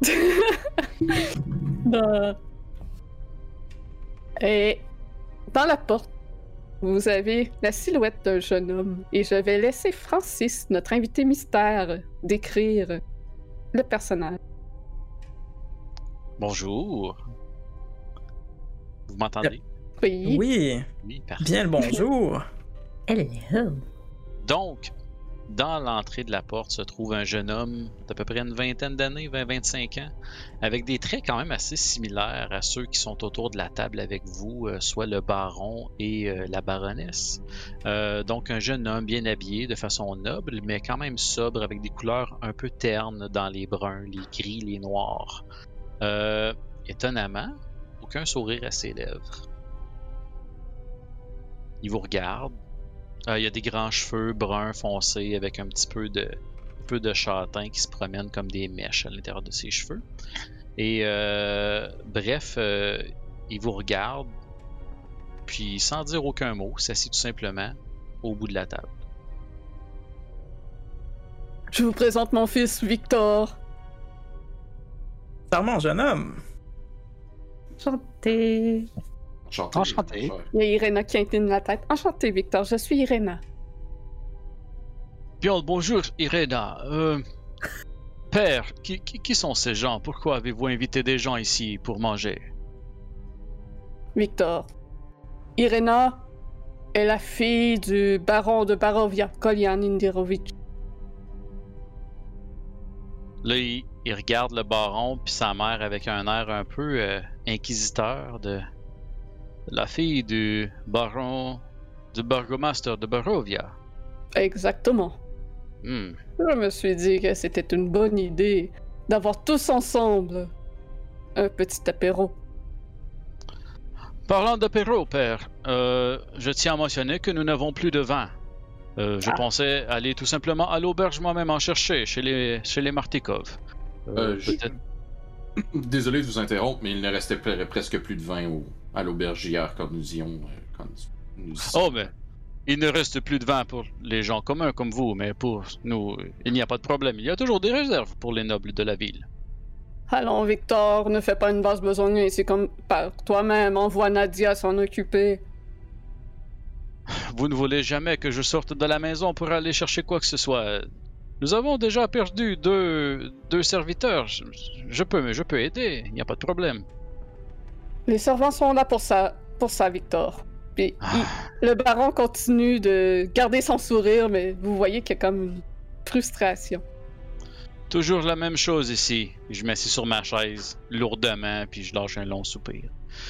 Et dans la porte, vous avez la silhouette d'un jeune homme. Et je vais laisser Francis, notre invité mystère, décrire le personnage. Bonjour. Vous m'entendez? Oui. Oui, Oui, parfait. bien le bonjour. Hello. Donc, dans l'entrée de la porte se trouve un jeune homme d'à peu près une vingtaine d'années, 20-25 ans, avec des traits quand même assez similaires à ceux qui sont autour de la table avec vous, soit le baron et la baronesse. Donc un jeune homme bien habillé de façon noble, mais quand même sobre, avec des couleurs un peu ternes dans les bruns, les gris, les noirs. Étonnamment, aucun sourire à ses lèvres. Il vous regarde. Il y a des grands cheveux bruns foncés avec un petit peu de châtain qui se promènent comme des mèches à l'intérieur de ses cheveux. Et bref, il vous regarde, puis sans dire aucun mot, s'assied tout simplement au bout de la table. Je vous présente mon fils, Victor. Charmant jeune homme. Enchanté. Enchanté. Il y a Irena qui incline la tête. Enchanté, Victor, je suis Irena. Bien, bonjour, Irena. Père, qui sont ces gens? Pourquoi avez-vous invité des gens ici pour manger? Victor. Irena est la fille du baron de Barovia, Kolyan Indirovitch. Là, il regarde le baron puis sa mère avec un air un peu inquisiteur de la fille du baron, du burgomaster de Barovia. Exactement. Je me suis dit que c'était une bonne idée d'avoir tous ensemble un petit apéro. Parlant d'apéro, père, je tiens à mentionner que nous n'avons plus de vin. Je pensais aller tout simplement à l'auberge moi-même en chercher, chez les Martikov. Peut-être... Désolé de vous interrompre, mais il ne restait presque plus de vin à l'auberge hier quand nous y Oh, mais il ne reste plus de vin pour les gens communs comme vous, mais pour nous, il n'y a pas de problème. Il y a toujours des réserves pour les nobles de la ville. Allons, Victor, ne fais pas une basse besogne, c'est comme par toi-même, envoie Nadia s'en occuper. Vous ne voulez jamais que je sorte de la maison pour aller chercher quoi que ce soit. Nous avons déjà perdu deux serviteurs. Je peux aider, il n'y a pas de problème. Les servants sont là pour ça, Victor. Puis le baron continue de garder son sourire, mais vous voyez qu'il y a comme une frustration. Toujours la même chose ici. Je m'assis sur ma chaise, lourdement, puis je lâche un long soupir.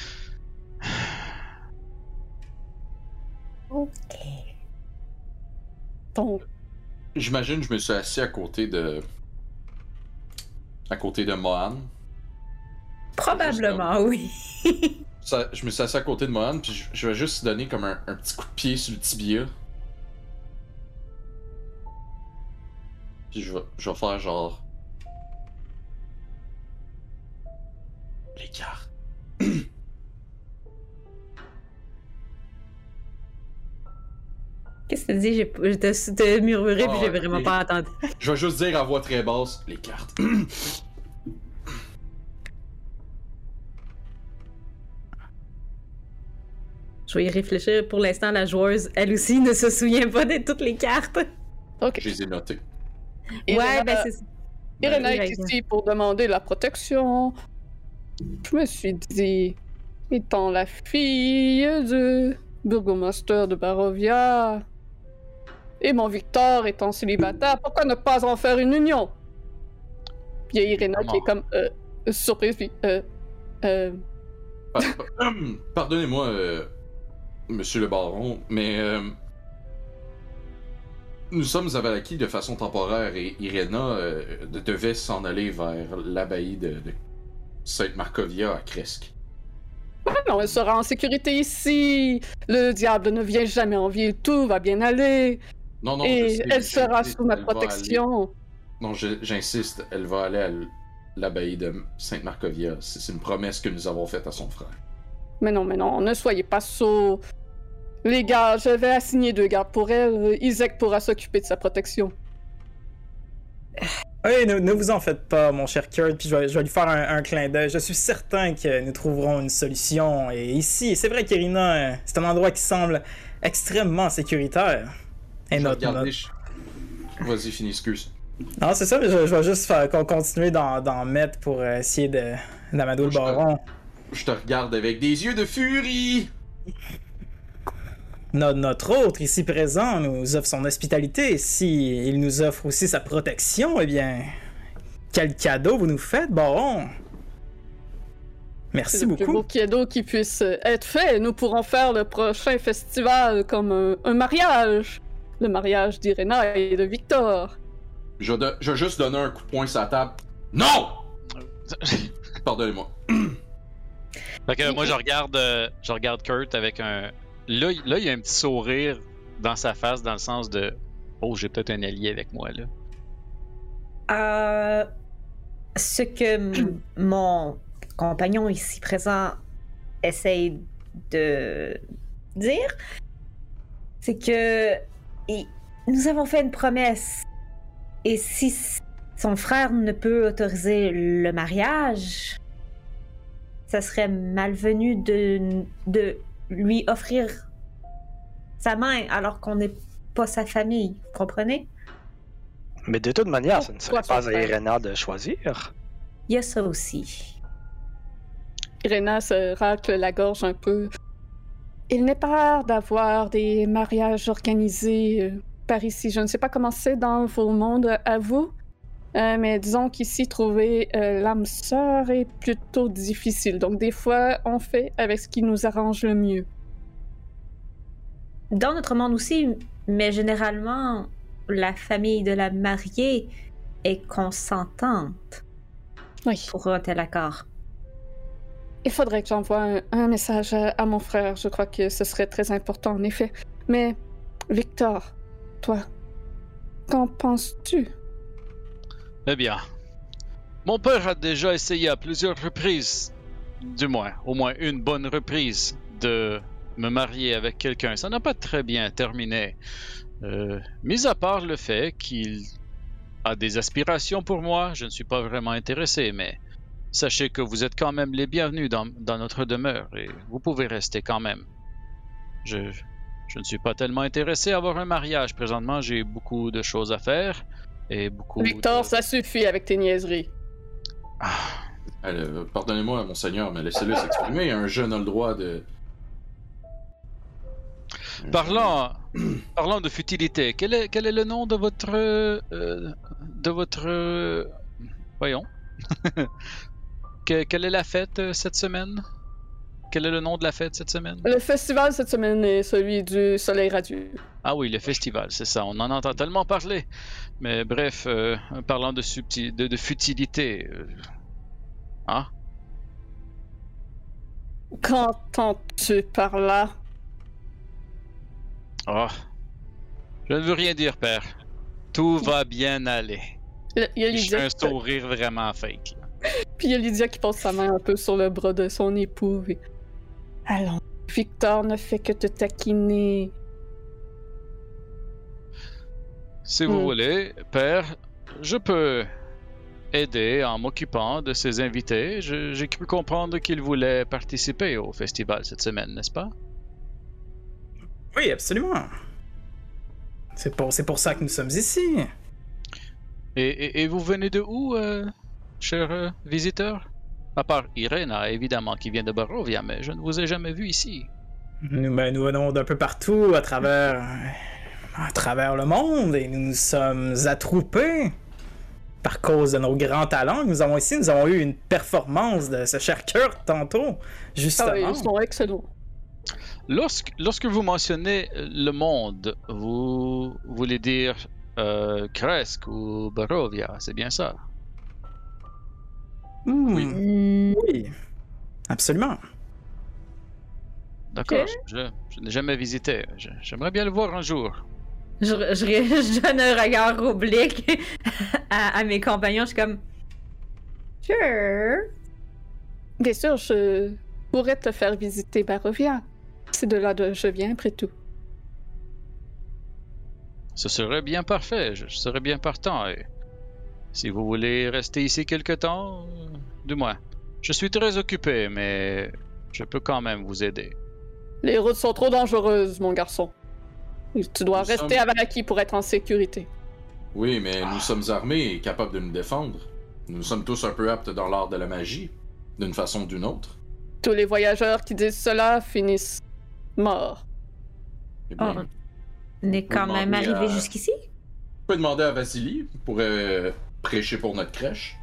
Ok. Donc, J'imagine que je me suis assis à côté de Mohan. Probablement, oui. Je me suis assis à côté de Mohan, puis je vais juste donner comme un petit coup de pied sur le tibia. Puis je vais faire genre... Les cartes. Qu'est-ce que tu dis? Je t'ai murmuré puis j'ai vraiment pas entendu. Je vais juste dire à voix très basse, les cartes. Je vais y réfléchir. Pour l'instant, la joueuse, elle aussi, ne se souvient pas de toutes les cartes. ok. Je les ai notées. Ouais, ben c'est ça. Irena est ici pour demander la protection. Je me suis dit, étant la fille du burgomaster de Barovia et mon Victor étant célibataire, pourquoi ne pas en faire une union? Puis il y a Irena qui est comme surprise, puis Pardonnez-moi, monsieur le baron, mais nous sommes à Valaki de façon temporaire et Irena devait s'en aller vers l'abbaye de Sainte-Markovia à Kresk. non, elle sera en sécurité ici. Le diable ne vient jamais en ville, tout va bien aller. Non, et elle sera sous ma protection. Non, j'insiste, elle va aller à l'abbaye de Sainte-Markovia. C'est une promesse que nous avons faite à son frère. Mais non, ne soyez pas sots. Les gars, je vais assigner 2 gardes pour elle. Isaac pourra s'occuper de sa protection. Oui, ne vous en faites pas, mon cher Kurt, puis je vais lui faire un clin d'œil. Je suis certain que nous trouverons une solution. Et ici, c'est vrai qu'Irina, c'est un endroit qui semble extrêmement sécuritaire. Et Vas-y, finis, excuse. Non, c'est ça, mais je vais juste continuer d'en mettre pour essayer d'amadouer le baron. Je te regarde avec des yeux de furie! notre hôte ici présent nous offre son hospitalité, si il nous offre aussi sa protection, eh bien, quel cadeau vous nous faites, baron? Merci C'est le plus beaucoup. beau cadeau qui puisse être fait. Nous pourrons faire le prochain festival comme un mariage. Le mariage d'Irena et de Victor. Je vais juste donner un coup de poing sur la table. Non! Pardonnez-moi. Fait que moi, je regarde Kurt avec un... Là, il y a un petit sourire dans sa face, dans le sens de « Oh, j'ai peut-être un allié avec moi, là. » Ce que mon compagnon ici présent essaye de dire, c'est que nous avons fait une promesse. Et si son frère ne peut autoriser le mariage, ça serait malvenu de lui offrir sa main alors qu'on n'est pas sa famille, vous comprenez? Mais de toute manière, ce ne serait Pourquoi pas son à frère? Irena de choisir. Il y a ça aussi. Irena se racle la gorge un peu. Il n'est pas rare d'avoir des mariages organisés par ici. Je ne sais pas comment c'est dans vos mondes à vous, mais disons qu'ici, trouver l'âme sœur est plutôt difficile. Donc des fois, on fait avec ce qui nous arrange le mieux. Dans notre monde aussi, mais généralement, la famille de la mariée est consentante Oui. pour un tel accord. Il faudrait que j'envoie un message à mon frère. Je crois que ce serait très important, en effet. Mais, Victor, toi, qu'en penses-tu? Eh bien, mon père a déjà essayé à plusieurs reprises, du moins, au moins une bonne reprise, de me marier avec quelqu'un. Ça n'a pas très bien terminé. Mis à part le fait qu'il a des aspirations pour moi, je ne suis pas vraiment intéressé, mais sachez que vous êtes quand même les bienvenus dans notre demeure et vous pouvez rester quand même. Je ne suis pas tellement intéressé à avoir un mariage. Présentement, j'ai beaucoup de choses à faire et beaucoup Victor, ça suffit avec tes niaiseries. Pardonnez-moi, monseigneur, mais laissez-le s'exprimer. Un jeune a le droit de... Parlant de futilité, quel est le nom de votre voyons. Quelle est la fête cette semaine? Quel est le nom de la fête cette semaine? Le festival cette semaine est celui du Soleil radieux. Ah oui, le festival, c'est ça. On en entend tellement parler. Mais bref, parlant de futilité... Hein? Qu'entends-tu par là? Oh. Je ne veux rien dire, père. Tout va bien aller. Il y a J'ai Lydia un qui... sourire vraiment fake. Là. Puis il y a Lydia qui pose sa main un peu sur le bras de son époux. Et... Allons, Victor ne fait que te taquiner. Si vous voulez, père, je peux aider en m'occupant de ces invités. J'ai cru comprendre qu'ils voulaient participer au festival cette semaine, n'est-ce pas? Oui, absolument. C'est pour ça que nous sommes ici. Et vous venez de où, cher visiteur? À part Irena, évidemment, qui vient de Barovia, mais je ne vous ai jamais vu ici. Nous venons d'un peu partout à travers le monde et nous nous sommes attroupés par cause de nos grands talents. Nous avons eu une performance de ce cher Kurt tantôt, justement. Ah oui, ils sont excellents. Lorsque vous mentionnez le monde, vous voulez dire Kresk ou Barovia, c'est bien ça? Oui, absolument. D'accord, Ok. je n'ai jamais visité. J'aimerais bien le voir un jour. Je donne un regard oblique à mes compagnons. Je suis comme... Sure. Bien sûr, je pourrais te faire visiter Barovia. C'est de là que je viens, après tout. Ce serait bien parfait, je serais bien partant. Et si vous voulez rester ici quelque temps, du moins. Je suis très occupé, mais je peux quand même vous aider. Les routes sont trop dangereuses, mon garçon. Tu dois Nous rester sommes- à Valaki pour être en sécurité. Oui, mais nous sommes armés et capables de nous défendre. Nous sommes tous un peu aptes dans l'art de la magie, d'une façon ou d'une autre. Tous les voyageurs qui disent cela finissent morts. Eh bien, Oh, on est quand même demander arrivé à- jusqu'ici. on peut demander à Vasily pour prêcher pour notre crèche.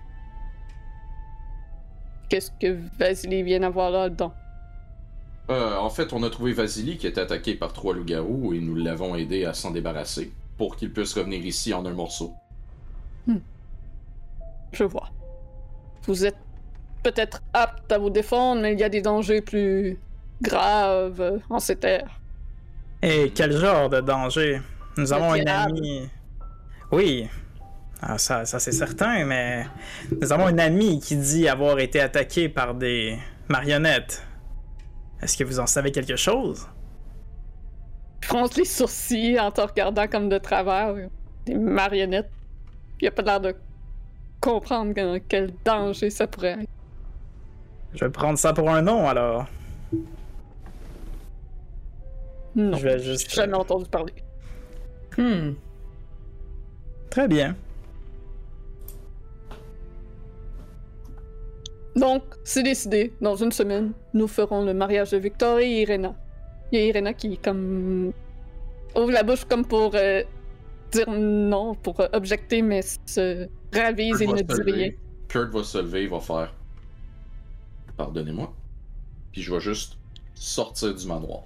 Qu'est-ce que Vasily vient d'avoir là-dedans? En fait, on a trouvé Vasily qui était attaqué par 3 loups-garous et nous l'avons aidé à s'en débarrasser pour qu'il puisse revenir ici en un morceau. Je vois. Vous êtes peut-être apte à vous défendre, mais il y a des dangers plus graves en ces terres. Et quel genre de danger? Nous avons une diable. amie. Oui, ah, ça c'est certain, mais nous avons une amie qui dit avoir été attaquée par des marionnettes. Est-ce que vous en savez quelque chose? Je fronce les sourcils en te regardant comme de travers. Des marionnettes. Il a pas l'air de comprendre quel danger ça pourrait être. Je vais prendre ça pour un nom alors. Non, Je vais juste. j'ai jamais entendu parler. Très bien. Donc, c'est décidé. Dans une semaine, nous ferons le mariage de Victor et Irena. Il y a Irena qui, comme, ouvre la bouche comme pour dire non, pour objecter, mais se ravise et Kurt ne va dit se lever. rien. Kurt va se lever, il va faire pardonnez-moi. Puis je vais juste sortir du manoir.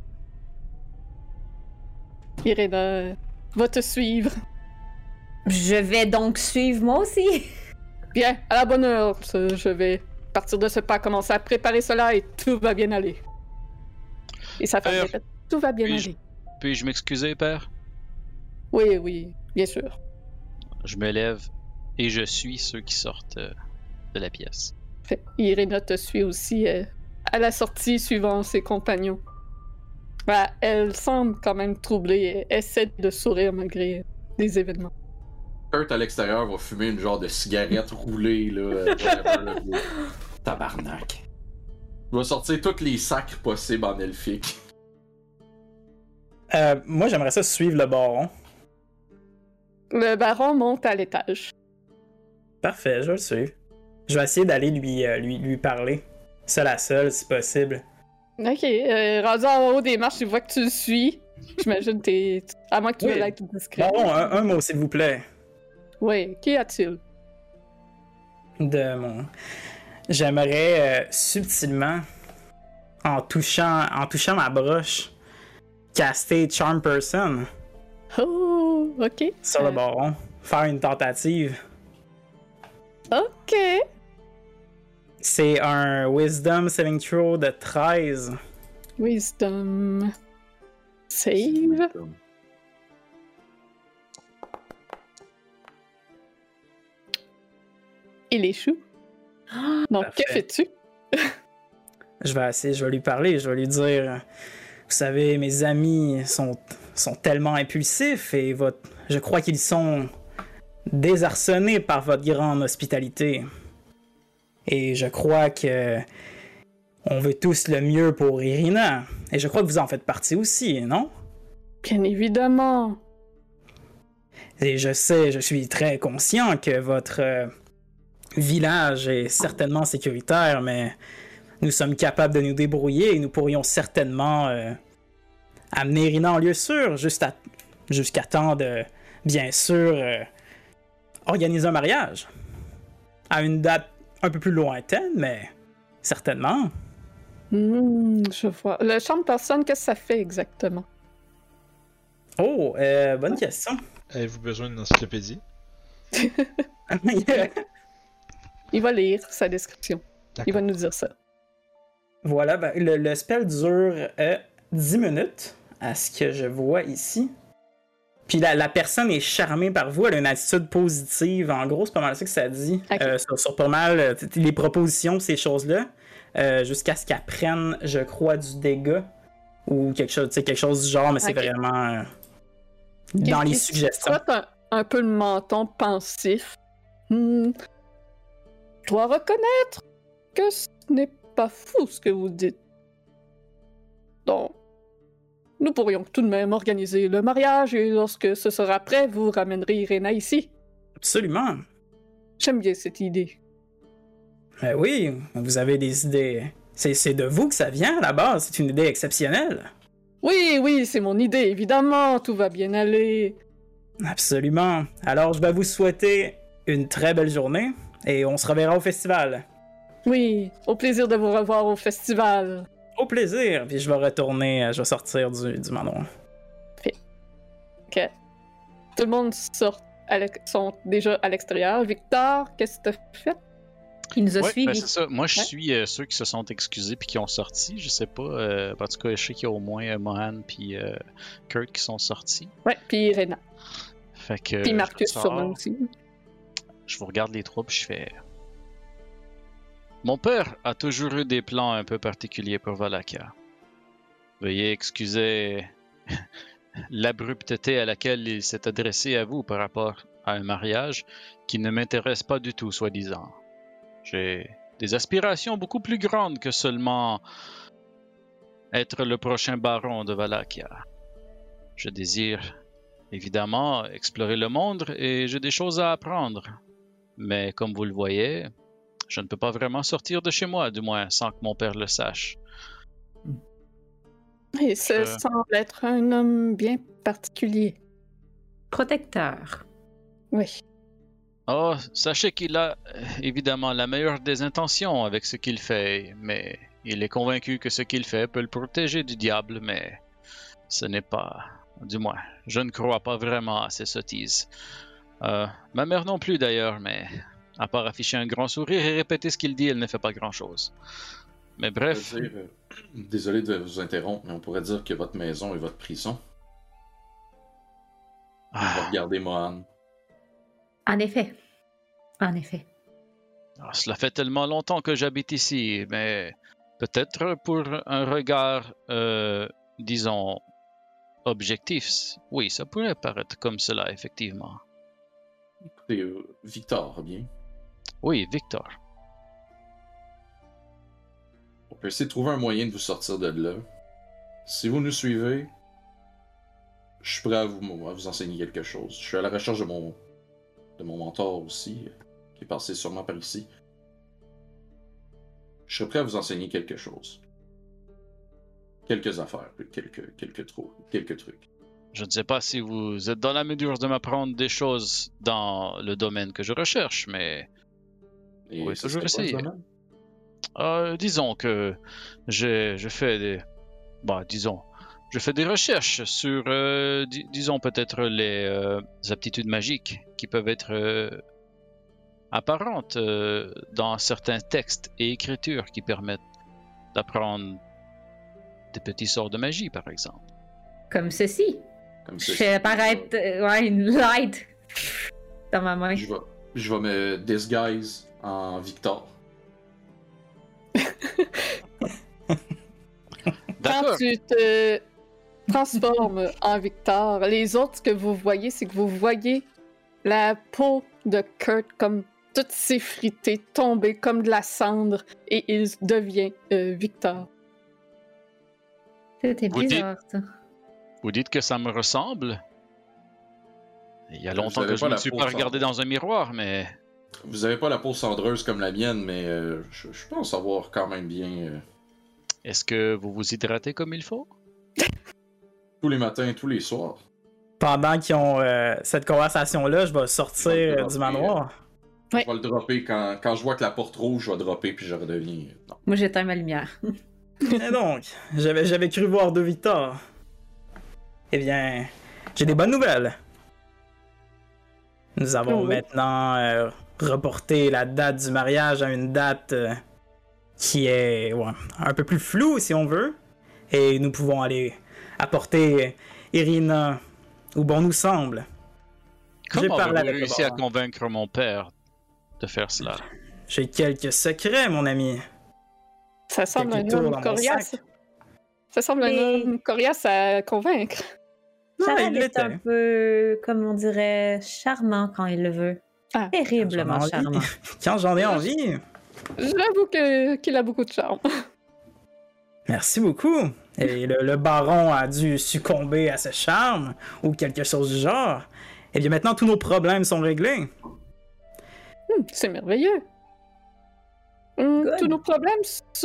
Irena va te suivre. Je vais donc suivre moi aussi. Bien, à la bonne heure. Je vais partir de ce pas commencer à préparer cela et tout va bien aller. Et sa femme Père, répète, tout va bien puis-je- aller. Puis-je m'excuser, père? Oui, oui, bien sûr. Je me lève et je suis ceux qui sortent de la pièce. Fait, Irena te suit aussi à la sortie suivant ses compagnons. Bah, elle semble quand même troublée et essaie de sourire malgré les événements. Kurt à l'extérieur va fumer une genre de cigarette roulée, là. Whatever, là, puis- Tabarnak. Il va sortir tous les sacres possibles en elfique. Moi j'aimerais ça suivre le baron. Le baron monte à l'étage. Parfait, je vais le suivre. Je vais essayer d'aller lui parler. Seul à seul, si possible. Ok, rendu en haut des marches, il voit que tu le suis. J'imagine t'es... À moins que tu Oui. veuilles être discret. Baron, un mot s'il vous plaît. Oui, qu'y a-t-il? De mon. J'aimerais subtilement, en touchant ma broche, caster Charm Person Oh, ok. sur le baron. Faire une tentative. Ok. C'est un Wisdom saving throw de 13. Wisdom. Save. Il échoue. Donc, Parfait. que fais-tu? Je vais lui parler, je vais lui dire, vous savez, mes amis sont tellement impulsifs et je crois qu'ils sont désarçonnés par votre grande hospitalité. Et je crois que on veut tous le mieux pour Irina. Et je crois que vous en faites partie aussi, non? Bien évidemment. Et je sais, je suis très conscient que votre village est certainement sécuritaire, mais nous sommes capables de nous débrouiller et nous pourrions certainement amener Irina en lieu sûr, jusqu'à temps de, bien sûr, organiser un mariage. À une date un peu plus lointaine, mais certainement. Je vois. Le champ de personne, qu'est-ce que ça fait exactement? Oh, bonne question. Avez-vous besoin d'une encyclopédie? Il va lire sa description. Il va D'accord. nous dire ça. Voilà, ben, le spell dure 10 minutes, à ce que je vois ici. Puis la personne est charmée par vous, elle a une attitude positive. En gros, c'est pas mal ça que ça dit. Ok. Sur pas mal les propositions, ces choses-là. Jusqu'à ce qu'elle prenne, je crois, du dégât. Ou quelque chose du genre, mais c'est Ok. vraiment dans les Qui suggestions. frotte un peu le menton pensif. Je dois reconnaître que ce n'est pas fou ce que vous dites. Donc, nous pourrions tout de même organiser le mariage et lorsque ce sera prêt, vous ramènerez Irena ici. Absolument. J'aime bien cette idée. Oui, vous avez des idées. C'est de vous que ça vient à la base, c'est une idée exceptionnelle. Oui, c'est mon idée, évidemment, tout va bien aller. Absolument. Alors, je vais vous souhaiter une très belle journée et on se reverra au festival. Oui, au plaisir de vous revoir au festival. Au plaisir. Puis je vais retourner, je vais sortir du manoir. Ok. Tout le monde sont déjà à l'extérieur. Victor, qu'est-ce que t'as fait? Il nous a Ouais, suivis. ben c'est ça. Moi, je Ouais. suis ceux qui se sont excusés puis qui ont sorti. Je sais pas. En tout cas, je sais qu'il y a au moins Mohan puis Kurt qui sont sortis. Ouais, puis Rena. Fait que. Puis Marcus, je sors, sûrement aussi. Je vous regarde les trois puis je fais. Mon père a toujours eu des plans un peu particuliers pour Valakia. Veuillez excuser l'abruptité à laquelle il s'est adressé à vous par rapport à un mariage qui ne m'intéresse pas du tout, soi-disant. J'ai des aspirations beaucoup plus grandes que seulement être le prochain baron de Valakia. Je désire évidemment explorer le monde et j'ai des choses à apprendre. Mais comme vous le voyez, je ne peux pas vraiment sortir de chez moi, du moins sans que mon père le sache. Et ce semble être un homme bien particulier. Protecteur. Oui. Oh, sachez qu'il a évidemment la meilleure des intentions avec ce qu'il fait, mais il est convaincu que ce qu'il fait peut le protéger du diable, mais ce n'est pas... Du moins, je ne crois pas vraiment à ces sottises. Ma mère non plus d'ailleurs, mais à part afficher un grand sourire et répéter ce qu'il dit, elle ne fait pas grand-chose. Mais bref... Désolé de vous interrompre, mais on pourrait dire que votre maison est votre prison. Je vais regarder Mohan. En effet. En effet. Cela fait tellement longtemps que j'habite ici, mais peut-être pour un regard, disons, objectif, oui, ça pourrait paraître comme cela, effectivement. Écoutez, Victor, bien. Oui, Victor. On peut essayer de trouver un moyen de vous sortir de là. Si vous nous suivez, je suis prêt à vous enseigner quelque chose. Je suis à la recherche de mon mentor aussi, qui est passé sûrement par ici. Je serais prêt à vous enseigner quelque chose. Quelques affaires, quelques trucs. Je ne sais pas si vous êtes dans la mesure de m'apprendre des choses dans le domaine que je recherche, mais... Et oui, ça toujours serait quoi, essayer. ce domaine? Disons que je fais des... Bon, disons... Je fais des recherches sur, disons peut-être les aptitudes magiques qui peuvent être apparentes dans certains textes et écritures qui permettent d'apprendre des petits sorts de magie, par exemple. Comme ceci. Comme Je ça, fais apparaître une light dans ma main. Je vais me disguise en Victor. Quand D'accord. tu te transformes en Victor, les autres, ce que vous voyez, c'est que vous voyez la peau de Kurt comme toute s'effriter, tomber comme de la cendre, et il devient Victor. C'était Vous bizarre, ça. Vous dites que ça me ressemble? Il y a longtemps avez que je pas ne me la suis peau pas regardé cendreuse. dans un miroir, mais... Vous avez pas la peau cendreuse comme la mienne, mais je pense savoir quand même bien. Est-ce que vous vous hydratez comme il faut? Tous les matins, tous les soirs. Pendant qu'ils ont cette conversation-là, je vais Je vais sortir le du dropper, manoir. Ouais. Je vais le dropper quand je vois que la porte rouge, je vais dropper puis je redeviens. Non. Moi, j'éteins ma lumière. Et donc, j'avais cru voir deux Victor. Eh bien, j'ai des bonnes nouvelles. Nous avons Oui. maintenant reporté la date du mariage à une date qui est un peu plus floue, si on veut. Et nous pouvons aller apporter Irina où bon nous semble. J'ai Comment parlé avez-vous avec le réussi à baron. convaincre mon père de faire cela? J'ai quelques secrets, mon ami. Ça semble un Quelques tours dans homme mon coriace. sac. Ça semble Mais- un homme coriace à convaincre. Charade il est l'était. un peu, comme on dirait, charmant quand il le veut. Ah, Terriblement J'en ai charmant. envie. Quand j'en ai envie. J'avoue qu'il a beaucoup de charme. Merci beaucoup. Et le baron a dû succomber à ce charme, ou quelque chose du genre. Et bien maintenant, tous nos problèmes sont réglés. C'est merveilleux. Good. Tous nos problèmes, sauf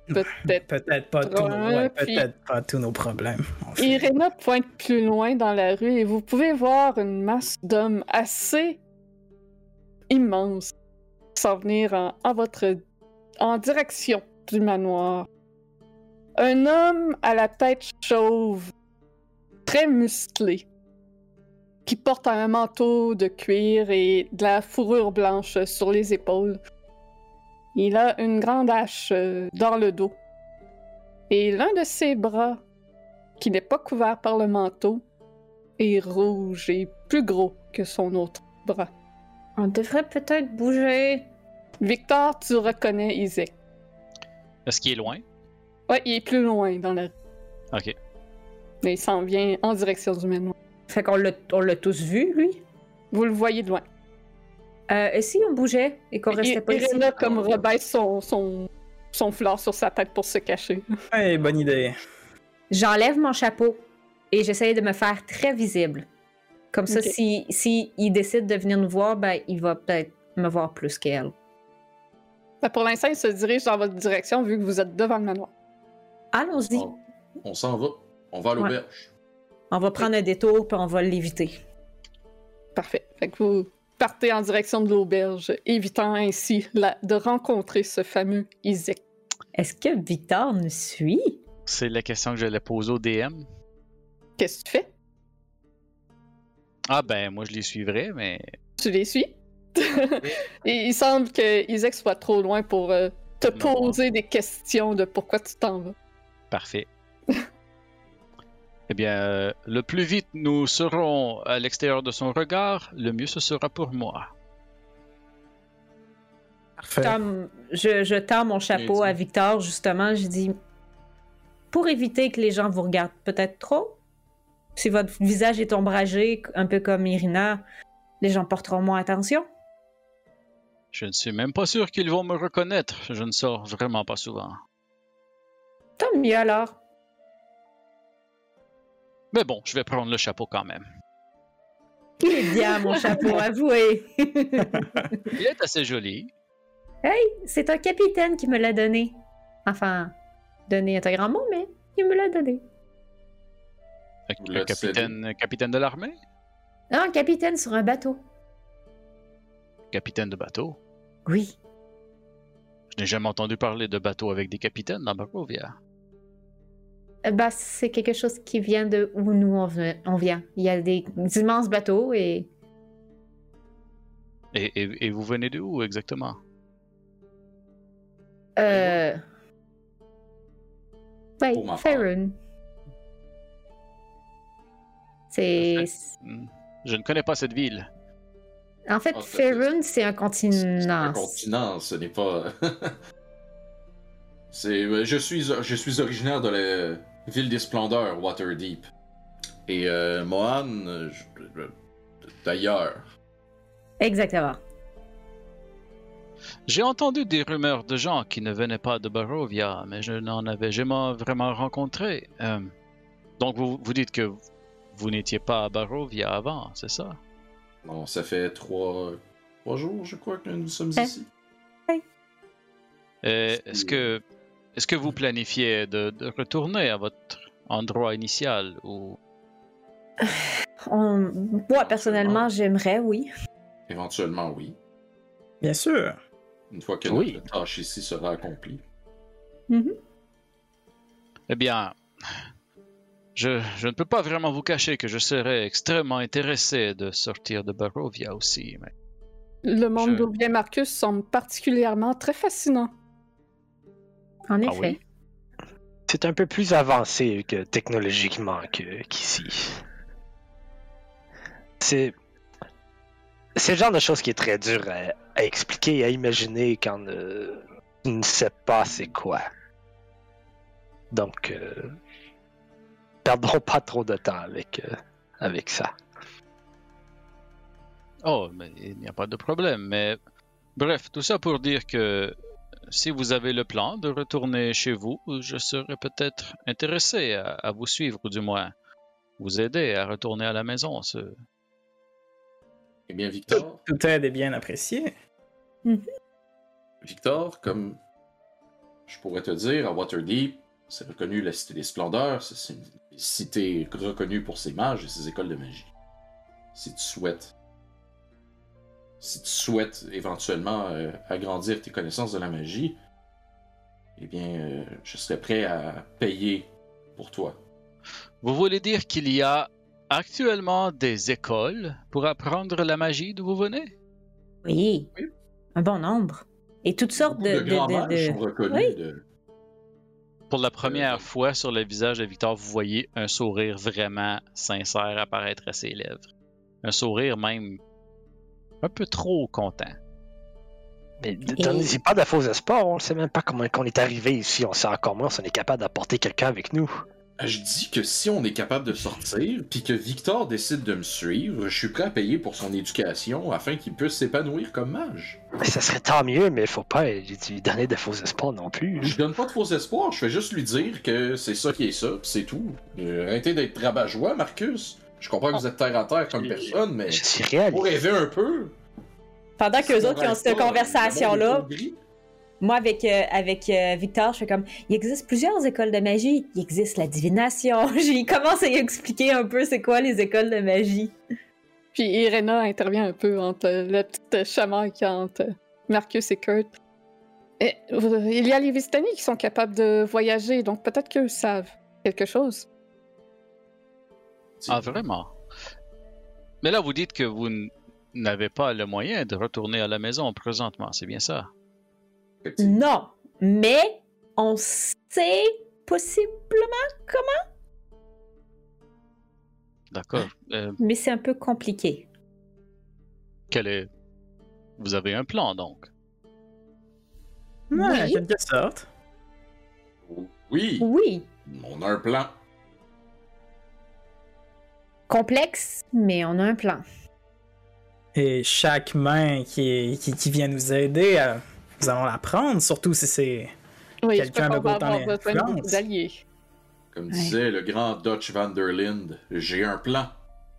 peut-être. Peut-être pas, peut-être pas tous nos problèmes. En fait. Irena pointe plus loin dans la rue et vous pouvez voir une masse d'hommes assez immense s'en venir en direction du manoir. Un homme à la tête chauve, très musclé, qui porte un manteau de cuir et de la fourrure blanche sur les épaules. Il a une grande hache dans le dos. Et l'un de ses bras, qui n'est pas couvert par le manteau, est rouge et plus gros que son autre bras. On devrait peut-être bouger. Victor, tu reconnais Isaac. Est-ce qu'il est loin? Ouais, il est plus loin dans la rue. Ok. Mais il s'en vient en direction du manoir. Fait qu'on l'a tous vu, lui. Vous le voyez de loin. Et si on bougeait et qu'on restait pas ici? Irena comme rebaisse son fleur sur sa tête pour se cacher. Hey, bonne idée. J'enlève mon chapeau et j'essaye de me faire très visible. Comme ça, Ok. si il décide de venir nous voir, ben, il va peut-être me voir plus qu'elle. Ben, pour l'instant, il se dirige dans votre direction vu que vous êtes devant le manoir. Allons-y. On s'en va. On va à l'auberge. On va prendre un détour puis on va l'éviter. Parfait. Fait que vous partez en direction de l'auberge, évitant ainsi de rencontrer ce fameux Isaac. Est-ce que Victor nous suit? C'est la question que j'allais poser au DM. Qu'est-ce que tu fais? Ah ben, moi je les suivrais, mais... Tu les suis? Et il semble que Isaac soit trop loin pour te Non. poser des questions de pourquoi tu t'en vas. Parfait. Eh bien, le plus vite nous serons à l'extérieur de son regard, le mieux ce sera pour moi. Parfait. Je tends mon chapeau à Victor, justement. Je dis, pour éviter que les gens vous regardent peut-être trop, si votre visage est ombragé, un peu comme Irina, les gens porteront moins attention. Je ne suis même pas sûr qu'ils vont me reconnaître. Je ne sors vraiment pas souvent. Tant mieux alors. Mais bon, je vais prendre le chapeau quand même. Il est bien, mon chapeau, avouez. Il est assez joli. C'est un capitaine qui me l'a donné. Enfin, donné est un grand mot, mais il me l'a donné. Vous Un l'êtes capitaine de l'armée? Non, un capitaine sur un bateau. Capitaine de bateau? Oui. Je n'ai jamais entendu parler de bateau avec des capitaines dans Barovia. Bah, c'est quelque chose qui vient de où nous on vient. Il y a des immenses bateaux et... Et vous venez de où exactement? Ouais, Pour ma part. Faerun. C'est... Je ne connais pas cette ville. En fait, Ah, Faerun, c'est un C'est un continent. continent, ce n'est pas. Je suis originaire de la ville des splendeurs, Waterdeep. Et Mohan, d'ailleurs. Exactement. J'ai entendu des rumeurs de gens qui ne venaient pas de Barovia, mais je n'en avais jamais vraiment rencontré. Donc vous dites que vous n'étiez pas à Barovia avant, c'est ça? Bon, ça fait 3 jours, je crois, que nous sommes ici. Est-ce que vous planifiez de retourner à votre endroit initial ou... Moi, personnellement, j'aimerais, oui. Éventuellement, oui. Bien sûr. Une fois que Oui. notre tâche ici sera accomplie. Eh bien, je ne peux pas vraiment vous cacher que je serais extrêmement intéressé de sortir de Barovia aussi, mais... Le monde d'où vient Marcus semble particulièrement très fascinant. En Ah effet. oui? C'est un peu plus avancé que technologiquement qu'ici. C'est le genre de choses qui est très dur à expliquer et à imaginer quand tu ne sais pas c'est quoi. Donc, perdons pas trop de temps avec ça. Oh, mais il n'y a pas de problème, mais... Bref, tout ça pour dire que si vous avez le plan de retourner chez vous, je serais peut-être intéressé à vous suivre, ou du moins vous aider à retourner à la maison. Eh bien, Victor, Tout aide est bien apprécié. Victor, comme je pourrais te dire, à Waterdeep, c'est reconnu la Cité des Splendeurs, c'est une cité reconnue pour ses mages et ses écoles de magie. Si tu souhaites éventuellement agrandir tes connaissances de la magie, eh bien, je serais prêt à payer pour toi. Vous voulez dire qu'il y a actuellement des écoles pour apprendre la magie d'où vous venez? Oui. Oui. Un bon nombre. Et toutes sortes Beaucoup de grands mages sont reconnus de... Pour la première fois sur le visage de Victor, vous voyez un sourire vraiment sincère apparaître à ses lèvres. Un sourire même un peu trop content. Mais donnez-y pas de faux espoirs, on ne sait même pas comment on est arrivé ici, on sait encore moins si on est capable d'apporter quelqu'un avec nous. Je dis que si on est capable de sortir, puis que Victor décide de me suivre, je suis prêt à payer pour son éducation afin qu'il puisse s'épanouir comme mage. Ça serait tant mieux, mais faut pas lui donner de faux espoirs non plus. Je donne pas de faux espoirs, je fais juste lui dire que c'est ça qui est ça, pis c'est tout. Arrêtez d'être rabat-joie, Marcus. Je comprends que vous êtes terre à terre comme personne, mais Je suis réaliste. faut rêver un peu. Pendant qu'eux autres qui ont cette conversation-là, Le monde est moi, avec Victor, je fais comme, il existe plusieurs écoles de magie. Il existe la divination. J'y commence à y expliquer un peu c'est quoi les écoles de magie. Puis Irena intervient un peu entre la petite chamaille entre Marcus et Kurt. Et, il y a les Vistani qui sont capables de voyager, donc peut-être qu'eux savent quelque chose. Ah, vraiment? Mais là, vous dites que vous n'avez pas le moyen de retourner à la maison présentement, c'est bien ça? Non, mais on sait possiblement comment. D'accord. Mais c'est un peu compliqué. Vous avez un plan, donc? Ouais, en Oui. quelque sorte. Oui, Oui, on a un plan. complexe, mais on a un plan. Et chaque main qui vient nous aider, nous allons la prendre, surtout si c'est Oui, quelqu'un je de crois qu'on va autant avoir besoin de beaucoup d'influence. d'alliés. Comme disait le grand Dutch van der Linde, j'ai un plan.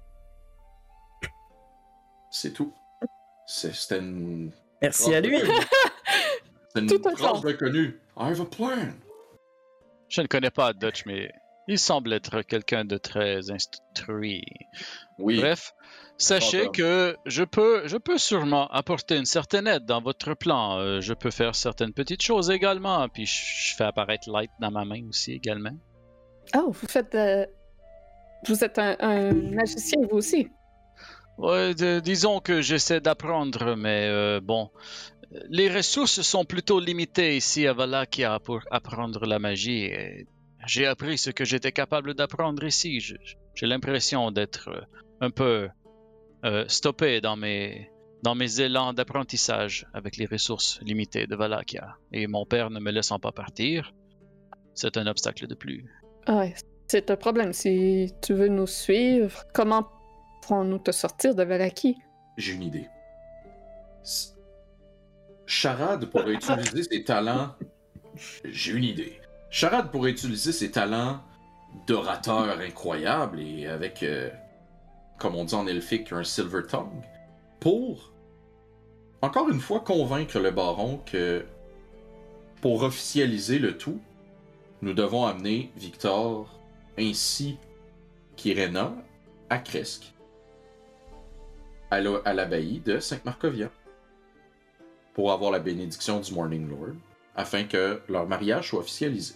C'est tout. C'était une... Merci à lui. C'est une Tout un phrase plan. reconnue. I have a plan. Je ne connais pas Dutch, mais il semble être quelqu'un de très instruit. Oui. Bref, sachez Grand que je peux sûrement apporter une certaine aide dans votre plan. Je peux faire certaines petites choses également, puis je fais apparaître Light dans ma main aussi également. Oh, vous êtes un magicien, vous aussi. Ouais, disons que j'essaie d'apprendre, mais bon, les ressources sont plutôt limitées ici à Valakia pour apprendre la magie. Et j'ai appris ce que j'étais capable d'apprendre ici. J'ai l'impression d'être un peu stoppé dans mes élans d'apprentissage avec les ressources limitées de Valakia. Et mon père ne me laissant pas partir, c'est un obstacle de plus. Ouais, c'est un problème. Si tu veux nous suivre, comment pourrons-nous te sortir de Valaki? J'ai une idée. Charade pourrait utiliser ses talents... J'ai une idée. Charade pourrait utiliser ses talents d'orateur incroyable et avec, comme on dit en elfique, un silver tongue, pour, encore une fois, convaincre le baron que, pour officialiser le tout, nous devons amener Victor ainsi qu'Irena à Kresk, à l'abbaye de Sainte-Marcovia, pour avoir la bénédiction du Morning Lord, afin que leur mariage soit officialisé.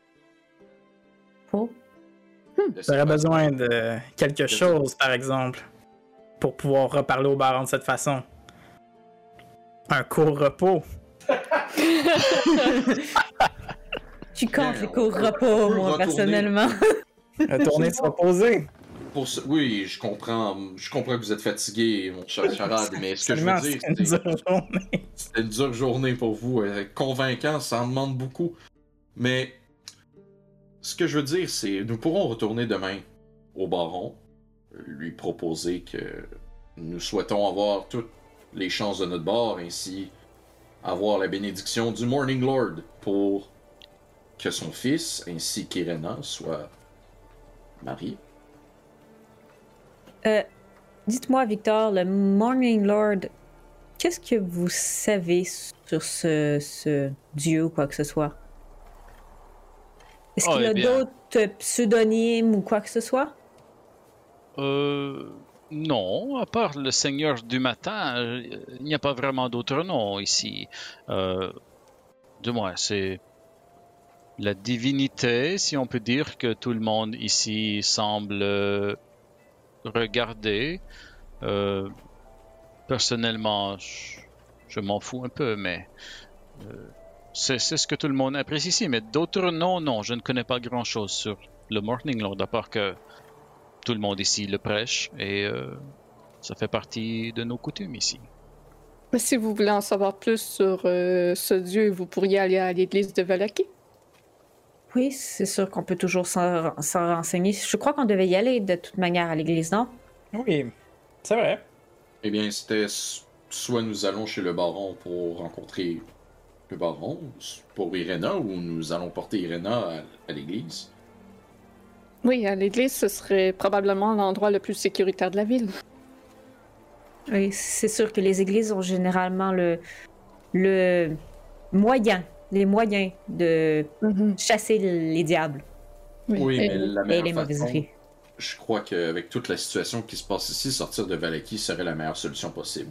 Oh. J'aurais besoin de quelque chose, par exemple, pour pouvoir reparler au baron de cette façon. Un court repos. Tu comptes les courts repas, moi, retourner. personnellement. Retourner se reposer. Oui, je comprends que vous êtes fatigué, mon cher Charade, mais ce que je veux dire, C'est une dure journée. c'était une dure journée pour vous. Convaincant, ça en demande beaucoup. Mais ce que je veux dire, c'est nous pourrons retourner demain au baron, lui proposer que nous souhaitons avoir toutes les chances de notre bord, ainsi avoir la bénédiction du Morning Lord pour que son fils, ainsi qu'Irena, soient mariés. Dites-moi, Victor, le Morning Lord, qu'est-ce que vous savez sur ce dieu ou quoi que ce soit? Est-ce qu'il y a d'autres pseudonymes ou quoi que ce soit? Non, à part le Seigneur du Matin, il n'y a pas vraiment d'autres noms ici. Du moins, c'est la divinité, si on peut dire, que tout le monde ici semble regarder. Personnellement, je m'en fous un peu, mais c'est ce que tout le monde apprécie ici. Mais d'autres noms, non, je ne connais pas grand-chose sur le Morning Lord, à part que tout le monde ici le prêche et ça fait partie de nos coutumes ici. Mais si vous voulez en savoir plus sur ce dieu, vous pourriez aller à l'église de Valaki. Oui, c'est sûr qu'on peut toujours s'en renseigner. Je crois qu'on devait y aller de toute manière à l'église, non? Oui, c'est vrai. Eh bien, c'était soit nous allons chez le baron pour rencontrer le baron, pour Irena, ou nous allons porter Irena à l'église. Oui, à l'église, ce serait probablement l'endroit le plus sécuritaire de la ville. Oui, c'est sûr que les églises ont généralement les moyens de chasser les diables. Oui, mais la et les meilleure mauvaises façon, esprits. je crois qu'avec toute la situation qui se passe ici, sortir de Valaki serait la meilleure solution possible.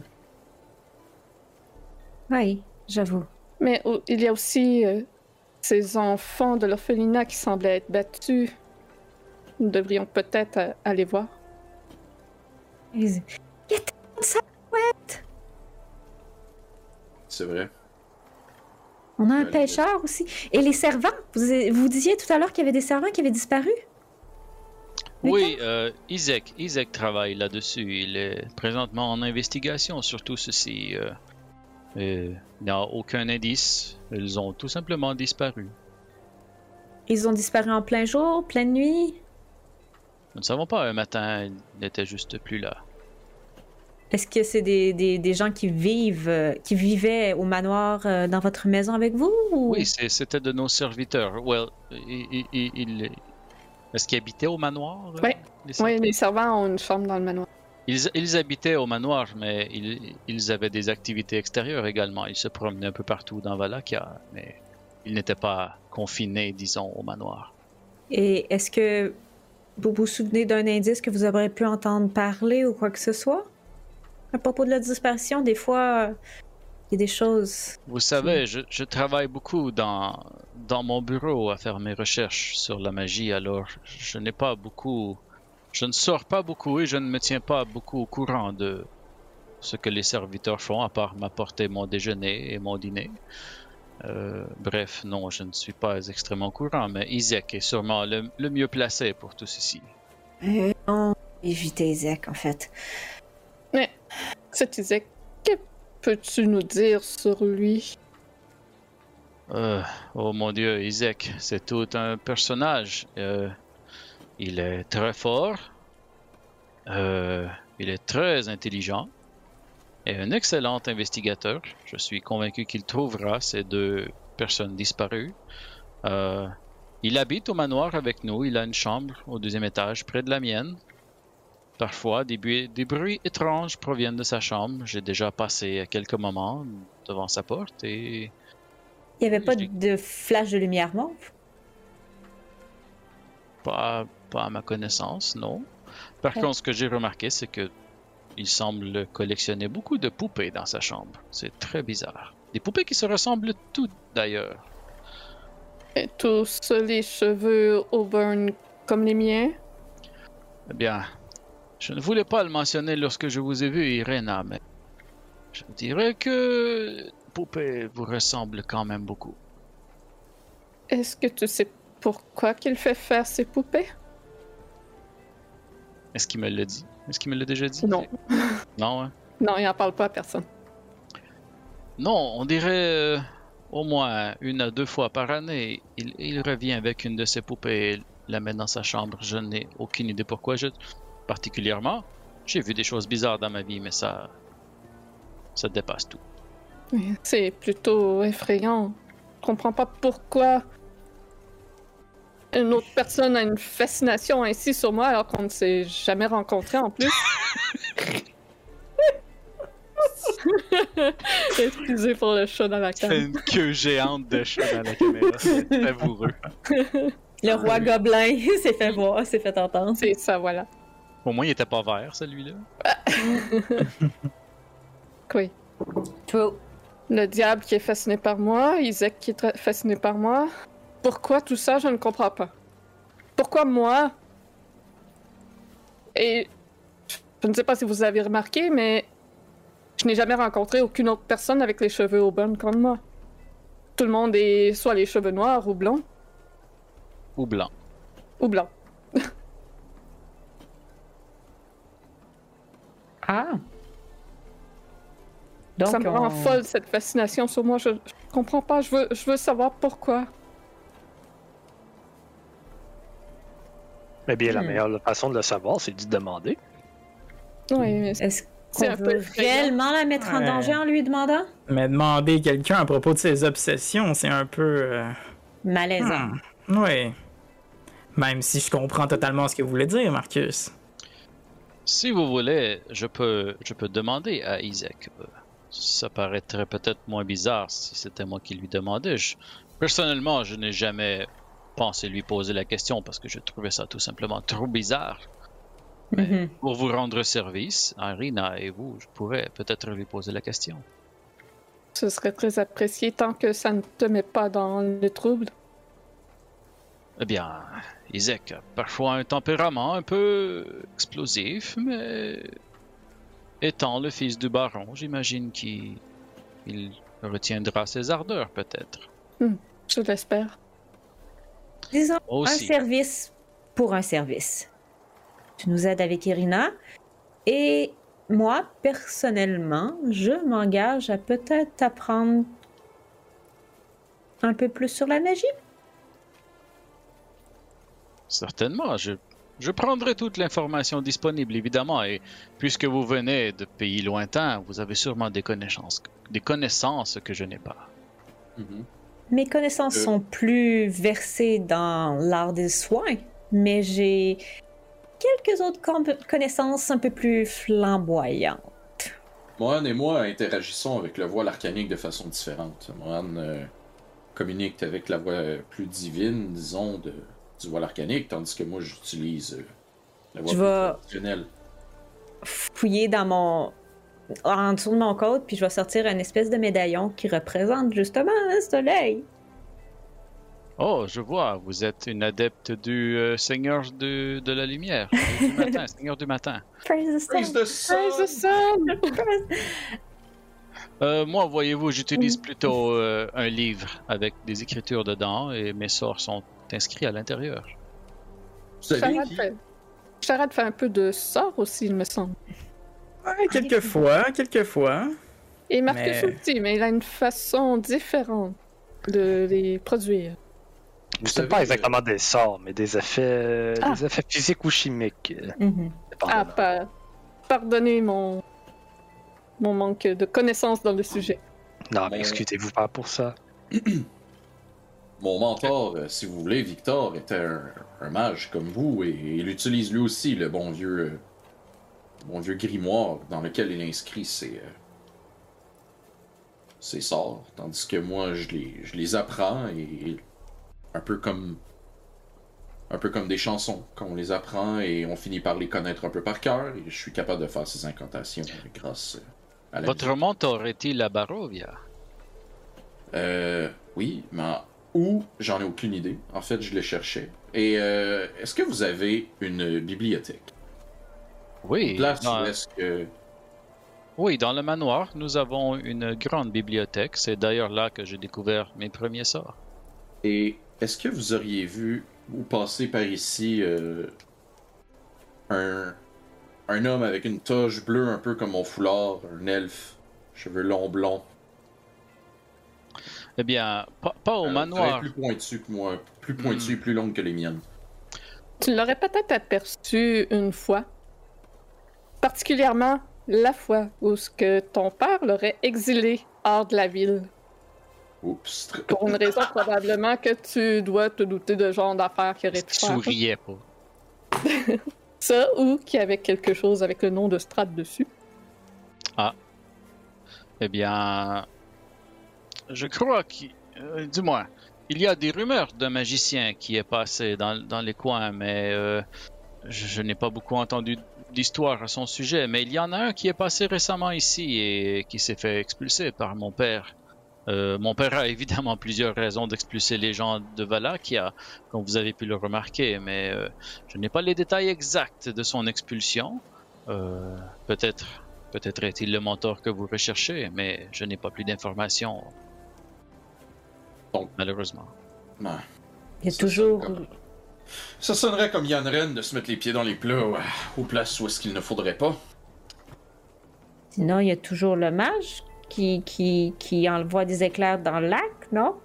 Oui, j'avoue. Mais il y a aussi ces enfants de l'orphelinat qui semblaient être battus. Nous devrions peut-être aller voir. Il y a tellement de sarouettes! C'est vrai. On a un pêcheur aussi. Et les servants? Vous disiez tout à l'heure qu'il y avait des servants qui avaient disparu? Oui, Isaac travaille là-dessus. Il est présentement en investigation sur tout ceci. Il n'y a aucun indice. Ils ont tout simplement disparu. Ils ont disparu en plein jour, pleine nuit? Nous ne savons pas. Un matin, ils n'étaient juste plus là. Est-ce que c'est des gens qui vivaient au manoir dans votre maison avec vous? Ou... Oui, c'était de nos serviteurs. Well, est-ce qu'ils habitaient au manoir? Oui, les servants ont une chambre dans le manoir. Ils habitaient au manoir, mais ils avaient des activités extérieures également. Ils se promenaient un peu partout dans Valakia, mais ils n'étaient pas confinés, disons, au manoir. Et est-ce que vous vous souvenez d'un indice que vous auriez pu entendre parler ou quoi que ce soit? À propos de la disparition, des fois, il y a des choses... Vous savez, je travaille beaucoup dans mon bureau à faire mes recherches sur la magie, alors je ne sors pas beaucoup et je ne me tiens pas beaucoup au courant de ce que les serviteurs font, à part m'apporter mon déjeuner et mon dîner. Bref, non, je ne suis pas extrêmement au courant, mais Isaac est sûrement le mieux placé pour tout ceci. Non, évitez Isaac, en fait. Mais, cet Isaac, que peux-tu nous dire sur lui? Oh mon Dieu, Isaac, c'est tout un personnage. Il est très fort, il est très intelligent et un excellent investigateur. Je suis convaincu qu'il trouvera ces deux personnes disparues. Il habite au manoir avec nous, il a une chambre au 2e étage près de la mienne. Parfois, des bruits étranges proviennent de sa chambre. J'ai déjà passé quelques moments devant sa porte et... Il n'y avait pas de flash de lumière mauve? Pas à ma connaissance, non. Par contre, ce que j'ai remarqué, c'est que il semble collectionner beaucoup de poupées dans sa chambre. C'est très bizarre. Des poupées qui se ressemblent toutes, d'ailleurs. Et tous les cheveux auburn comme les miens? Eh bien, je ne voulais pas le mentionner lorsque je vous ai vu, Irena, mais je dirais que les poupées vous ressemblent quand même beaucoup. Est-ce que tu sais pourquoi qu'il fait faire ces poupées? Est-ce qu'il me l'a dit? Est-ce qu'il me l'a déjà dit? Non. Non, hein? Non, il n'en parle pas à personne. Non, on dirait au moins 1 à 2 fois par année, il revient avec une de ses poupées et la met dans sa chambre. Je n'ai aucune idée pourquoi. Particulièrement, j'ai vu des choses bizarres dans ma vie, mais ça dépasse tout. C'est plutôt effrayant. Je comprends pas pourquoi une autre personne a une fascination ainsi sur moi alors qu'on ne s'est jamais rencontrés en plus. Excusez pour le chat dans la C'est caméra. une queue géante de chat dans la caméra, c'est savoureux. Le roi gobelin s'est fait voir, s'est fait entendre. C'est ça, voilà. Au moins, il était pas vert, celui-là. Oui. True. Le diable qui est fasciné par moi, Isaac qui est fasciné par moi. Pourquoi tout ça, je ne comprends pas. Pourquoi moi? Et je ne sais pas si vous avez remarqué, mais je n'ai jamais rencontré aucune autre personne avec les cheveux auburn comme moi. Tout le monde est soit les cheveux noirs ou blonds. Ou blanc. Ou blancs. Ah. Donc, Ça me rend folle, cette fascination sur moi. Je comprends pas. Je veux savoir pourquoi. Eh bien, la meilleure façon de le savoir, c'est d'y demander. Oui, mais Est-ce c'est qu'on un peu veut effrayant. réellement la mettre en Ouais. danger en lui demandant? Mais demander quelqu'un à propos de ses obsessions, c'est un peu... Malaisant. Oui. Même si je comprends totalement ce que vous voulez dire, Marcus. Si vous voulez, je peux demander à Isaac. Ça paraîtrait peut-être moins bizarre si c'était moi qui lui demandais. Personnellement, je n'ai jamais pensé lui poser la question parce que je trouvais ça tout simplement trop bizarre. Mais Mhm. pour vous rendre service, Irina et vous, je pourrais peut-être lui poser la question. Ce serait très apprécié tant que ça ne te met pas dans le trouble. Eh bien, Isaac a parfois un tempérament un peu explosif, mais étant le fils du baron, j'imagine qu'il retiendra ses ardeurs, peut-être. Je l'espère. Disons, Aussi. un service pour un service. Tu nous aides avec Irina. Et moi, personnellement, je m'engage à peut-être apprendre un peu plus sur la magie. Certainement, je prendrai toute l'information disponible, évidemment, et puisque vous venez de pays lointains, vous avez sûrement des connaissances que je n'ai pas. Mhm. Mes connaissances sont plus versées dans l'art des soins, mais j'ai quelques autres connaissances un peu plus flamboyantes. Mohan et moi interagissons avec le voile arcanique de façon différente. Mohan communique avec la voix plus divine, disons, du voile arcanique, tandis que moi j'utilise la voix Je plus vais- traditionnelle. Fouiller en dessous de mon côte, puis je vais sortir une espèce de médaillon qui représente justement le soleil. Oh, je vois, vous êtes une adepte du Seigneur de la Lumière, du matin, Seigneur du matin. Praise the Praise sun. the sun! Praise the sun! Moi, voyez-vous, j'utilise plutôt un livre avec des écritures dedans et mes sorts sont inscrits à l'intérieur. Vous savez Charade qui? fait un peu de sort aussi, il me semble. Ouais, quelquefois. Et Marcus Mais- aussi, mais il a une façon différente de les produire. Vous C'est savez, pas exactement des sorts, mais des effets physiques ou chimiques. Mhm. Ah, dépendamment. pardonnez mon manque de connaissances dans le sujet. Non, mais excusez-vous pas pour ça. Mon mentor, si vous voulez, Victor, était un mage comme vous, et il utilise lui aussi le bon vieux grimoire dans lequel il inscrit ses sorts, tandis que moi, je les apprends, et un peu comme des chansons, qu'on les apprend et on finit par les connaître un peu par cœur, et je suis capable de faire ces incantations grâce à la Votre mentor est-il à Barovia? Oui, mais où, j'en ai aucune idée. En fait, je le cherchais. Et est-ce que vous avez une bibliothèque? Oui, Une place où est-ce que... oui, dans le manoir, nous avons une grande bibliothèque. C'est d'ailleurs là que j'ai découvert mes premiers sorts. Et est-ce que vous auriez vu ou passé par ici un homme avec une toge bleue un peu comme mon foulard, un elfe, cheveux longs blonds? Eh bien, pas au manoir. Plus pointu que moi, plus pointu et plus longue que les miennes. Tu l'aurais peut-être aperçu une fois. Particulièrement la fois où ce que ton père l'aurait exilé hors de la ville. Oups. Pour une raison probablement que tu dois te douter de genre d'affaires qu'il aurait pu Je faire. souriais pas. Ça, ou qu'il y avait quelque chose avec le nom de Strat dessus. Eh bien, je crois du moins, Il y a des rumeurs d'un magicien qui est passé dans les coins, mais je n'ai pas beaucoup entendu d'histoire à son sujet. Mais il y en a un qui est passé récemment ici et qui s'est fait expulser par mon père. Mon père a évidemment plusieurs raisons d'expulser les gens de Valakia, comme vous avez pu le remarquer, mais je n'ai pas les détails exacts de son expulsion. Peut-être est-il le mentor que vous recherchez, mais je n'ai pas plus d'informations. Donc, malheureusement. Ouais. Il y a Ça toujours. sonne comme- Ça sonnerait comme Yann Ren de se mettre les pieds dans les plats aux places où est-ce qu'il ne faudrait pas. Sinon, il y a toujours le mage qui envoie des éclairs dans le lac, non?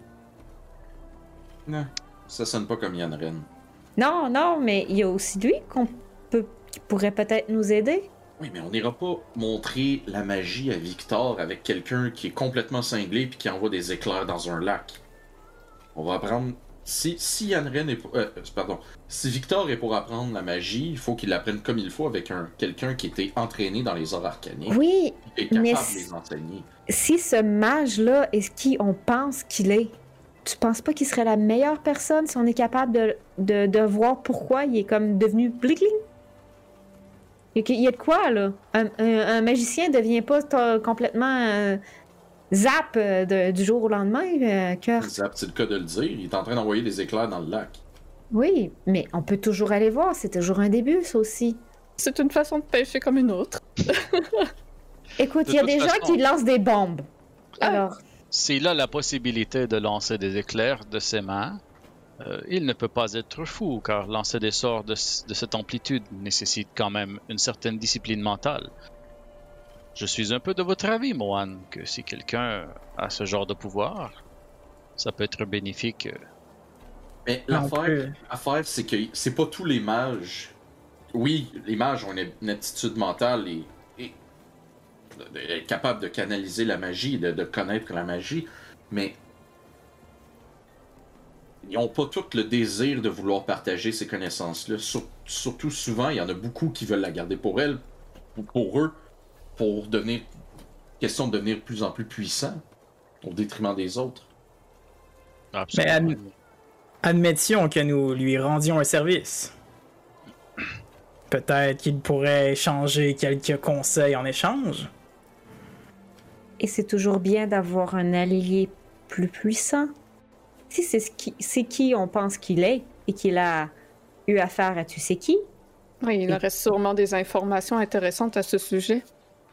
Non. Ça sonne pas comme Yann Ren. Non, non, mais il y a aussi lui qui pourrait peut-être nous aider. Oui, mais on n'ira pas montrer la magie à Victor avec quelqu'un qui est complètement cinglé puis qui envoie des éclairs dans un lac. On va apprendre... Si Yann Ren est pour... pardon. Si Victor est pour apprendre la magie, il faut qu'il l'apprenne comme il faut avec quelqu'un qui était entraîné dans les arts arcaniques. Oui, Et capable mais de les enseigner. si ce mage-là est qui on pense qu'il est, tu penses pas qu'il serait la meilleure personne si on est capable de voir pourquoi il est comme devenu bling-bling? Il y a de quoi, là? Un magicien devient pas complètement zap du jour au lendemain, Kurt. Zap, c'est le cas de le dire. Il est en train d'envoyer des éclairs dans le lac. Oui, mais on peut toujours aller voir. C'est toujours un début, ça aussi. C'est une façon de pêcher comme une autre. Écoute, De il y a toute des gens façon- qui lancent des bombes. Alors, S'il a la possibilité de lancer des éclairs de ses mains, il ne peut pas être fou, car lancer des sorts de cette amplitude nécessite quand même une certaine discipline mentale. Je suis un peu de votre avis, Mohan, que si quelqu'un a ce genre de pouvoir, ça peut être bénéfique. Mais Non plus. l'affaire, c'est que c'est pas tous les mages. Oui, les mages ont une aptitude mentale et capable de canaliser la magie, de connaître la magie, mais ils n'ont pas tout le désir de vouloir partager ces connaissances-là. Surtout souvent, il y en a beaucoup qui veulent la garder pour elles, ou pour eux, pour devenir question de devenir de plus en plus puissant au détriment des autres. Absolument. Admettions que nous lui rendions un service. Peut-être qu'il pourrait échanger quelques conseils en échange. et c'est toujours bien d'avoir un allié plus puissant. Si c'est qui on pense qu'il est et qu'il a eu affaire à tu sais qui, Oui, il reste sûrement des informations intéressantes à ce sujet.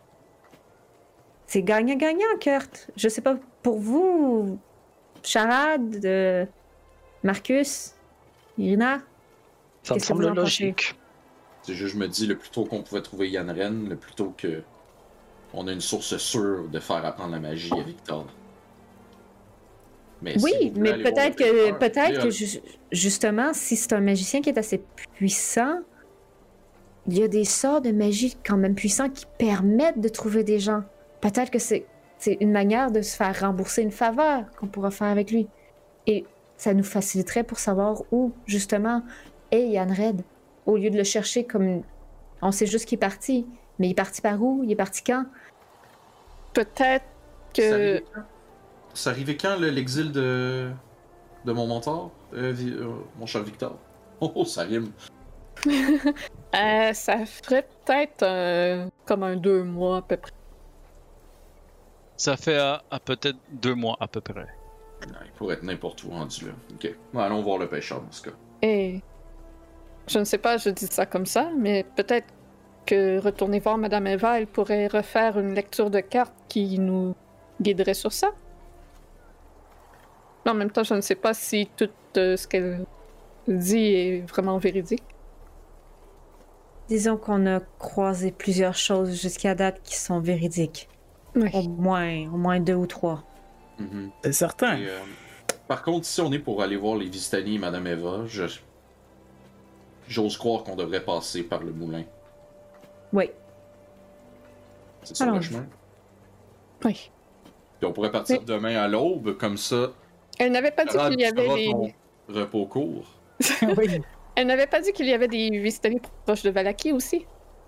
c'est gagnant-gagnant, Kurt. Je sais pas, pour vous, Charade, Marcus, Irina, Ça me Qu'est-ce que vous semble en pensez? logique. C'est juste, je me dis, le plus tôt qu'on pouvait trouver Yann Ren, le plus tôt que on a une source sûre de faire apprendre la magie à Victor. Mais oui, si vous voulez mais aller voir peut-être le que, Victor, peut-être que allez, justement, si c'est un magicien qui est assez puissant, il y a des sorts de magie quand même puissants qui permettent de trouver des gens. Peut-être que c'est une manière de se faire rembourser une faveur qu'on pourra faire avec lui. Et ça nous faciliterait pour savoir où, justement, est Yann Red. Au lieu de le chercher comme... On sait juste qu'il est parti. Mais il est parti par où? Il est parti quand? Peut-être Ça que... arrivait quand? Ça arrivait quand, l'exil de mon mentor? Mon cher Victor? Oh, ça rime. ça ferait peut-être comme un 2 mois à peu près. Ça fait à peut-être 2 mois à peu près. Non, il pourrait être n'importe où rendu là. Ok. Bon, allons voir le pêcheur dans ce cas. Et je ne sais pas, je dis ça comme ça, mais peut-être que retourner voir Madame Eva, elle pourrait refaire une lecture de cartes qui nous guiderait sur ça. Mais en même temps, je ne sais pas si tout ce qu'elle dit est vraiment véridique. Disons qu'on a croisé plusieurs choses jusqu'à date qui sont véridiques. Oui. Au moins 2 ou 3. Mhm. C'est certain. Et, par contre, si on est pour aller voir les Vistani et Madame Eva, j'ose croire qu'on devrait passer par le moulin. Oui. C'est ça le Alors, chemin. Oui. Puis on pourrait partir Oui. demain à l'aube, comme ça. Elle n'avait pas dit Sarah, qu'il y tu avait feras des... ton repos court. Oui. Elle n'avait pas dit qu'il y avait des Vistani proches de Valaki aussi.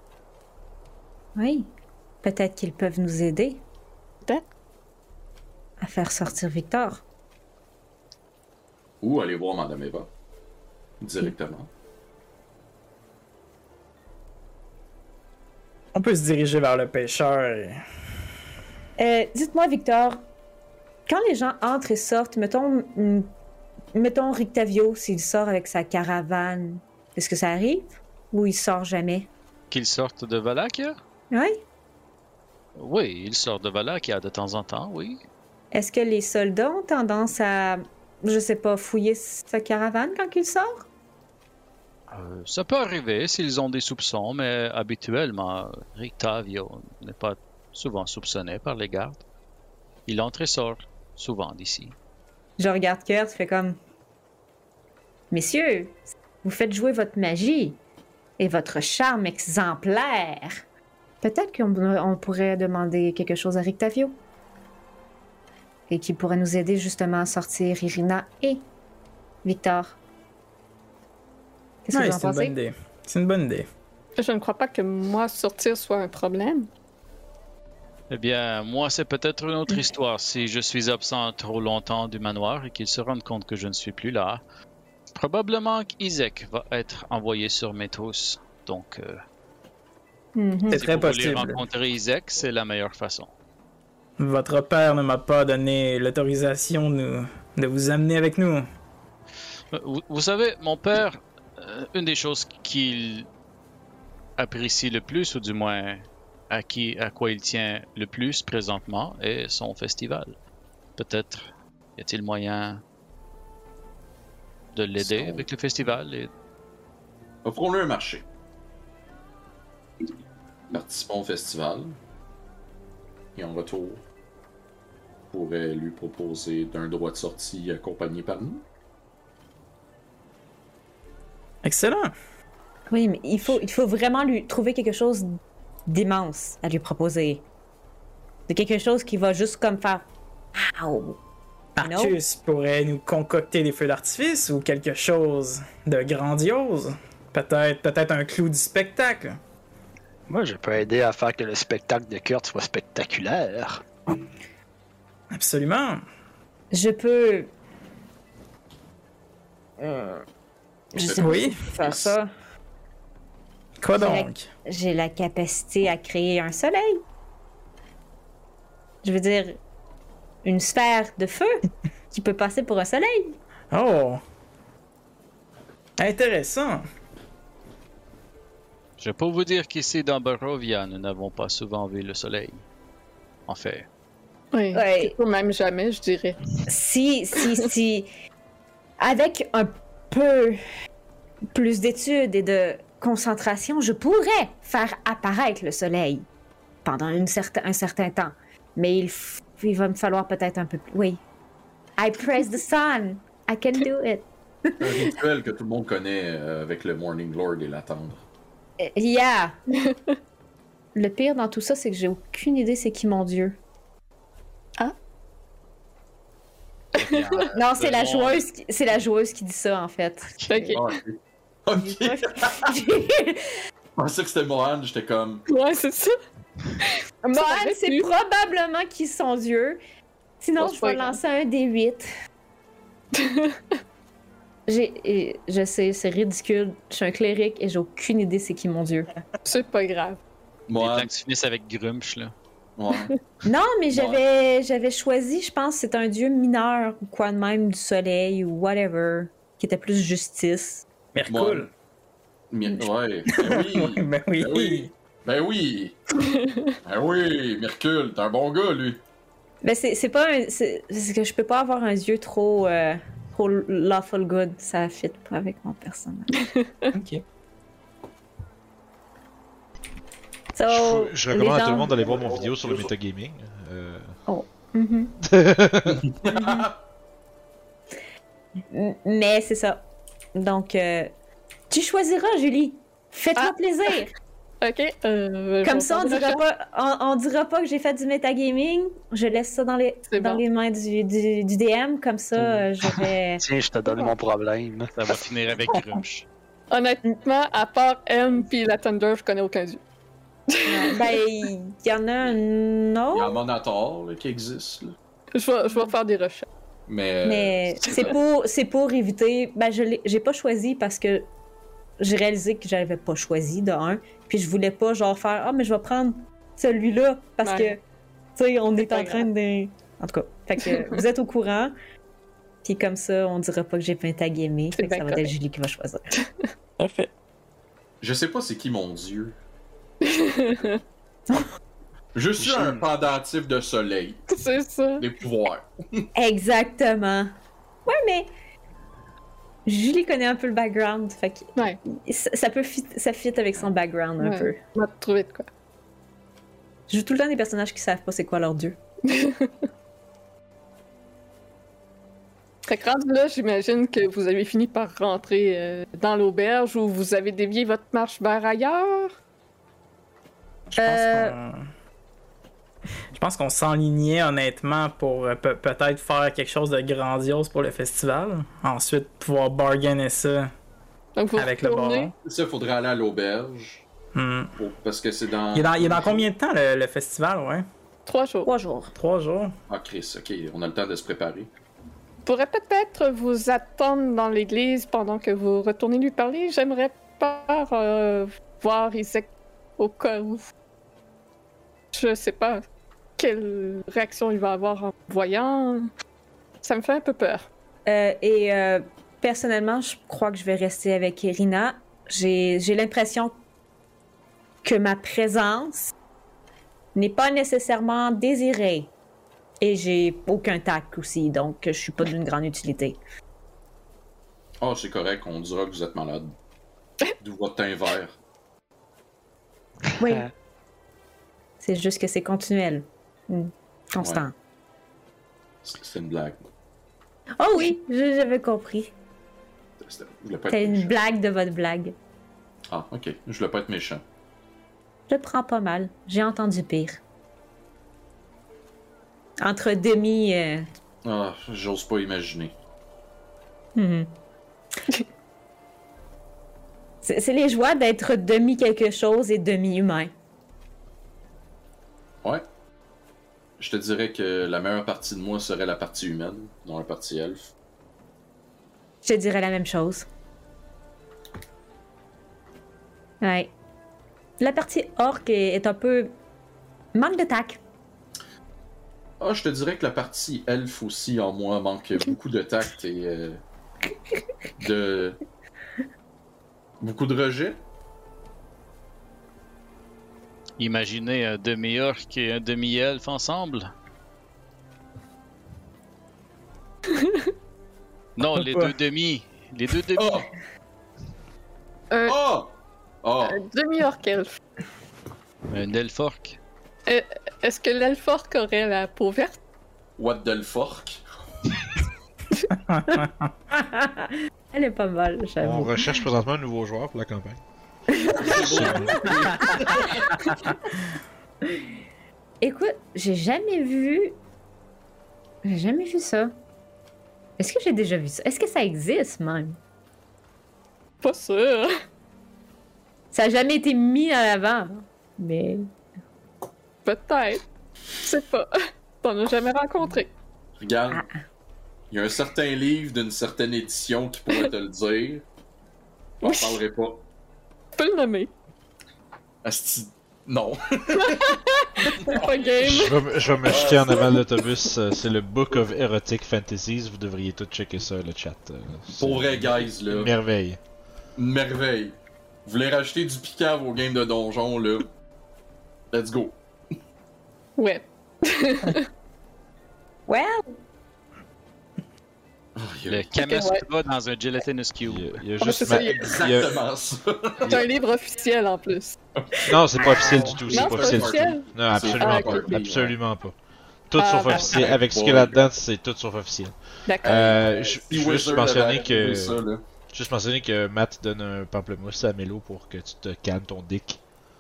Oui. Peut-être qu'ils peuvent nous aider. Peut-être. À faire sortir Victor. Ou aller voir Madame Eva. Directement. On peut se diriger vers le pêcheur et... Dites-moi, Victor, quand les gens entrent et sortent, mettons Rictavio, s'il sort avec sa caravane, est-ce que ça arrive? Ou il sort jamais? Qu'ils sortent de Valakia? Oui? Oui, ils sortent de Valakia de temps en temps, oui. Est-ce que les soldats ont tendance à, je sais pas, fouiller sa caravane quand il sort? Ça peut arriver s'ils ont des soupçons, mais habituellement, Rictavio n'est pas souvent soupçonné par les gardes. Il entre et sort souvent d'ici. Je regarde Kurt, fais comme... Messieurs, vous faites jouer votre magie et votre charme exemplaire. Peut-être qu'on pourrait demander quelque chose à Rictavio. Et qui pourrait nous aider justement à sortir Irina et Victor. Qu'est-ce que vous en c'est une bonne pensez? idée. C'est une bonne idée. Je ne crois pas que moi sortir soit un problème. Eh bien, moi, c'est peut-être une autre histoire. Si je suis absent trop longtemps du manoir et qu'ils se rendent compte que je ne suis plus là, probablement qu'Isaac va être envoyé sur mes trousses. Donc, C'est si très vous voulez possible. rencontrer Isaac, c'est la meilleure façon. Votre père ne m'a pas donné l'autorisation de vous amener avec nous. Vous savez, mon père, une des choses qu'il apprécie le plus, ou du moins à quoi il tient le plus présentement, est son festival. Peut-être y a-t-il moyen de l'aider avec le festival et... Offrons-le un marché. Participons au festival. Et en retour, on pourrait lui proposer d'un droit de sortie accompagné par nous. Excellent. Oui, mais il faut vraiment lui trouver quelque chose d'immense à lui proposer. De quelque chose qui va juste comme faire... Wow! Marcus pourrait nous concocter des feux d'artifice ou quelque chose de grandiose. Peut-être un clou du spectacle. Moi, je peux aider à faire que le spectacle de Kurt soit spectaculaire. Absolument. Je peux... je sais pas Oui. si je peux faire ça. Quoi donc? J'ai la capacité à créer un soleil. Je veux dire, une sphère de feu qui peut passer pour un soleil. Oh. Intéressant. Je peux vous dire qu'ici dans Barovia, nous n'avons pas souvent vu le soleil. En fait. Oui, Ouais. ou même jamais, je dirais. Si, avec un peu plus d'études et de concentration, je pourrais faire apparaître le soleil pendant un certain temps. Mais il va me falloir peut-être un peu plus... Oui. I praise the sun. I can do it. Un rituel que tout le monde connaît avec le Morning Lord et la tendre. Yeah. Le pire dans tout ça, c'est que j'ai aucune idée c'est qui mon dieu. Non, c'est la joueuse. C'est la joueuse qui dit ça en fait. Ok. Ok. Je pensais que c'était Mohan, j'étais comme... Ouais, c'est ça. Mohan, aurait c'est pu. probablement qui son dieu. Sinon, Bon, je c'est vais pas lancer un D8. Je sais, c'est ridicule. Je suis un cléric et j'ai aucune idée c'est qui mon dieu. C'est pas grave. Les Mohan, temps que tu finisses avec Grumsh, là. ouais. Non, mais j'avais choisi, je pense, c'est un dieu mineur ou quoi de même du soleil ou whatever, qui était plus justice. Mercule. Ouais, ben oui. Ben oui. Ben oui. Ben oui. Ben oui, Mercule, t'es un bon gars, lui. Ben c'est pas un, c'est que je peux pas avoir un dieu trop lawful good, ça fit pas avec mon personnage. Ok. So, Je recommande les à tout le gens- monde d'aller voir mon vidéo sur le metagaming. Mhm. Mais c'est ça. Donc, tu choisiras, Julie. Fais-toi Ah. plaisir. Ok. Comme ça, on dira pas que j'ai fait du metagaming. Je laisse ça dans les C'est bon. mains du DM. Comme ça, je vais... Tiens, je te donne mon problème. Ça va finir avec Grumsh. Honnêtement, à part M puis la Thunder, je connais aucun dieu. Ben, il y en a un Il y a un autre. Monator là, qui existe. Là. Je vais faire des recherches. Mais c'est pour éviter. Ben, j'ai pas choisi parce que j'ai réalisé que j'avais pas choisi de un. Puis je voulais pas genre faire mais je vais prendre celui-là parce que tu sais on est en train de. En tout cas, fait que vous êtes au courant. Puis comme ça, on dira pas que j'ai pentagamer. Fait que ça va être Julie qui va choisir. Parfait. Je sais pas c'est qui mon dieu. Je suis un pendentif de soleil. C'est ça. Des pouvoirs. Exactement. Ouais, mais Julie connaît un peu le background, fait que ça fit avec son background un peu. On va trouver de quoi. Je joue tout le temps des personnages qui savent pas c'est quoi leur dieu. Fait que rendu là, j'imagine que vous avez fini par rentrer dans l'auberge ou vous avez dévié votre marche vers ailleurs. Je pense qu'on s'enlignait honnêtement pour peut-être faire quelque chose de grandiose pour le festival. Ensuite, pouvoir bargainer ça Donc, vous avec le baron. Ça, faudrait aller à l'auberge. Parce que c'est dans... Il est dans combien de temps le festival, ouais? 3 jours. 3 jours. 3 jours. Ah, Chris, ok, on a le temps de se préparer. Je pourrais peut-être vous attendre dans l'église pendant que vous retournez lui parler. J'aimerais pas voir Isaac au cas où. Je sais pas quelle réaction il va avoir en me voyant. Ça me fait un peu peur. Personnellement, je crois que je vais rester avec Irina. J'ai l'impression que ma présence n'est pas nécessairement désirée. Et j'ai aucun tact aussi, donc je suis pas d'une grande utilité. Oh, c'est correct, on dira que vous êtes malade. D'où votre teint vert. Oui. C'est juste que c'est continuel. Constant. Ouais. C'est une blague. Oh oui, j'avais compris. Je voulais pas être C'est une méchant. blague de votre blague. Ah, ok. Je voulais pas être méchant. Je le prends pas mal. J'ai entendu pire. Entre demi... Ah, j'ose pas imaginer. C'est les joies d'être demi quelque chose et demi humain. Ouais. Je te dirais que la meilleure partie de moi serait la partie humaine, non la partie elfe. Je te dirais la même chose. Ouais. La partie orc est un peu... manque de tact. Ah, je te dirais que la partie elfe aussi en moi manque beaucoup de tact et de... beaucoup de rejet. Imaginez un demi-orc et un demi-elfe ensemble. Non, les deux demi. Les deux demi. Oh! Oh! Un demi-orc elfe. Un elfe-orc. Est-ce que l'elfe-orc aurait la peau verte? What the fork? Elle est pas mal, On j'avoue. recherche présentement un nouveau joueur pour la campagne. Écoute, j'ai jamais vu ça. Est-ce que j'ai déjà vu ça? Est-ce que ça existe même? Pas sûr. Ça a jamais été mis en avant. Mais... Peut-être. Je sais pas. T'en as jamais rencontré. Regarde. Il y a un certain livre d'une certaine édition qui pourrait te le dire. On en parlerai pas. Tu peux le nommer. Asti... Non. C'est pas game. Je vais me jeter en avant de l'autobus. C'est le Book of Erotic Fantasies. Vous devriez tout checker ça, le chat. C'est Pour vrai, guys, là. une merveille. Une merveille. Vous voulez rajouter du piquant à vos games de donjon, là. Let's go. Ouais. Well, Oh, Le Kamasura dans un gelatinous cube. Il y a Ah, juste c'est ça, il y a- Exactement ça. C'est un livre officiel en plus. Non, c'est pas officiel du tout. C'est Non, pas c'est officiel pas du tout. officiel. Non, absolument Ah, pas. ok. Absolument pas. Tout Ah, sauf ben, officiel. Avec ce qu'il y a ouais. là-dedans, c'est tout sauf officiel. D'accord. Je veux juste mentionner que Matt donne un pamplemousse à Mélo pour que tu te calmes ton dick.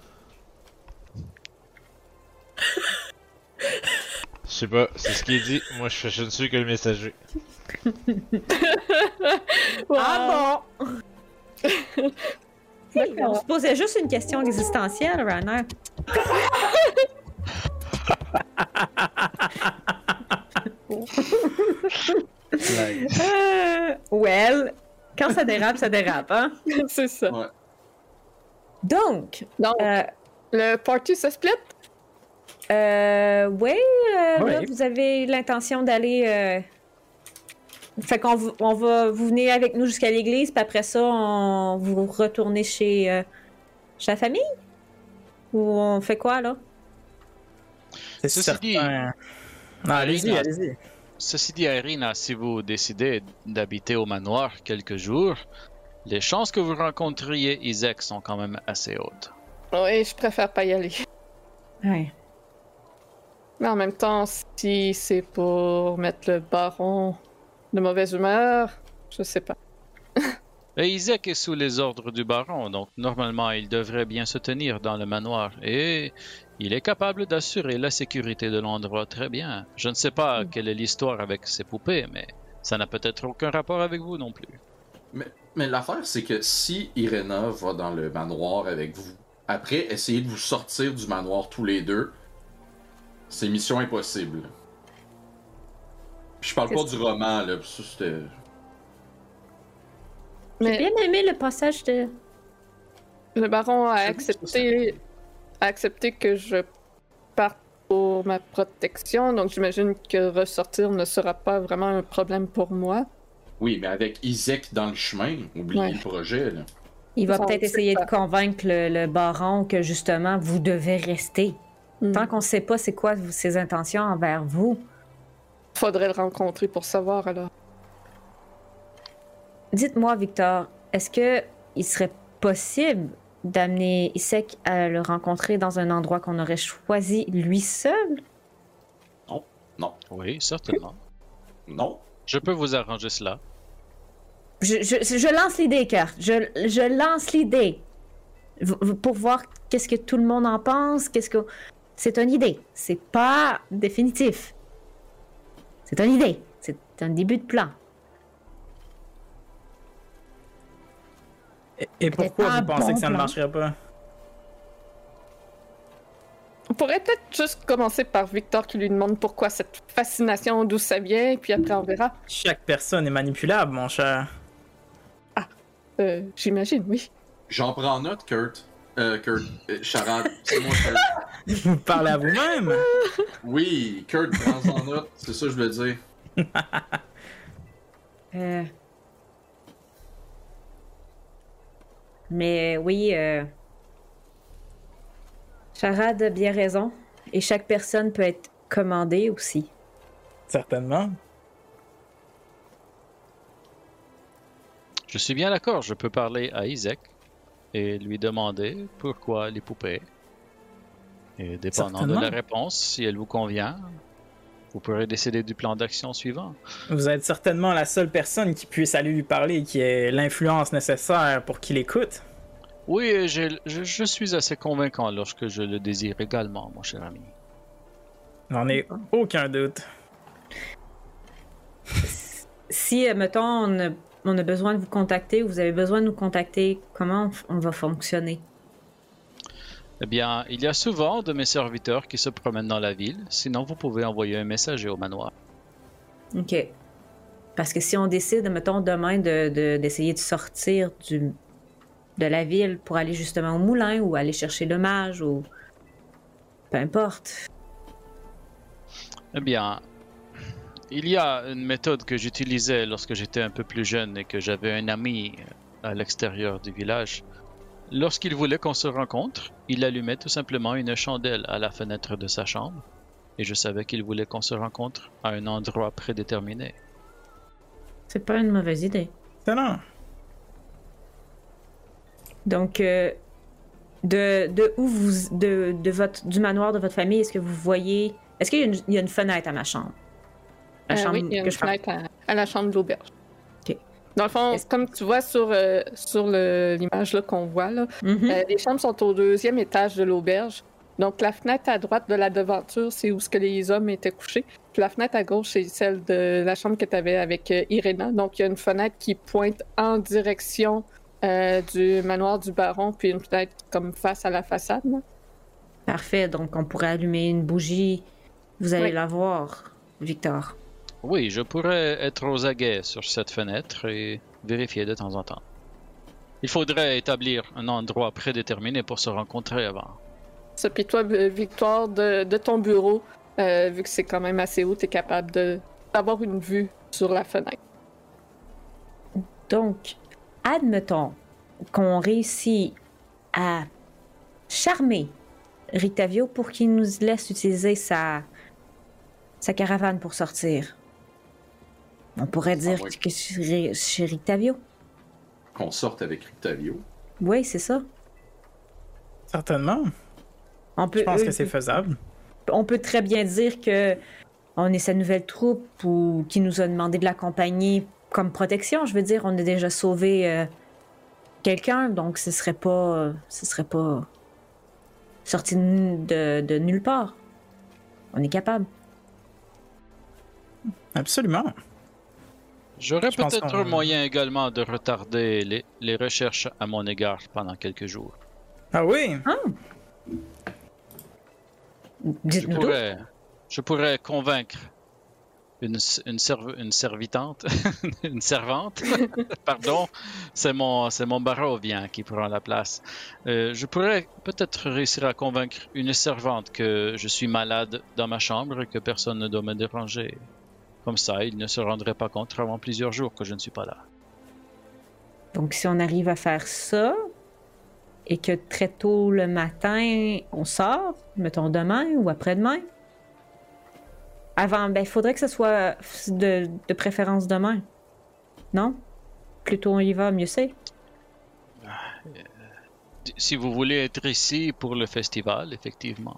Je sais pas, c'est ce qui est dit. Moi, je ne suis que le messager. Wow. ah bon! Hey, on se posait juste une question existentielle, Runner. Well, quand ça dérape, ça dérape, hein? C'est ça. Ouais. Donc, Donc, le party se split? oui, là, Ouais. vous avez l'intention d'aller... Fait qu'on on va... Vous venez avec nous jusqu'à l'église, puis après ça, vous retournez chez la famille? Ou on fait quoi, là? C'est Ceci dit- certain. Non, allez-y, Irina, allez-y. Ceci dit, Irina, si vous décidez d'habiter au manoir quelques jours, les chances que vous rencontriez Isaac sont quand même assez hautes. Oui, je préfère pas y aller. Ouais. Mais en même temps, si c'est pour mettre le baron de mauvaise humeur, je sais pas. Et Isaac est sous les ordres du baron, donc normalement il devrait bien se tenir dans le manoir. Et il est capable d'assurer la sécurité de l'endroit très bien. Je ne sais pas quelle est l'histoire avec ces poupées, mais ça n'a peut-être aucun rapport avec vous non plus. Mais l'affaire, c'est que si Irena va dans le manoir avec vous, après, essayez de vous sortir du manoir tous les deux, c'est mission impossible. Puis je parle pas du roman, là, ça c'était... J'ai Mais bien aimé le passage de... le baron a C'est accepté que je parte pour ma protection, donc j'imagine que ressortir ne sera pas vraiment un problème pour moi. Oui, mais avec Isaac dans le chemin, oubliez Ouais. le projet, là. Il va Ça, peut-être on essayer sait de convaincre le baron que, justement, vous devez rester. Tant qu'on sait pas c'est quoi ses intentions envers vous. Faudrait le rencontrer pour savoir alors. Dites-moi, Victor, est-ce que il serait possible d'amener Isaac à le rencontrer dans un endroit qu'on aurait choisi lui seul? Non. Oui, certainement. Non. Je peux vous arranger cela. Je lance l'idée, Kurt. Je lance l'idée. Pour voir qu'est-ce que tout le monde en pense, c'est une idée. C'est pas définitif. C'est une idée. C'est un début de plan. Et pourquoi pas vous un pensez bon que ça ne plan. marcherait pas? On pourrait peut-être juste commencer par Victor qui lui demande pourquoi cette fascination, d'où ça vient, puis après on verra. Chaque personne est manipulable, mon cher. J'imagine, oui. J'en prends note, Kurt. Charade, c'est moi, Kurt. Vous parlez à vous-même? Oui, Kurt, prends-en note, c'est ça que je voulais dire. Mais oui, Charade a bien raison. Et chaque personne peut être commandée aussi. Certainement. Je suis bien d'accord, je peux parler à Isaac et lui demander pourquoi les poupées. Et dépendant de Certainement. la réponse, si elle vous convient, vous pourrez décider du plan d'action suivant. Vous êtes certainement la seule personne qui puisse aller lui parler et qui ait l'influence nécessaire pour qu'il écoute. Oui, et je suis assez convaincant lorsque je le désire également, mon cher ami. J'en ai aucun doute. Si, mettons, on a besoin de vous contacter ou vous avez besoin de nous contacter, comment on va fonctionner? Eh bien, il y a souvent de mes serviteurs qui se promènent dans la ville, sinon vous pouvez envoyer un messager au manoir. OK. Parce que si on décide, mettons, demain d'essayer de sortir de la ville pour aller justement au moulin ou aller chercher le mage ou peu importe. Eh bien, il y a une méthode que j'utilisais lorsque j'étais un peu plus jeune et que j'avais un ami à l'extérieur du village. Lorsqu'il voulait qu'on se rencontre, il allumait tout simplement une chandelle à la fenêtre de sa chambre et je savais qu'il voulait qu'on se rencontre à un endroit prédéterminé. C'est pas une mauvaise idée. Excellent. Donc, de où vous, du manoir de votre famille, est-ce que vous voyez, est-ce qu'il y a une fenêtre à ma chambre? La chambre Oui, il y a que une je parle. fenêtre à la chambre de l'auberge. Ok. Dans le fond, Est-ce- comme tu vois sur l'image là, qu'on voit, là, Mhm. les chambres sont au 2e étage de l'auberge. Donc la fenêtre à droite de la devanture, c'est où ce que les hommes étaient couchés. Puis la fenêtre à gauche, c'est celle de la chambre que tu avais avec Irena. Donc il y a une fenêtre qui pointe en direction du manoir du baron, puis une fenêtre comme face à la façade. là. Parfait. Donc, on pourrait allumer une bougie. Vous allez Oui. la voir, Victor. Oui, je pourrais être aux aguets sur cette fenêtre et vérifier de temps en temps. Il faudrait établir un endroit prédéterminé pour se rencontrer avant. Ça, puis toi, Victoire, de ton bureau, vu que c'est quand même assez haut, t'es capable d'avoir une vue sur la fenêtre. Donc, admettons qu'on réussit à charmer Rictavio pour qu'il nous laisse utiliser sa caravane pour sortir. On pourrait dire que chez Rictavio. Qu'on sorte avec Rictavio. Oui, c'est ça. Certainement. Je Je pense que c'est faisable. On peut très bien dire que on est sa nouvelle troupe ou qui nous a demandé de l'accompagner comme protection. Je veux dire, on a déjà sauvé quelqu'un, donc ce serait pas sorti de nulle part. On est capable. Absolument. J'aurais Je pense peut-être qu'on- un moyen également de retarder les recherches à mon égard pendant quelques jours. Ah oui? Dites-nous tout. Je pourrais convaincre une servitante, une servante, pardon, c'est mon barovien qui prend la place. Je pourrais peut-être réussir à convaincre une servante que je suis malade dans ma chambre et que personne ne doit me déranger. Comme ça, il ne se rendrait pas compte avant plusieurs jours que je ne suis pas là. Donc, si on arrive à faire ça, et que très tôt le matin, on sort, mettons demain ou après-demain, avant, il faudrait que ce soit de préférence demain. Non? Plus tôt on y va, mieux c'est. Si vous voulez être ici pour le festival, effectivement.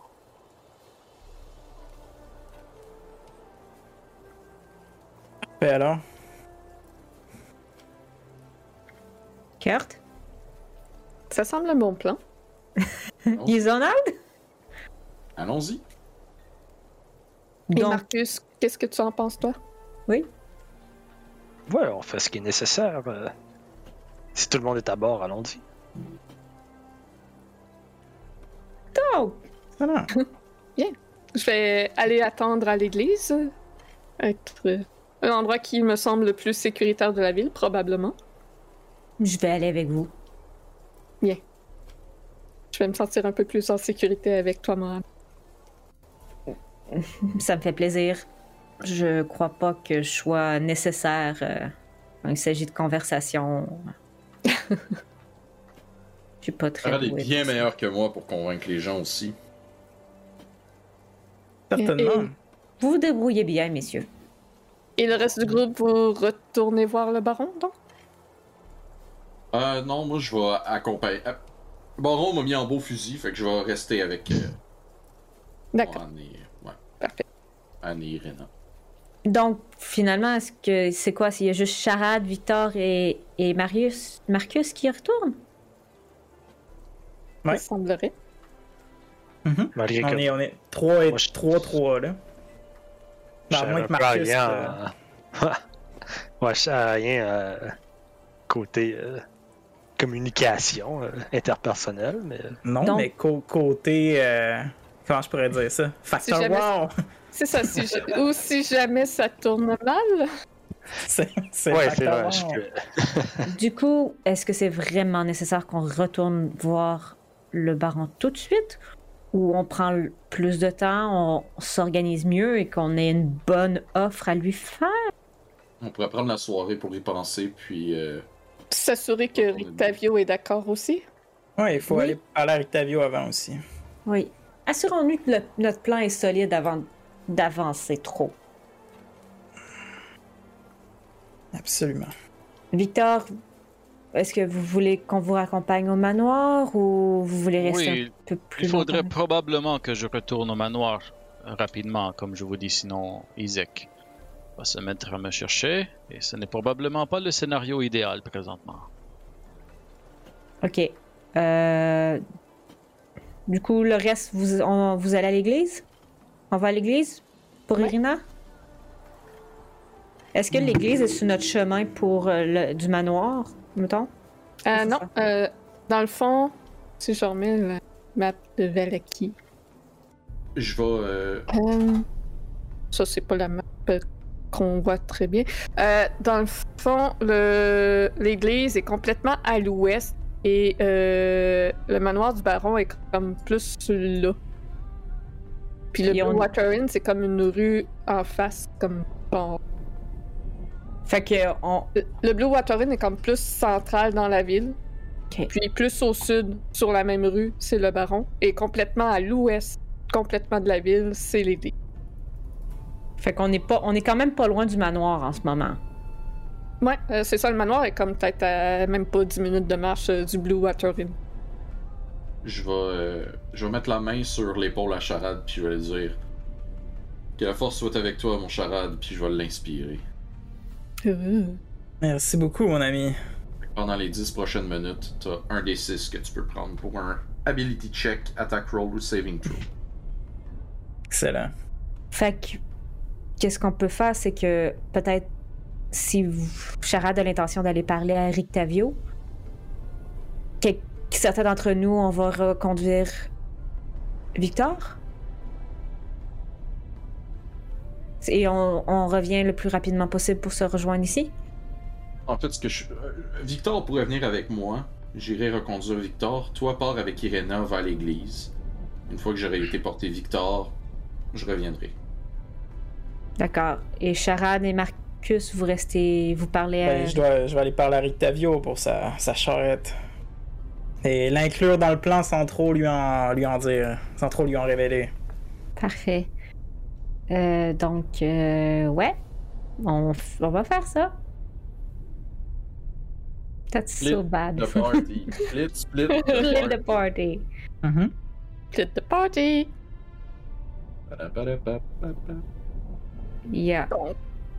Alors? Kurt? Ça semble un bon plan. Isonald? Allons-y. Et Donc, Marcus, qu'est-ce que tu en penses, toi? Ouais, on fait ce qui est nécessaire. Si tout le monde est à bord, allons-y. donc, Alors. Je vais aller attendre à l'église. Être un endroit qui me semble le plus sécuritaire de la ville, probablement. je vais aller avec vous. Je vais me sentir un peu plus en sécurité avec toi, Mohamed. Ça me fait plaisir. Je crois pas que je sois nécessaire quand il s'agit de conversation. Je suis pas très Farad est douée bien pour ça. meilleur que moi pour convaincre les gens aussi. Certainement. Vous vous débrouillez bien, messieurs. Et le reste du groupe, vous retournez voir le baron, donc? Non, moi je vais accompagner. Baron m'a mis en beau fusil, fait que je vais rester avec D'accord, Anne et... Ouais, parfait. Anne et Irena. Donc, finalement, est-ce que c'est quoi? S'il y a juste Charade, Victor et Marcus qui retournent? Ouais. Ça semblerait. Malgré que On est 3 et Moi, je- 3 là. je À sers moins un que peu à Marcus. rien, ouais, je sers à rien côté communication interpersonnelle, mais Non, Donc- mais côté. Comment je pourrais dire ça? Facteur jamais- wow! C'est ça, ou si jamais ça tourne mal. C'est ouais, c'est facteur vrai. wow. Je peux... Du coup, est-ce que c'est vraiment nécessaire qu'on retourne voir le baron tout de suite? Ou on prend plus de temps, on s'organise mieux et qu'on ait une bonne offre à lui faire? On pourrait prendre la soirée pour y penser, puis... S'assurer que Rictavio est d'accord aussi. Ouais, il faut Oui. aller parler à Rictavio avant aussi. Oui. Assurons-nous que notre plan est solide avant d'avancer trop. Absolument. Victor, est-ce que vous voulez qu'on vous raccompagne au manoir ou vous voulez rester Oui, un peu plus il faudrait longtemps? probablement que je retourne au manoir rapidement, comme je vous dis, sinon Isaac va se mettre à me chercher, et ce n'est probablement pas le scénario idéal présentement. OK. Du coup, le reste, vous allez à l'église? On va à l'église pour Ouais. Irina? Est-ce que l'église est sur notre chemin pour du manoir, mettons? C'est Non, ça. dans le fond, si je remets la map de Valaki. Je vais... Ça, c'est pas la map qu'on voit très bien. Dans le fond, l'église est complètement à l'ouest et le manoir du baron est comme plus là. Puis le Blue Water Inn, c'est comme une rue en face, comme bon. Fait que Le Blue Water Inn est comme plus central dans la ville. Okay. Puis plus au sud, sur la même rue, c'est le baron. Et complètement à l'ouest, complètement de la ville, c'est l'église. Fait qu'on on est quand même pas loin du manoir en ce moment. Ouais, c'est ça, le manoir est comme peut-être à même pas 10 minutes de marche du Blue Water Inn. Je vais mettre la main sur l'épaule à Charade, puis je vais lui dire que la force soit avec toi, mon Charade, puis je vais l'inspirer. Merci beaucoup, mon ami. Pendant les 10 prochaines minutes, t'as un des 6 que tu peux prendre pour un Ability Check, Attack Roll ou Saving Throw. Excellent. Fait que, qu'est-ce qu'on peut faire, c'est que peut-être si Charade a l'intention d'aller parler à Rictavio, certains d'entre nous, on va reconduire Victor. Et on revient le plus rapidement possible pour se rejoindre ici. En fait, Victor pourrait venir avec moi. J'irai reconduire Victor. Toi, pars avec Irena vers l'église. Une fois que j'aurai été porter Victor, je reviendrai. D'accord. Et Charade et Marcus, vous parlez à... Je vais aller parler à Rictavio pour sa charrette. Et l'inclure dans le plan sans trop lui en dire, sans trop lui en révéler. Parfait. Donc, ouais. On va faire ça. That's so bad. The party. Split Split the party. Mm-hmm. Split the party! Yeah. Donc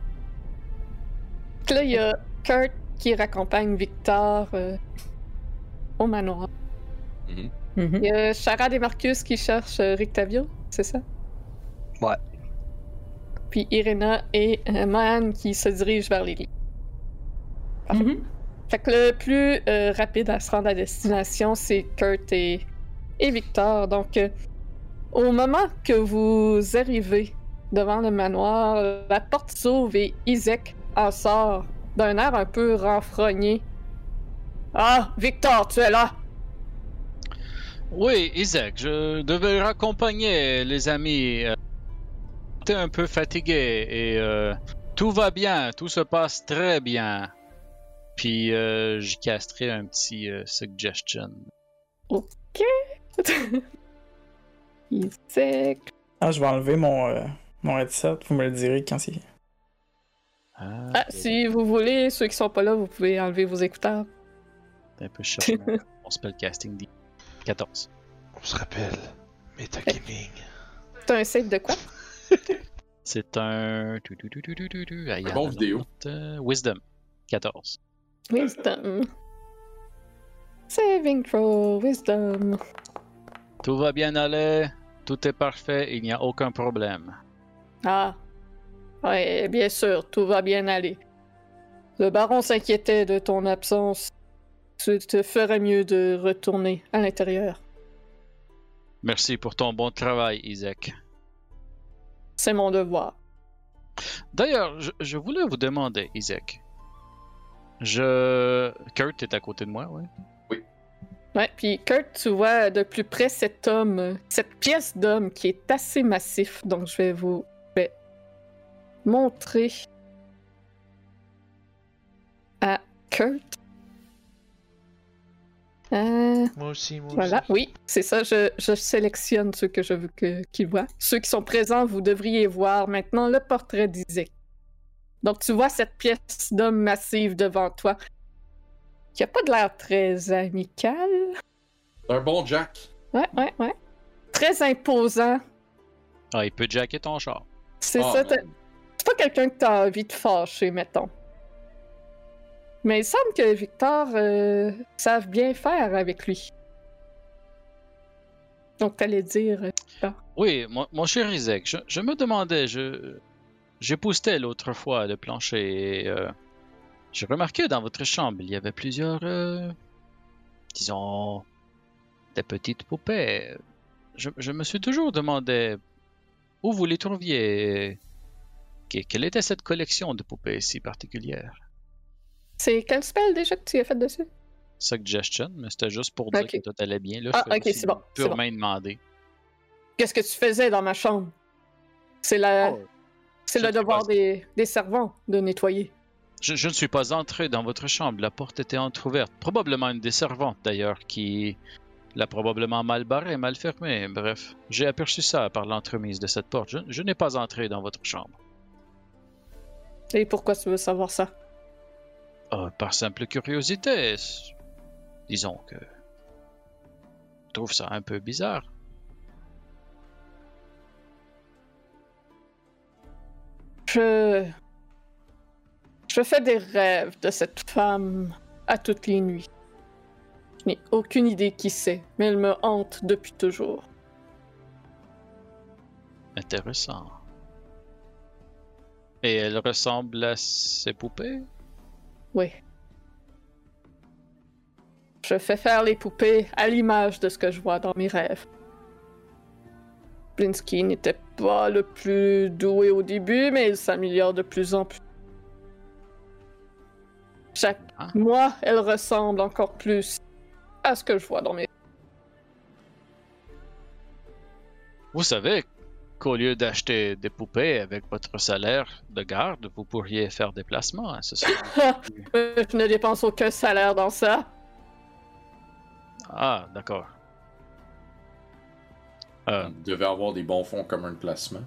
là, il y a Kurt qui raccompagne Victor au manoir. Mm-hmm. Mm-hmm. Il y a Charade et Marcus qui cherchent Rictavio, c'est ça? Ouais. Puis Irena et Man qui se dirigent vers l'église. Mm-hmm. Fait que le plus rapide à se rendre à destination, c'est Kurt et Victor. Donc, au moment que vous arrivez devant le manoir, la porte s'ouvre et Isaac en sort d'un air un peu renfrogné. « Ah, Victor, tu es là! » Oui, Isaac, je devais raccompagner les amis. J'étais un peu fatigué et tout va bien, tout se passe très bien. Puis j'y casterai un petit suggestion. Ok. Isaac. Ah, je vais enlever mon headset, vous me le direz quand c'est... Ah, si vous voulez, ceux qui sont pas là, vous pouvez enlever vos écouteurs. C'est un peu chercher mon spellcasting 14. On se rappelle, Metagaming. C'est un save de quoi? C'est un... Bon vidéo. Wisdom. 14. Wisdom. Saving throw, wisdom. Tout va bien aller, tout est parfait, il n'y a aucun problème. Ah. Ouais, bien sûr, tout va bien aller. Le baron s'inquiétait de ton absence. Tu te ferais mieux de retourner à l'intérieur. Merci pour ton bon travail, Isaac. C'est mon devoir. D'ailleurs, je voulais vous demander, Isaac. Kurt est à côté de moi, ouais? Ouais, puis Kurt, tu vois de plus près cet homme, cette pièce d'homme qui est assez massif. Donc je vais vous montrer à Kurt. Moi aussi. Voilà, oui, c'est ça. Je sélectionne ceux que je veux qu'ils voient. Ceux qui sont présents, vous devriez voir maintenant le portrait d'Isaac. Donc tu vois cette pièce d'homme massive devant toi, qui a pas de l'air très amical. Un bon Jack. Ouais. Très imposant. Ah, il peut jacker ton char. C'est Ah, ça. man. C'est pas quelqu'un que t'as envie de fâcher, mettons. Mais il semble que Victor savent bien faire avec lui. Donc t'allais dire... Oui, mon cher Isaac, je me demandais, j'époussetais l'autre fois le plancher et j'ai remarqué dans votre chambre, il y avait plusieurs, disons, des petites poupées. Je me suis toujours demandé où vous les trouviez. Quelle était cette collection de poupées si particulière? C'est quel spell déjà que tu as fait dessus? Suggestion, mais c'était juste pour dire Ok. que tout allait bien. Là, Ah, je fais ok, aussi c'est bon, c'est purement bon. demander. Qu'est-ce que tu faisais dans ma chambre? C'est Oh, c'est je le ne sais devoir pas. des servants de nettoyer. Je ne suis pas entré dans votre chambre. La porte était entrouverte. Probablement une des servantes, d'ailleurs, qui l'a probablement mal barrée, mal fermée. Bref, j'ai aperçu ça par l'entremise de cette porte. Je n'ai pas entré dans votre chambre. Et pourquoi tu veux savoir ça? Par simple curiosité. Disons que... Je trouve ça un peu bizarre. Je fais des rêves de cette femme à toutes les nuits. Je n'ai aucune idée qui c'est, mais elle me hante depuis toujours. Intéressant. Et elle ressemble à ces poupées? Oui. Je fais faire les poupées à l'image de ce que je vois dans mes rêves. Blinsky n'était pas le plus doué au début, mais il s'améliore de plus en plus. Chaque mois, elle ressemble encore plus à ce que je vois dans mes... Vous savez qu'au lieu d'acheter des poupées avec votre salaire de garde, vous pourriez faire des placements. Hein, ce serait... Je ne dépense aucun salaire dans ça. Ah, d'accord. Vous devez avoir des bons fonds communs de placement.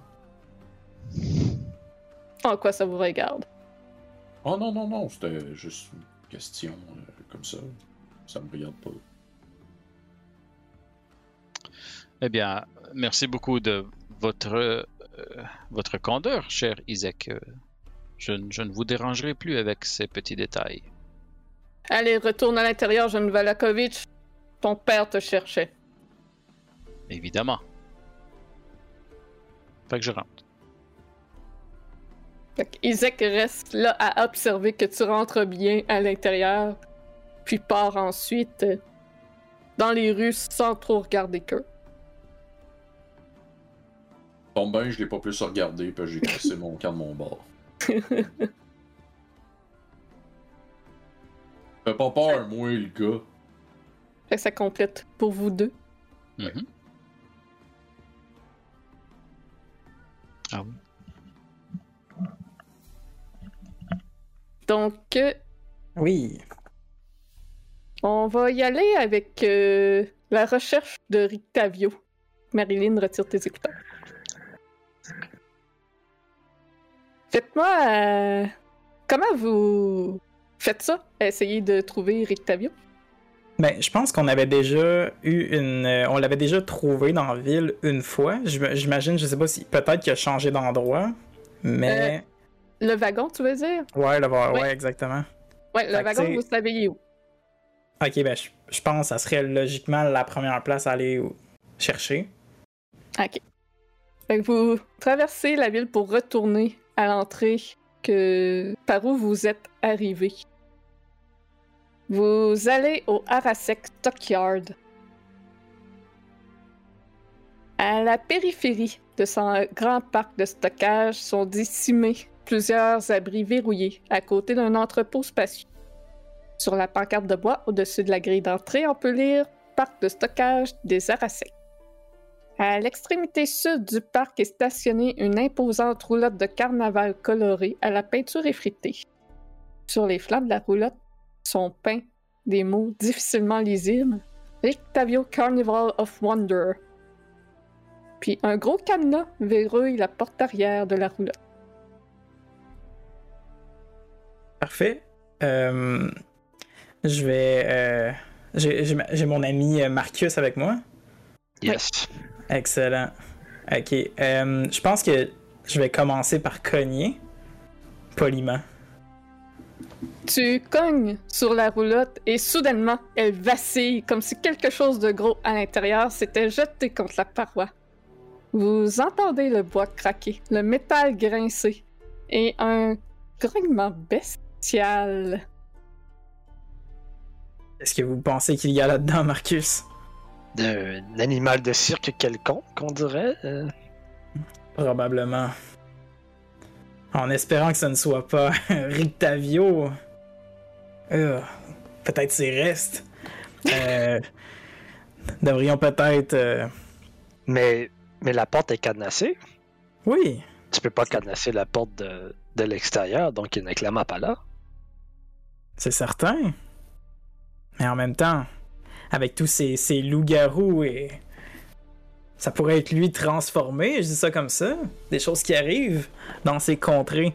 En quoi ça vous regarde? Oh non, c'était juste une question comme ça. Ça me regarde pas. Eh bien, merci beaucoup de votre candeur, cher Isaac. Je ne vous dérangerai plus avec ces petits détails. Allez, retourne à l'intérieur, jeune Valakovitch. Ton père te cherchait. Évidemment. Fait que je rentre. Fait que Isaac reste là à observer que tu rentres bien à l'intérieur, puis part ensuite dans les rues sans trop regarder qu'eux. Bon ben, je l'ai pas plus regardé, puis j'ai crissé mon camp de mon bord. Fais pas peur, moi, le gars. Fait que ça complète pour vous deux. Mhm. Ah oui. Donc, Oui. on va y aller avec la recherche de Rictavio. Marilyn, retire tes écouteurs. Faites-moi... comment vous faites ça? Essayez de trouver Rictavio. Ben, je pense qu'on avait déjà eu on l'avait déjà trouvé dans la ville une fois. J'imagine, je sais pas si. Peut-être qu'il a changé d'endroit. Mais. Le wagon, tu veux dire? Ouais, Oui. ouais, exactement. Ouais, le Fait que wagon, t'sais- vous savez il est où? Ok, ben, je pense que ça serait logiquement la première place à aller chercher. Ok. Fait que vous traversez la ville pour retourner à l'entrée par où vous êtes arrivé. Vous allez au Arasek Stockyard. À la périphérie de son grand parc de stockage sont dissimés plusieurs abris verrouillés à côté d'un entrepôt spacieux. Sur la pancarte de bois au-dessus de la grille d'entrée, on peut lire « Parc de stockage des Arasek ». À l'extrémité sud du parc est stationnée une imposante roulotte de carnaval colorée à la peinture effritée. Sur les flancs de la roulotte sont peints des mots difficilement lisibles « Rictavio Carnival of Wonder ». Puis un gros cadenas verrouille la porte arrière de la roulotte. Parfait. Je vais. J'ai mon ami Marcus avec moi. Yes. Excellent. Ok. Je pense que je vais commencer par cogner. Poliment. Tu cognes sur la roulotte et soudainement, elle vacille comme si quelque chose de gros à l'intérieur s'était jeté contre la paroi. Vous entendez le bois craquer, le métal grincer et un grognement bestial. Est-ce que vous pensez qu'il y a là-dedans, Marcus? Un animal de cirque quelconque, on dirait. Probablement. En espérant que ce ne soit pas Rictavio. Peut-être ses restes. Devrions peut-être... Mais la porte est cadenassée. Oui, Tu peux pas cadenasser la porte de l'extérieur, donc il n'est clairement pas là. c'est certain. Mais en même temps, avec tous ces loups-garous et... Ça pourrait être lui transformé, je dis ça comme ça. Des choses qui arrivent dans ces contrées.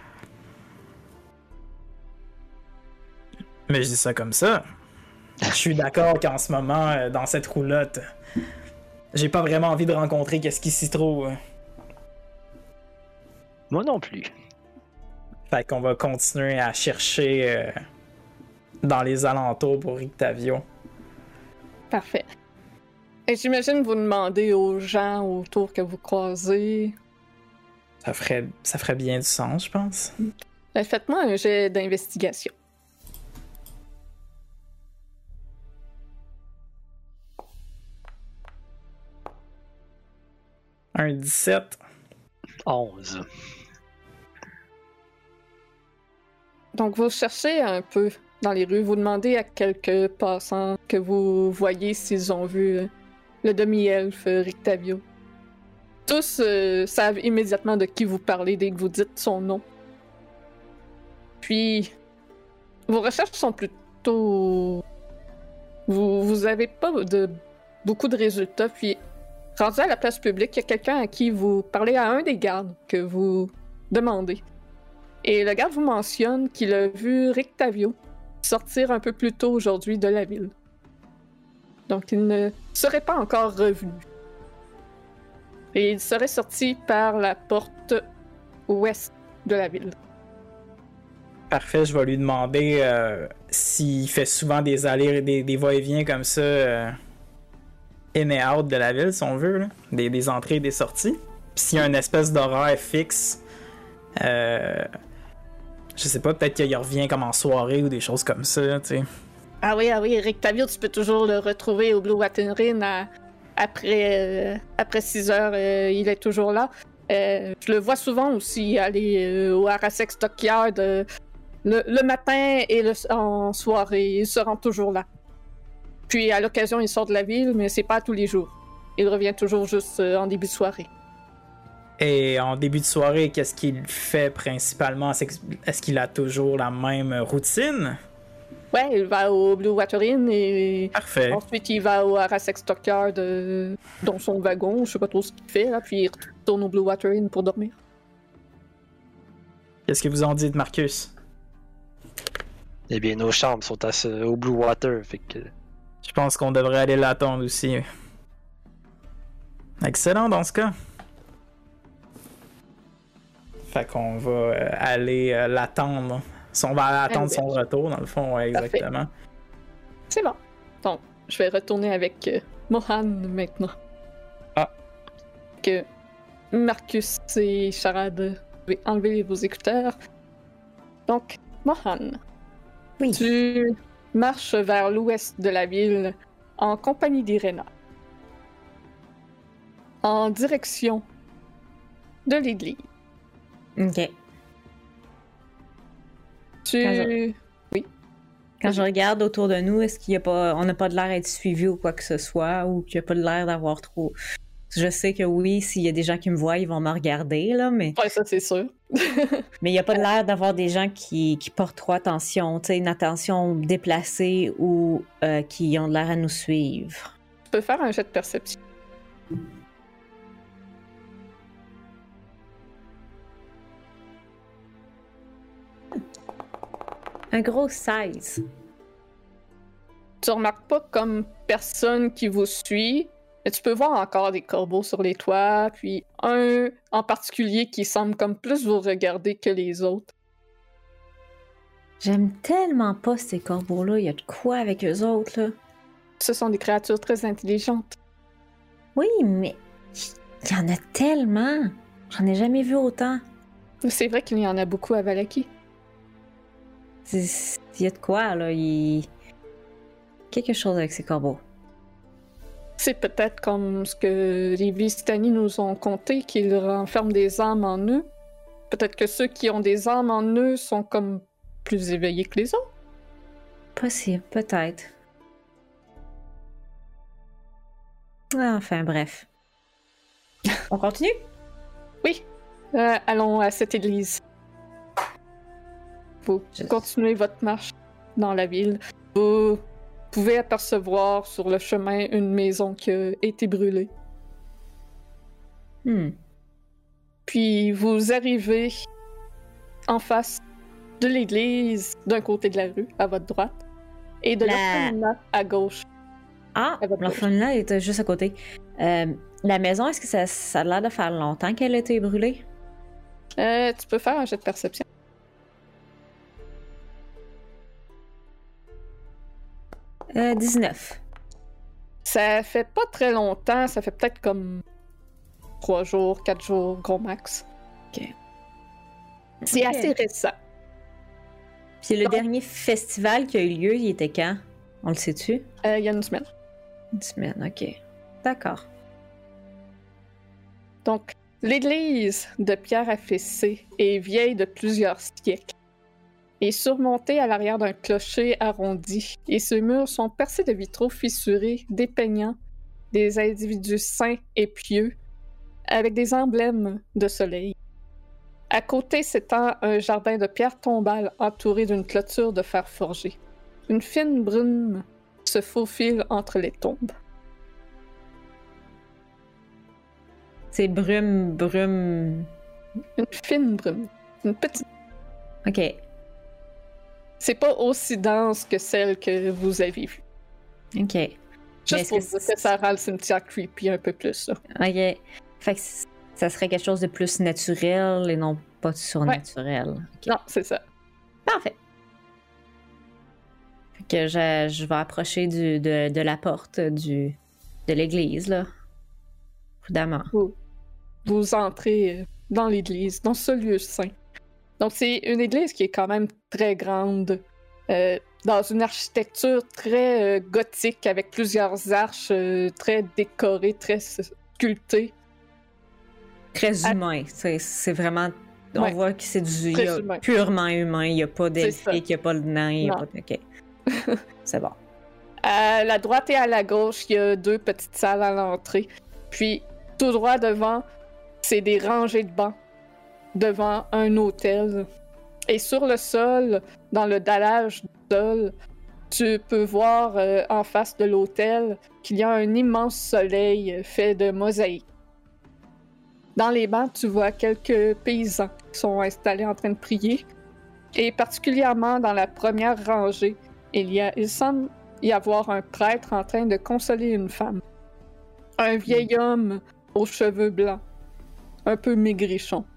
Mais je dis ça comme ça. Je suis d'accord qu'en ce moment, dans cette roulotte, j'ai pas vraiment envie de rencontrer qu'est-ce qui s'y trouve. Moi non plus. Fait qu'on va continuer à chercher dans les alentours pour Rictavio. Parfait. Et j'imagine vous demandez aux gens autour que vous croisez. Ça ferait bien du sens, je pense. Faites-moi un jet d'investigation. Un 17. 11. Donc, vous cherchez un peu dans les rues. Vous demandez à quelques passants que vous voyez s'ils ont vu le demi-elfe Rictavio. Tous savent immédiatement de qui vous parlez dès que vous dites son nom. Puis, vos recherches sont plutôt... Vous avez pas beaucoup de résultats. Puis, rendu à la place publique, il y a quelqu'un à qui vous parlez à un des gardes que vous demandez. Et le garde vous mentionne qu'il a vu Rictavio sortir un peu plus tôt aujourd'hui de la ville. Donc il ne serait pas encore revenu. Et il serait sorti par la porte ouest de la ville. Parfait, je vais lui demander s'il fait souvent des allers, des va-et-vient comme ça, in et out de la ville, si on veut, là. Des entrées et des sorties. Puis s'il y a une espèce d'horaire fixe, je sais pas, peut-être qu'il revient comme en soirée ou des choses comme ça, tu sais. Ah oui, Rictavio, tu peux toujours le retrouver au Blue Water Inn après 6 heures, il est toujours là. Je le vois souvent aussi aller au Arasek Stockyard le matin et en soirée, il se rend toujours là. Puis à l'occasion, il sort de la ville, mais c'est pas tous les jours. Il revient toujours juste en début de soirée. Et en début de soirée, qu'est-ce qu'il fait principalement? Est-ce qu'il a toujours la même routine? Ouais, il va au Blue Water Inn et Parfait. ensuite il va au Arasek Stockyard dans son wagon, je sais pas trop ce qu'il fait, là, puis il retourne au Blue Water Inn pour dormir. Qu'est-ce que vous en dites, Marcus? Eh bien, nos chambres sont au Blue Water, fait que... Je pense qu'on devrait aller l'attendre aussi. Excellent dans ce cas. Fait qu'on va aller l'attendre. On va attendre son retour, dans le fond, ouais, exactement. Parfait. C'est bon. Donc, je vais retourner avec Mohan maintenant. Ah. Que Marcus et Charade, vous pouvez enlever vos écouteurs. Donc, Mohan. Oui. Tu marches vers l'ouest de la ville en compagnie d'Irena. En direction de l'église. Ok. Quand je regarde autour de nous, est-ce qu'il y a pas, on n'a pas de l'air d'être suivi ou quoi que ce soit, ou qu'il n'y a pas de l'air d'avoir trop... Je sais que oui, s'il y a des gens qui me voient, ils vont me regarder, là, mais... Ouais, ça, c'est sûr. Mais il n'y a pas de l'air d'avoir des gens qui portent trop attention, tu sais, une attention déplacée ou qui ont de l'air à nous suivre. Tu peux faire un jet de perception. Un gros 16. Tu remarques pas comme personne qui vous suit, mais tu peux voir encore des corbeaux sur les toits, puis un en particulier qui semble comme plus vous regarder que les autres. J'aime tellement pas ces corbeaux-là, il y a de quoi avec eux autres, là. Ce sont des créatures très intelligentes. Oui, mais il y en a tellement. J'en ai jamais vu autant. C'est vrai qu'il y en a beaucoup à Vallaki. Il y a de quoi, là. Quelque chose avec ces corbeaux. C'est peut-être comme ce que les Vistani nous ont conté, qu'ils renferment des âmes en eux. Peut-être que ceux qui ont des âmes en eux sont comme plus éveillés que les autres. Possible, peut-être. Enfin, bref. On continue? Oui. Allons à cette église. Vous continuez votre marche dans la ville. Vous pouvez apercevoir sur le chemin une maison qui a été brûlée. Puis vous arrivez en face de l'église d'un côté de la rue, à votre droite, et de l'orphelinat à gauche. Ah, l'orphelinat était juste à côté. La maison, est-ce que ça a l'air de faire longtemps qu'elle a été brûlée? Tu peux faire un jet de perception. 19. Ça fait pas très longtemps, ça fait peut-être comme 3 jours, 4 jours, gros max. Ok. C'est assez récent. Puis le dernier festival qui a eu lieu, il était quand? On le sait-tu? Il y a une semaine. Une semaine, ok. D'accord. Donc, l'église de pierre affaissée est vieille de plusieurs siècles et surmontée à l'arrière d'un clocher arrondi, et ses murs sont percés de vitraux fissurés dépeignant des individus saints et pieux avec des emblèmes de soleil. À côté s'étend un jardin de pierre tombale entouré d'une clôture de fer forgé. Une fine brume se faufile entre les tombes. C'est brume. Une fine brume. Une petite. Ok. C'est pas aussi dense que celle que vous avez vue. Ok. Juste pour dire que ça rend le cimetière creepy un peu plus. Là. Ok. Fait que ça serait quelque chose de plus naturel et non pas surnaturel. Ouais. Okay. Non, c'est ça. Parfait. Fait que je vais approcher de la porte de l'église, là. Prudemment. Vous entrez dans l'église, dans ce lieu saint. Donc, c'est une église qui est quand même très grande, dans une architecture très gothique, avec plusieurs arches très décorées, très sculptées. Très humain. C'est vraiment... On voit que c'est humain. Purement humain. Il n'y a pas d'elfique, il n'y a pas de nain. Il y a pas de... OK. C'est bon. À la droite et à la gauche, il y a 2 petites salles à l'entrée. Puis, tout droit devant, c'est des rangées de bancs devant un autel. Et sur le sol, dans le dallage du sol, tu peux voir en face de l'autel qu'il y a un immense soleil fait de mosaïques. Dans les bancs, tu vois quelques paysans qui sont installés en train de prier. Et particulièrement dans la première rangée, il semble y avoir un prêtre en train de consoler une femme. Un vieil homme aux cheveux blancs, un peu maigrichon.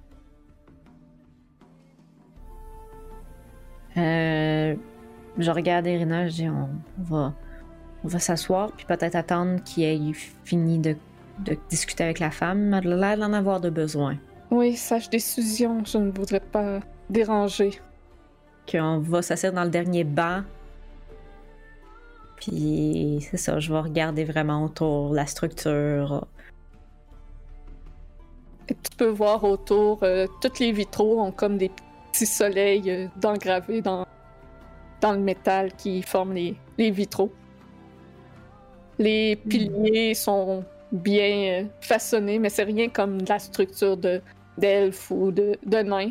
Je regarde Irina, je dis on va s'asseoir, puis peut-être attendre qu'il ait fini de discuter avec la femme. Elle a l'air d'en avoir de besoin. Oui, sage décision, je ne voudrais pas déranger. Qu'on va s'asseoir dans le dernier banc. Puis c'est ça, je vais regarder vraiment autour la structure. Et tu peux voir autour, tous les vitraux ont comme des petits soleils d'engravés dans le métal qui forment les vitraux. Les piliers sont bien façonnés, mais c'est rien comme de la structure d'elfe ou de nain.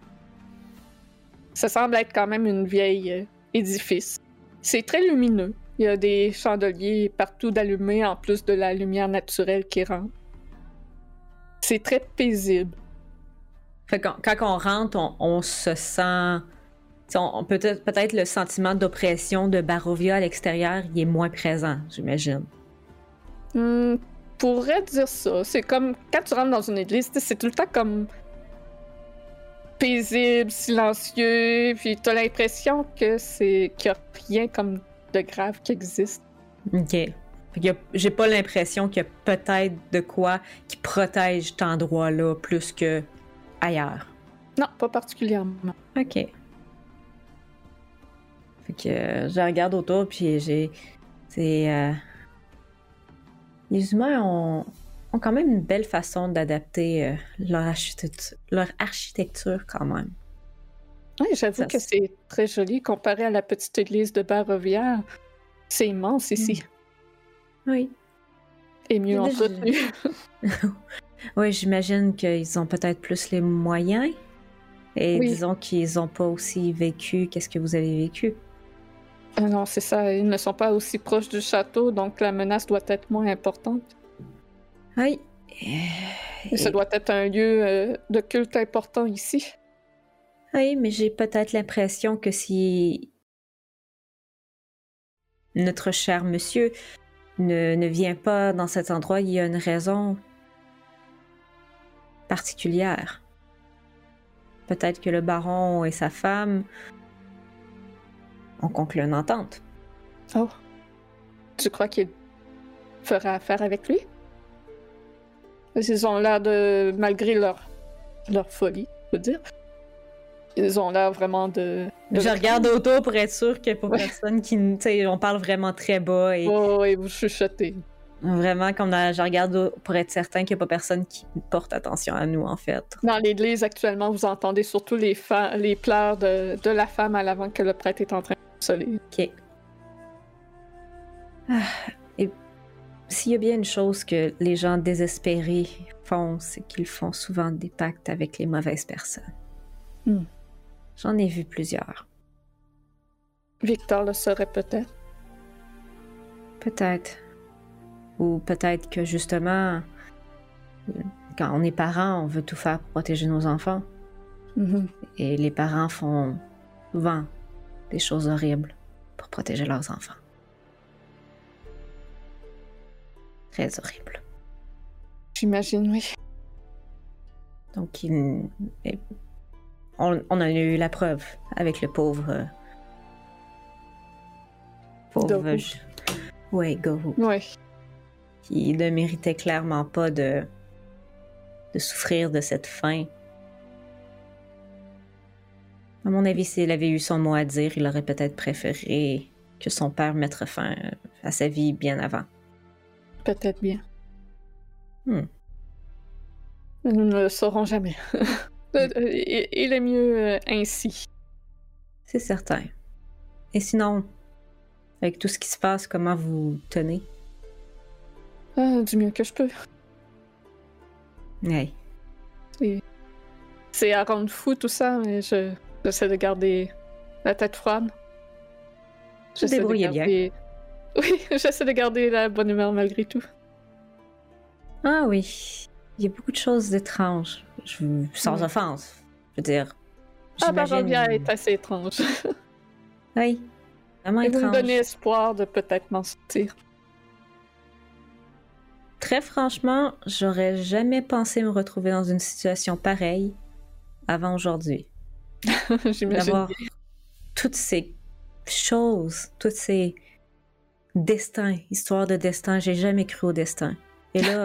Ça semble être quand même une vieille édifice. C'est très lumineux. Il y a des chandeliers partout d'allumés en plus de la lumière naturelle qui rentre. C'est très paisible. Fait que quand on rentre, on se sent... Peut-être le sentiment d'oppression de Barovia à l'extérieur, il est moins présent, j'imagine. Pourrais dire ça. C'est comme quand tu rentres dans une église, c'est tout le temps comme paisible, silencieux, puis t'as l'impression que qu'il y a rien comme de grave qui existe. Ok. Fait que j'ai pas l'impression qu'il y a peut-être de quoi qui protège cet endroit-là plus que ailleurs. Non, pas particulièrement. Ok. Fait que je regarde autour, puis les humains ont quand même une belle façon d'adapter leur architecture quand même. Oui, j'avoue que c'est très joli comparé à la petite église de Barovière. C'est immense ici. Oui. Et mieux entretenu. Oui, j'imagine qu'ils ont peut-être plus les moyens. Et disons qu'ils n'ont pas aussi vécu qu'est-ce que vous avez vécu. Non, c'est ça. Ils ne sont pas aussi proches du château, donc la menace doit être moins importante. Oui. Et ça doit être un lieu de culte important ici. Oui, mais j'ai peut-être l'impression que si notre cher monsieur ne vient pas dans cet endroit, il y a une raison particulière. Peut-être que le baron et sa femme ont conclu une entente. Oh. Tu crois qu'il fera affaire avec lui? Ils ont l'air de... Malgré leur folie, je veux dire. Ils ont l'air vraiment de... Je regarde autour pour être sûr qu'il n'y a pas personne qui... Tu sais, on parle vraiment très bas et... Oh, et vous chuchotez. Vraiment, comme je regarde pour être certain qu'il n'y a pas personne qui porte attention à nous, en fait. Dans l'église, actuellement, vous entendez surtout les pleurs de la femme à l'avant que le prêtre est en train de consoler. OK. Et s'il y a bien une chose que les gens désespérés font, c'est qu'ils font souvent des pactes avec les mauvaises personnes. J'en ai vu plusieurs. Victor le saurait peut-être. Peut-être. Ou peut-être que justement, quand on est parents, on veut tout faire pour protéger nos enfants. Et les parents font souvent des choses horribles pour protéger leurs enfants. Très horribles. J'imagine, oui. Donc, on a eu la preuve avec le pauvre... Ouais, Gohu. Ouais. Qui ne méritait clairement pas de souffrir de cette faim. À mon avis, s'il avait eu son mot à dire, il aurait peut-être préféré que son père mette fin à sa vie bien avant. Peut-être bien. Nous ne le saurons jamais. Il est mieux ainsi. C'est certain. Et sinon, avec tout ce qui se passe, comment vous tenez? Du mieux que je peux. Oui. C'est à rendre fou tout ça, mais j'essaie de garder la tête froide. Tu te débrouilles bien. Oui, j'essaie de garder la bonne humeur malgré tout. Ah oui. Il y a beaucoup de choses étranges. Sans offense. Je veux dire. Barovia est assez étrange. Oui. Vraiment étrange. Et vous me donnez espoir de peut-être m'en sortir. Très franchement, j'aurais jamais pensé me retrouver dans une situation pareille avant aujourd'hui. J'imagine. D'avoir toutes ces choses, tous ces destins, histoires de destin. J'ai jamais cru au destin. Et là,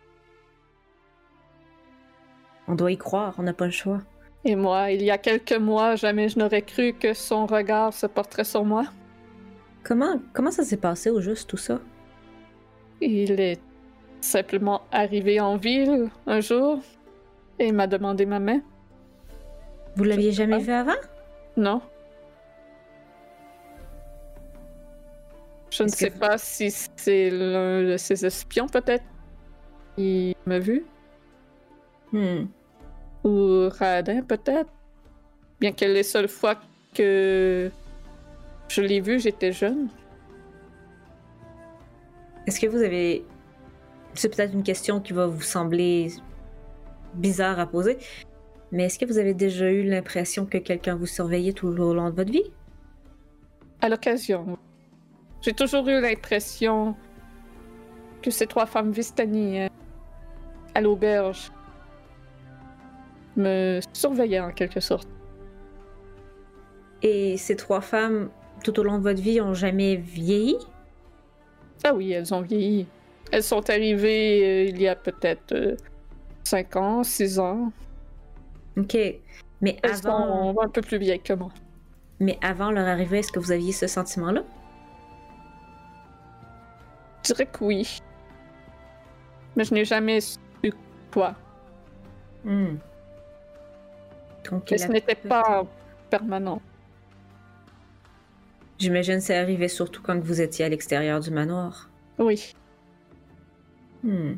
on doit y croire, on n'a pas le choix. Et moi, il y a quelques mois, jamais je n'aurais cru que son regard se porterait sur moi. Comment ça s'est passé au juste, tout ça? Il est simplement arrivé en ville un jour et m'a demandé ma main. Vous l'aviez jamais vu avant? Non. Je ne sais pas si c'est l'un de ses espions, peut-être, qui m'a vu. Ou Radin, peut-être. Bien que les seules fois que je l'ai vu, j'étais jeune. Est-ce que vous avez... C'est peut-être une question qui va vous sembler bizarre à poser, mais est-ce que vous avez déjà eu l'impression que quelqu'un vous surveillait tout au long de votre vie? À l'occasion. J'ai toujours eu l'impression que ces 3 femmes Vistani à l'auberge me surveillaient en quelque sorte. Et ces 3 femmes, tout au long de votre vie, ont jamais vieilli? Ah oui, elles ont vieilli. Elles sont arrivées il y a peut-être 5 ans, 6 ans. OK. Mais elles avant... sont un peu plus vieilles que moi. Mais avant leur arrivée, est-ce que vous aviez ce sentiment-là? Je dirais que oui. Mais je n'ai jamais su quoi. Hmm. Donc, Et il ce a n'était peut-être- pas permanent. J'imagine que ça arrivait surtout quand vous étiez à l'extérieur du manoir. Oui. Hmm.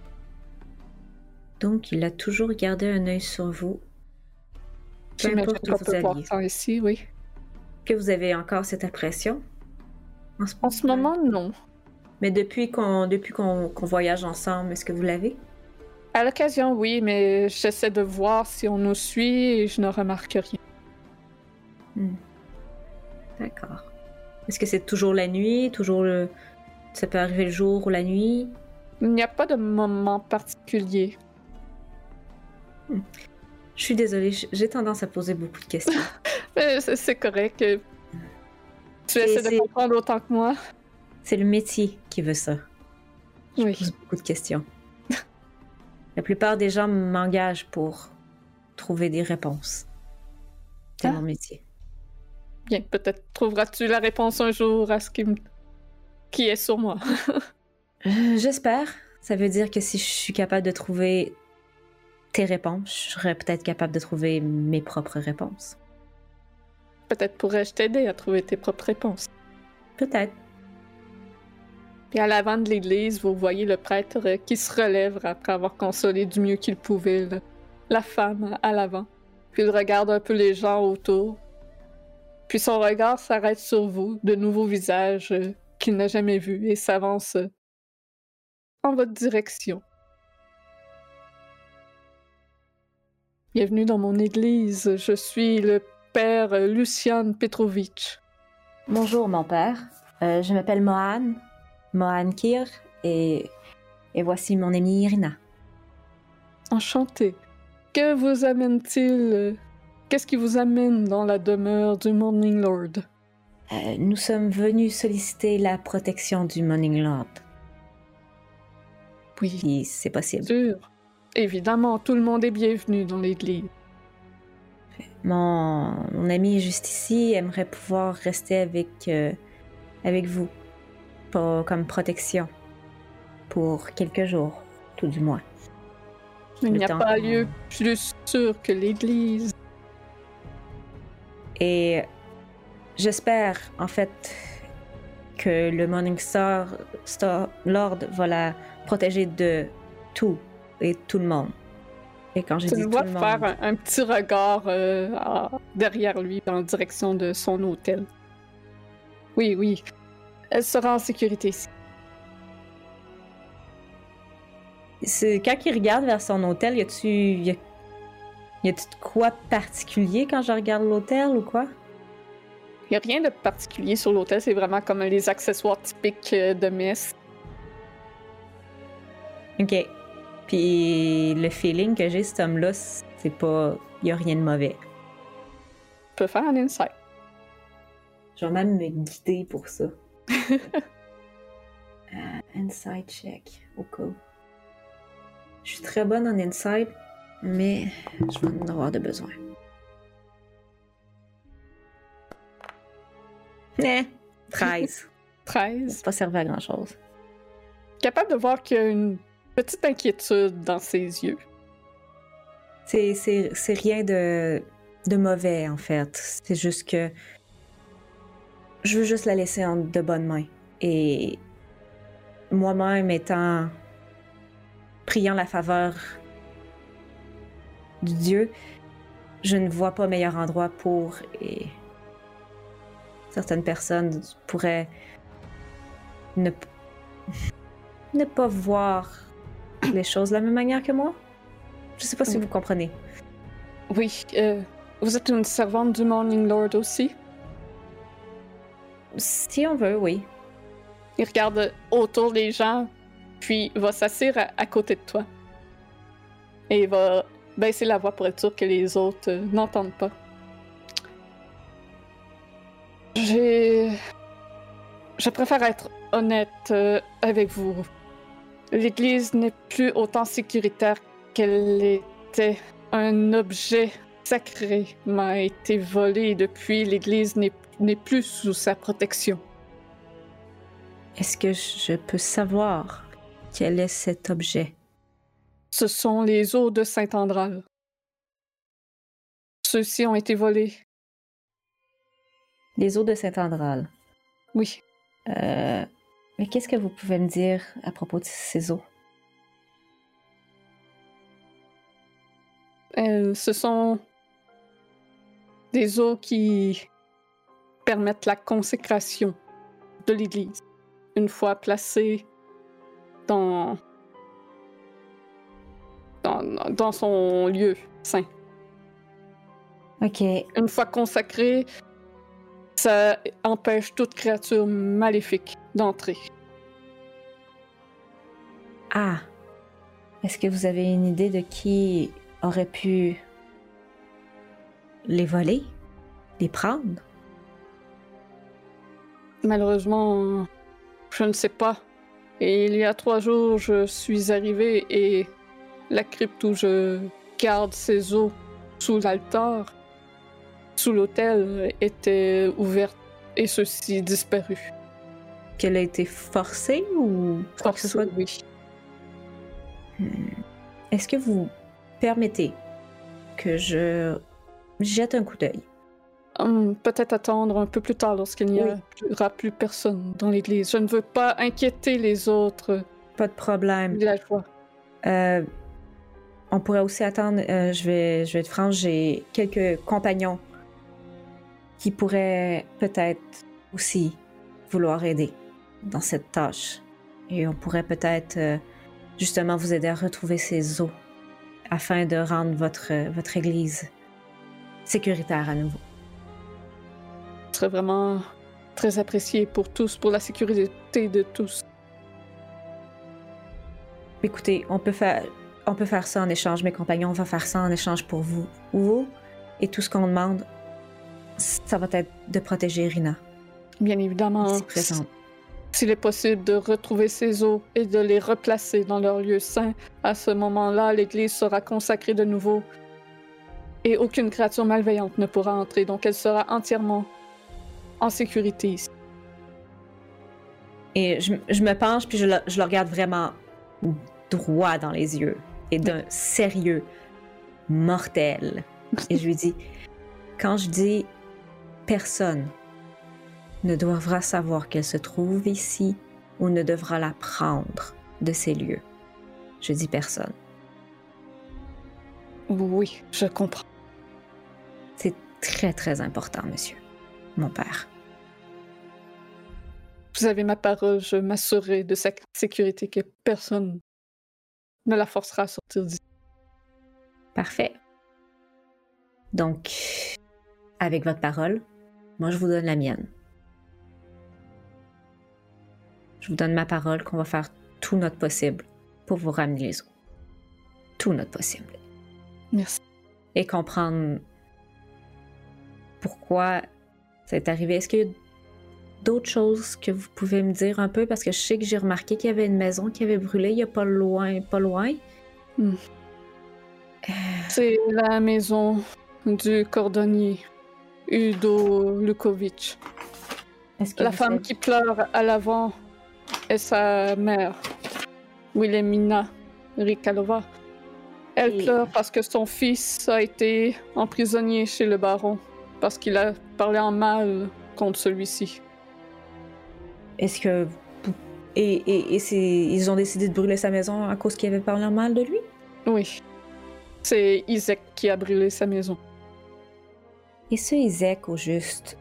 Donc, il a toujours gardé un œil sur vous. Peu J'imagine importe où qu'on vous peut voir alliez. ça ici, oui. Que vous avez encore cette impression? En ce moment, non. Mais depuis qu'on voyage ensemble, est-ce que vous l'avez? À l'occasion, oui, mais j'essaie de voir si on nous suit et je ne remarque rien. Hmm. D'accord. Est-ce que c'est toujours la nuit? Ça peut arriver le jour ou la nuit? Il n'y a pas de moment particulier. Je suis désolée, j'ai tendance à poser beaucoup de questions. Mais c'est correct. Tu C'est- essaies de c'est- comprendre autant que moi. C'est le métier qui veut ça. Je Oui. pose beaucoup de questions. La plupart des gens m'engagent pour trouver des réponses. C'est Ah. mon métier. Bien, peut-être trouveras-tu la réponse un jour à ce qui est sur moi. J'espère. Ça veut dire que si je suis capable de trouver tes réponses, je serais peut-être capable de trouver mes propres réponses. Peut-être pourrais-je t'aider à trouver tes propres réponses. Peut-être. Puis à l'avant de l'église, vous voyez le prêtre qui se relève après avoir consolé du mieux qu'il pouvait la femme à l'avant. Puis il regarde un peu les gens autour. Puis son regard s'arrête sur vous, de nouveaux visages qu'il n'a jamais vus, et s'avance en votre direction. Bienvenue dans mon église. Je suis le père Lucian Petrovitch. Bonjour, mon père. Je m'appelle Mohan Kir, et voici mon amie Irina. Enchanté. Que vous amène-t-il Qu'est-ce qui vous amène dans la demeure du Morning Lord? Nous sommes venus solliciter la protection du Morning Lord, Oui, si c'est possible. sûr. Évidemment, tout le monde est bienvenu dans l'église. Mon ami juste ici aimerait pouvoir rester avec vous, comme protection, pour quelques jours, tout du moins. Il Le n'y a temps pas qu'on- lieu plus sûr que l'église. Et j'espère, en fait, que le Morning Lord va la protéger de tout et tout le monde. Et quand je Tu dis le tout vois le faire monde, un petit regard derrière lui en direction de son hôtel. Oui, oui. Elle sera en sécurité ici. c'est quand il regarde vers son hôtel, y a-tu de quoi particulier quand je regarde l'hôtel ou quoi? Il n'y a rien de particulier sur l'hôtel, c'est vraiment comme les accessoires typiques de messe. Ok. Puis le feeling que j'ai cet homme-là, c'est pas, y a rien de mauvais. Tu peux faire un insight. Je vais même me guider pour ça. Inside check, au cas où. Je suis très bonne en inside, mais je vais en avoir de besoin. 13. 13. C'est pas servi à grand-chose. Capable de voir qu'il y a une petite inquiétude dans ses yeux. C'est rien de mauvais, en fait. C'est juste que je veux juste la laisser en de bonnes mains. Et moi-même priant la faveur du Dieu, je ne vois pas meilleur endroit pour, et certaines personnes pourraient ne pas voir les choses de la même manière que moi. Je sais pas si vous comprenez. Oui, vous êtes une servante du Morning Lord aussi? Si on veut, oui. Il regarde autour des gens, puis va s'asseoir à côté de toi. Et il va baisser la voix pour être sûr que les autres n'entendent pas. Je préfère être honnête avec vous. L'Église n'est plus autant sécuritaire qu'elle était. Un objet sacré m'a été volé et depuis, l'Église n'est plus sous sa protection. Est-ce que je peux savoir Quel est cet objet? Ce sont les os de Saint-Andral. Ceux-ci ont été volés. Les os de Saint-Andral. Oui. Mais qu'est-ce que vous pouvez me dire à propos de ces os? Ce sont des os qui permettent la consécration de l'Église. Une fois placés dans son lieu saint. Ok. Une fois consacré, ça empêche toute créature maléfique d'entrer. Ah! Est-ce que vous avez une idée de qui aurait pu les voler? Les prendre? Malheureusement, je ne sais pas. Et il y a 3 jours, je suis arrivé et la crypte où je garde ces os sous l'altar, sous l'autel, était ouverte et ceux-ci disparus. Qu'elle a été forcée ou quoi que ce soit? Oui. Est-ce que vous permettez que je jette un coup d'œil? Peut-être attendre un peu plus tard lorsqu'il n'y aura plus personne dans l'église. Je ne veux pas inquiéter les autres Pas de problème. villageois. On pourrait aussi attendre, je vais être franche, j'ai quelques compagnons qui pourraient peut-être aussi vouloir aider dans cette tâche. Et on pourrait peut-être justement vous aider à retrouver ces os afin de rendre votre église sécuritaire à nouveau. Ce serait vraiment très apprécié pour tous, pour la sécurité de tous. Écoutez, on peut faire ça en échange, mes compagnons, on va faire ça en échange pour vous. Vous, et tout ce qu'on demande, ça va être de protéger Irina. Bien évidemment, Ici présente. s'il est possible de retrouver ces os et de les replacer dans leur lieu saint, à ce moment-là, l'église sera consacrée de nouveau et aucune créature malveillante ne pourra entrer, donc elle sera entièrement en sécurité ici. Et je me penche, puis je le regarde vraiment droit dans les yeux, et d'un sérieux mortel. Et je lui dis, quand je dis personne ne devra savoir qu'elle se trouve ici ou ne devra la prendre de ces lieux, je dis personne. Oui, je comprends. C'est très, très important, monsieur, mon père. Vous avez ma parole, je m'assurerai de sa sécurité, que personne ne la forcera à sortir d'ici. Parfait. Donc, avec votre parole, moi je vous donne la mienne. Je vous donne ma parole qu'on va faire tout notre possible pour vous ramener les os. Tout notre possible. Merci. Et comprendre pourquoi c'est arrivé. Est-ce qu'il y a d'autres choses que vous pouvez me dire un peu? Parce que je sais que j'ai remarqué qu'il y avait une maison qui avait brûlé il y a pas loin. C'est la maison du cordonnier Udo Lukovic. Est-ce que La vous femme savez- qui pleure à l'avant est sa mère, Wilhelmina Rikalova. Elle Et- pleure parce que son fils a été emprisonné chez le baron, parce qu'il a parlé en mal contre celui-ci. Est-ce que... ils ont décidé de brûler sa maison à cause qu'il avait parlé en mal de lui? Oui. C'est Isaac qui a brûlé sa maison. Et ce Isaac, au juste...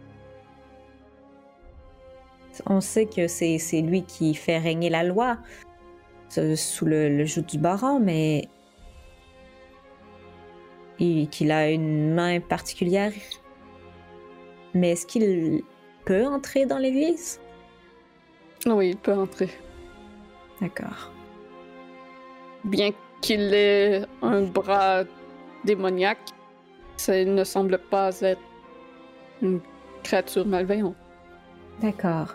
On sait que c'est lui qui fait régner la loi sous le joug du baron, mais... Et qu'il a une main particulière. Mais est-ce qu'il peut entrer dans l'église? Oui, il peut entrer. D'accord. Bien qu'il ait un bras démoniaque, ça ne semble pas être une créature malveillante. D'accord.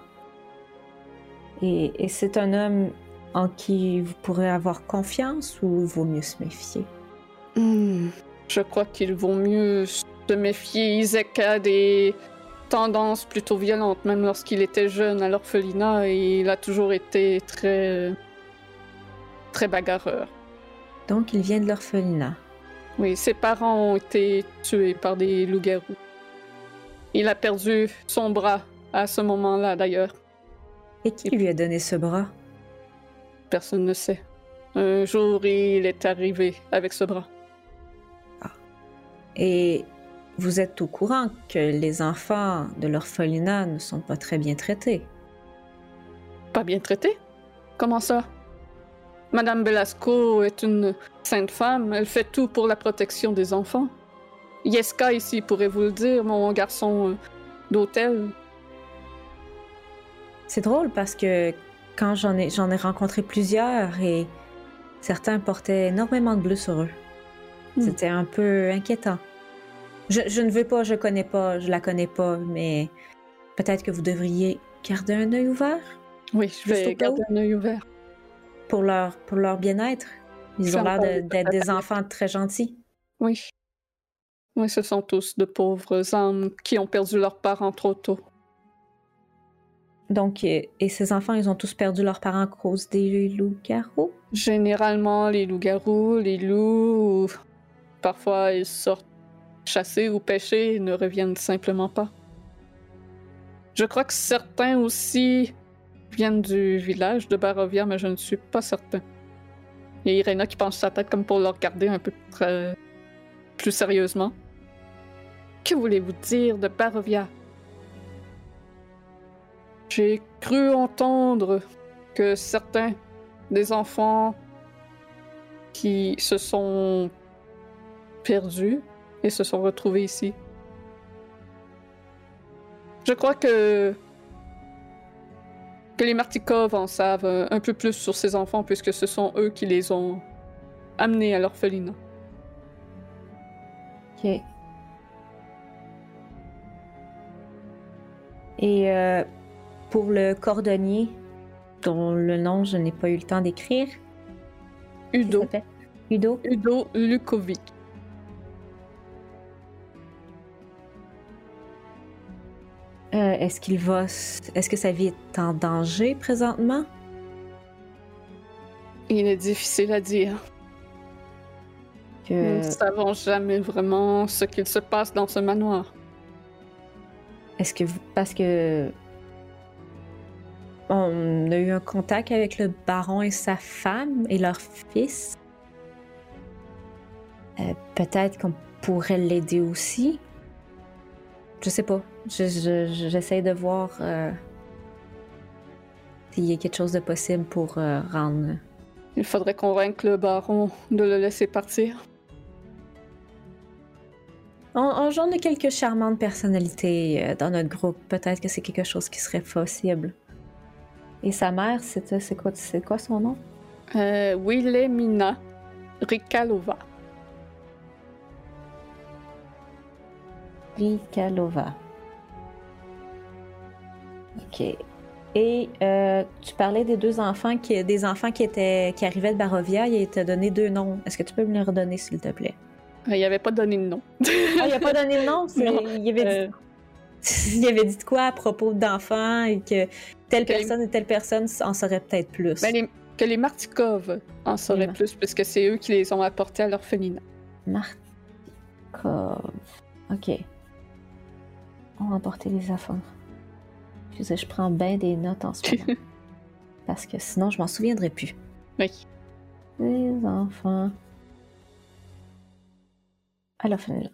Et c'est un homme en qui vous pourrez avoir confiance ou il vaut mieux se méfier? Je crois qu'il vaut mieux se méfier. Isaac a des tendances plutôt violentes, même lorsqu'il était jeune à l'orphelinat, et il a toujours été très très bagarreur. Donc, il vient de l'orphelinat. Oui, ses parents ont été tués par des loups-garous. Il a perdu son bras à ce moment-là, d'ailleurs. Et qui lui a donné ce bras? Personne ne sait. Un jour, il est arrivé avec ce bras. Et vous êtes au courant que les enfants de l'orphelinat ne sont pas très bien traités. Pas bien traité? Comment ça? Madame Belasco est une sainte femme. Elle fait tout pour la protection des enfants. Yeska ici pourrait vous le dire, mon garçon d'hôtel. C'est drôle parce que quand j'en ai rencontré plusieurs et certains portaient énormément de bleu sur eux. C'était un peu inquiétant. Je ne veux pas, je la connais pas, mais peut-être que vous devriez garder un œil ouvert. Oui, je vais garder un œil ouvert. Pour leur bien-être. Ils ont l'air d'être des enfants très gentils. Oui. Oui, ce sont tous de pauvres âmes qui ont perdu leurs parents trop tôt. Donc, et ces enfants, ils ont tous perdu leurs parents à cause des loups-garous? Généralement, les loups-garous, les loups, parfois ils sortent chasser ou pêcher et ne reviennent simplement pas. Je crois que certains aussi viennent du village de Barovia, mais je ne suis pas certain. Il y a Irena qui penche sa tête comme pour le regarder un peu plus sérieusement. Que voulez-vous dire de Barovia? J'ai cru entendre que certains des enfants qui se sont perdus et se sont retrouvés ici. Je crois que les Martikov en savent un peu plus sur ces enfants puisque ce sont eux qui les ont amenés à l'orphelinat. Ok. Et pour le cordonnier, dont le nom je n'ai pas eu le temps d'écrire. Udo. Udo Lukovic. Est-ce que sa vie est en danger présentement? Il est difficile à dire. Nous ne savons jamais vraiment ce qu'il se passe dans ce manoir. Parce que on a eu un contact avec le baron et sa femme et leur fils. Peut-être qu'on pourrait l'aider aussi. Je sais pas. J'essaie de voir s'il y a quelque chose de possible pour rendre... Il faudrait convaincre le baron de le laisser partir. On joue de quelques charmantes personnalités dans notre groupe. Peut-être que c'est quelque chose qui serait possible. Et sa mère, c'est quoi son nom? Wilhelmina Rikalova. Rikalova. Ok. Et tu parlais des deux enfants qui arrivaient de Barovia. Il t'a donné 2 noms. Est-ce que tu peux me les redonner, s'il te plaît? Il avait pas donné de nom. Il a pas donné de nom? Il avait dit de quoi à propos d'enfants et que telle personne et telle personne en sauraient peut-être plus? Que les Martikov en sauraient plus, puisque c'est eux qui les ont apportés à l'orphelinat. Martikov. Ok. On va emporter les enfants. Je prends bien des notes en ce moment. Parce que sinon, je m'en souviendrai plus. Oui. Les enfants. À l'orphelinat.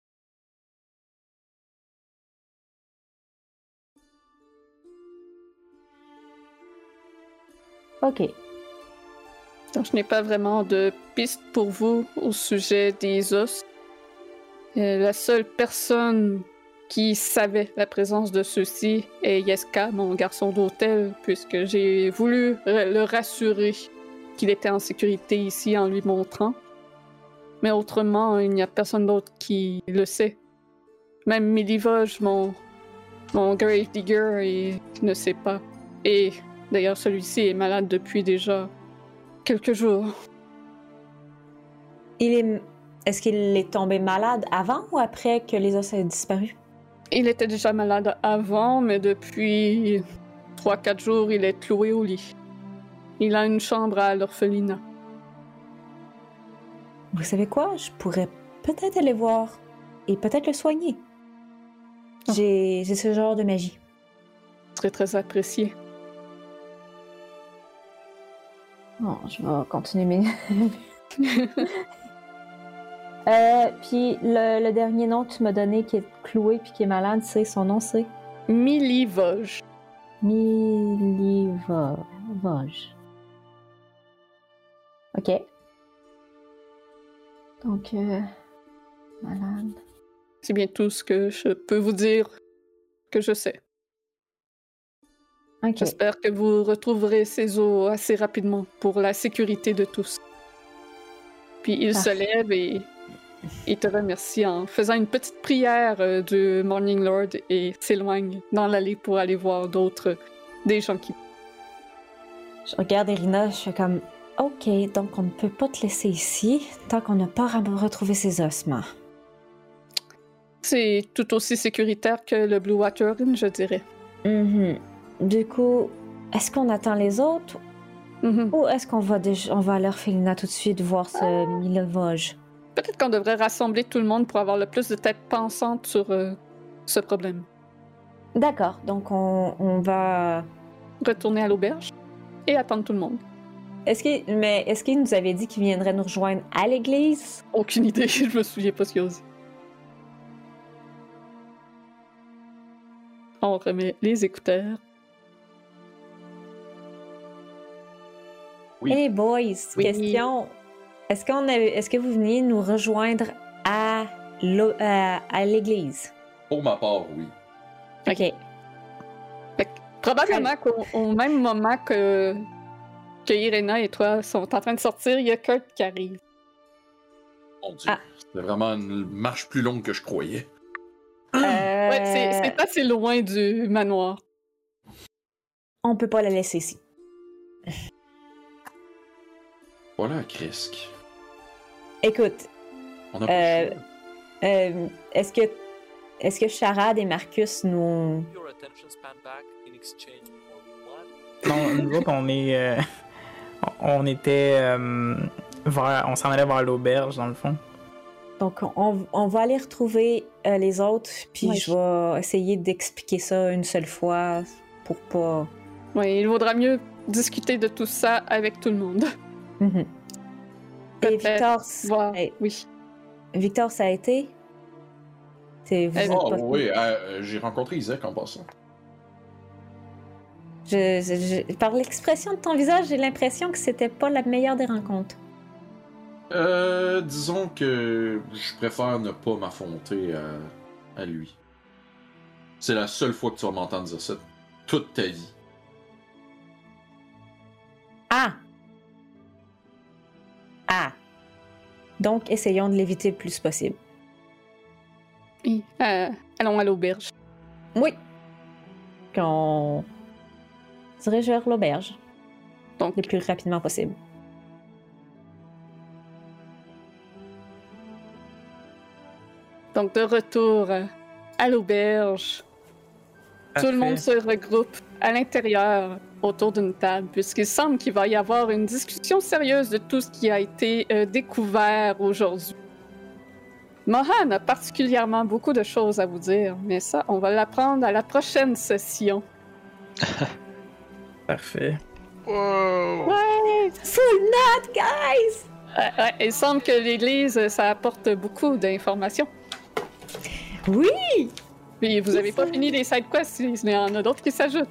Ok. Donc, je n'ai pas vraiment de piste pour vous au sujet des os. La seule personne qui savait la présence de ceux-ci est Yeska, mon garçon d'hôtel, puisque j'ai voulu le rassurer qu'il était en sécurité ici en lui montrant. Mais autrement, il n'y a personne d'autre qui le sait. Même Milivoje, mon Gravedigger, ne sait pas. Et d'ailleurs, celui-ci est malade depuis déjà quelques jours. Est-ce qu'il est tombé malade avant ou après que les os aient disparu? Il était déjà malade avant, mais depuis 3-4 jours, il est cloué au lit. Il a une chambre à l'orphelinat. vous savez quoi? Je pourrais peut-être aller voir et peut-être le soigner. Oh. J'ai ce genre de magie. Ce serait très apprécié. Bon, je vais continuer mes... puis le dernier nom que tu m'as donné qui est cloué puis qui est malade, c'est son nom, c'est Milivoge. Milivoge. Ok. Donc, malade. C'est bien tout ce que je peux vous dire que je sais. Ok. J'espère que vous retrouverez ces os assez rapidement pour la sécurité de tous. Puis il se lève et il te remercie en faisant une petite prière du Morning Lord et s'éloigne dans l'allée pour aller voir des gens qui... Je regarde Irina, je fais comme ok, donc on ne peut pas te laisser ici tant qu'on n'a pas retrouvé ses ossements. C'est tout aussi sécuritaire que le Blue Water Inn, je dirais. Du coup, est-ce qu'on attend les autres ou est-ce qu'on va à l'orphelinat tout de suite voir ce Milivoge? Peut-être qu'on devrait rassembler tout le monde pour avoir le plus de têtes pensantes sur ce problème. D'accord, donc on va... Retourner à l'auberge et attendre tout le monde. Est-ce qu'il nous avait dit qu'il viendrait nous rejoindre à l'église? Aucune idée, je me souviens pas ce qu'il a dit. On remet les écouteurs. Oui. Hey boys, Oui. question. Est-ce que vous veniez nous rejoindre à l'église? Pour ma part, oui. Ok. Fait que, probablement qu'au même moment que Irena et toi sont en train de sortir, il y a Kurt qui arrive. Mon Dieu, c'était vraiment une marche plus longue que je croyais. Ouais, c'est assez loin du manoir. On peut pas la laisser ici. Voilà, Krisk. Écoute, On a pas le choix. est-ce que Charade et Marcus nous... Your attention span back in exchange for what? Non, nous autres, on était on s'en allait vers l'auberge, dans le fond. Donc, on va aller retrouver les autres, puis Ouais. je vais essayer d'expliquer ça une seule fois pour pas... Oui, il vaudra mieux discuter de tout ça avec tout le monde. Mhm. Et Peut-être Victor, voir. hey, Oui. Victor, ça a été? Vous êtes Oh pas- oui, j'ai rencontré Isaac en passant. Par l'expression de ton visage, j'ai l'impression que c'était pas la meilleure des rencontres. Disons que je préfère ne pas m'affronter à lui. C'est la seule fois que tu vas m'entendre dire ça toute ta vie. Ah! Ah! Donc, essayons de l'éviter le plus possible. Oui. Allons à l'auberge. Oui! Qu'on se dirige vers l'auberge Donc, le plus rapidement possible. Donc, de retour à l'auberge, tout le monde se regroupe à l'intérieur autour d'une table, puisqu'il semble qu'il va y avoir une discussion sérieuse de tout ce qui a été découvert aujourd'hui. Mohan a particulièrement beaucoup de choses à vous dire, mais ça, on va l'apprendre à la prochaine session. Parfait. Wow! Ouais! Full note, guys! Ouais, il semble que l'Église, ça apporte beaucoup d'informations. Oui! Puis vous avez pas fini les side quests, il y en a d'autres qui s'ajoutent.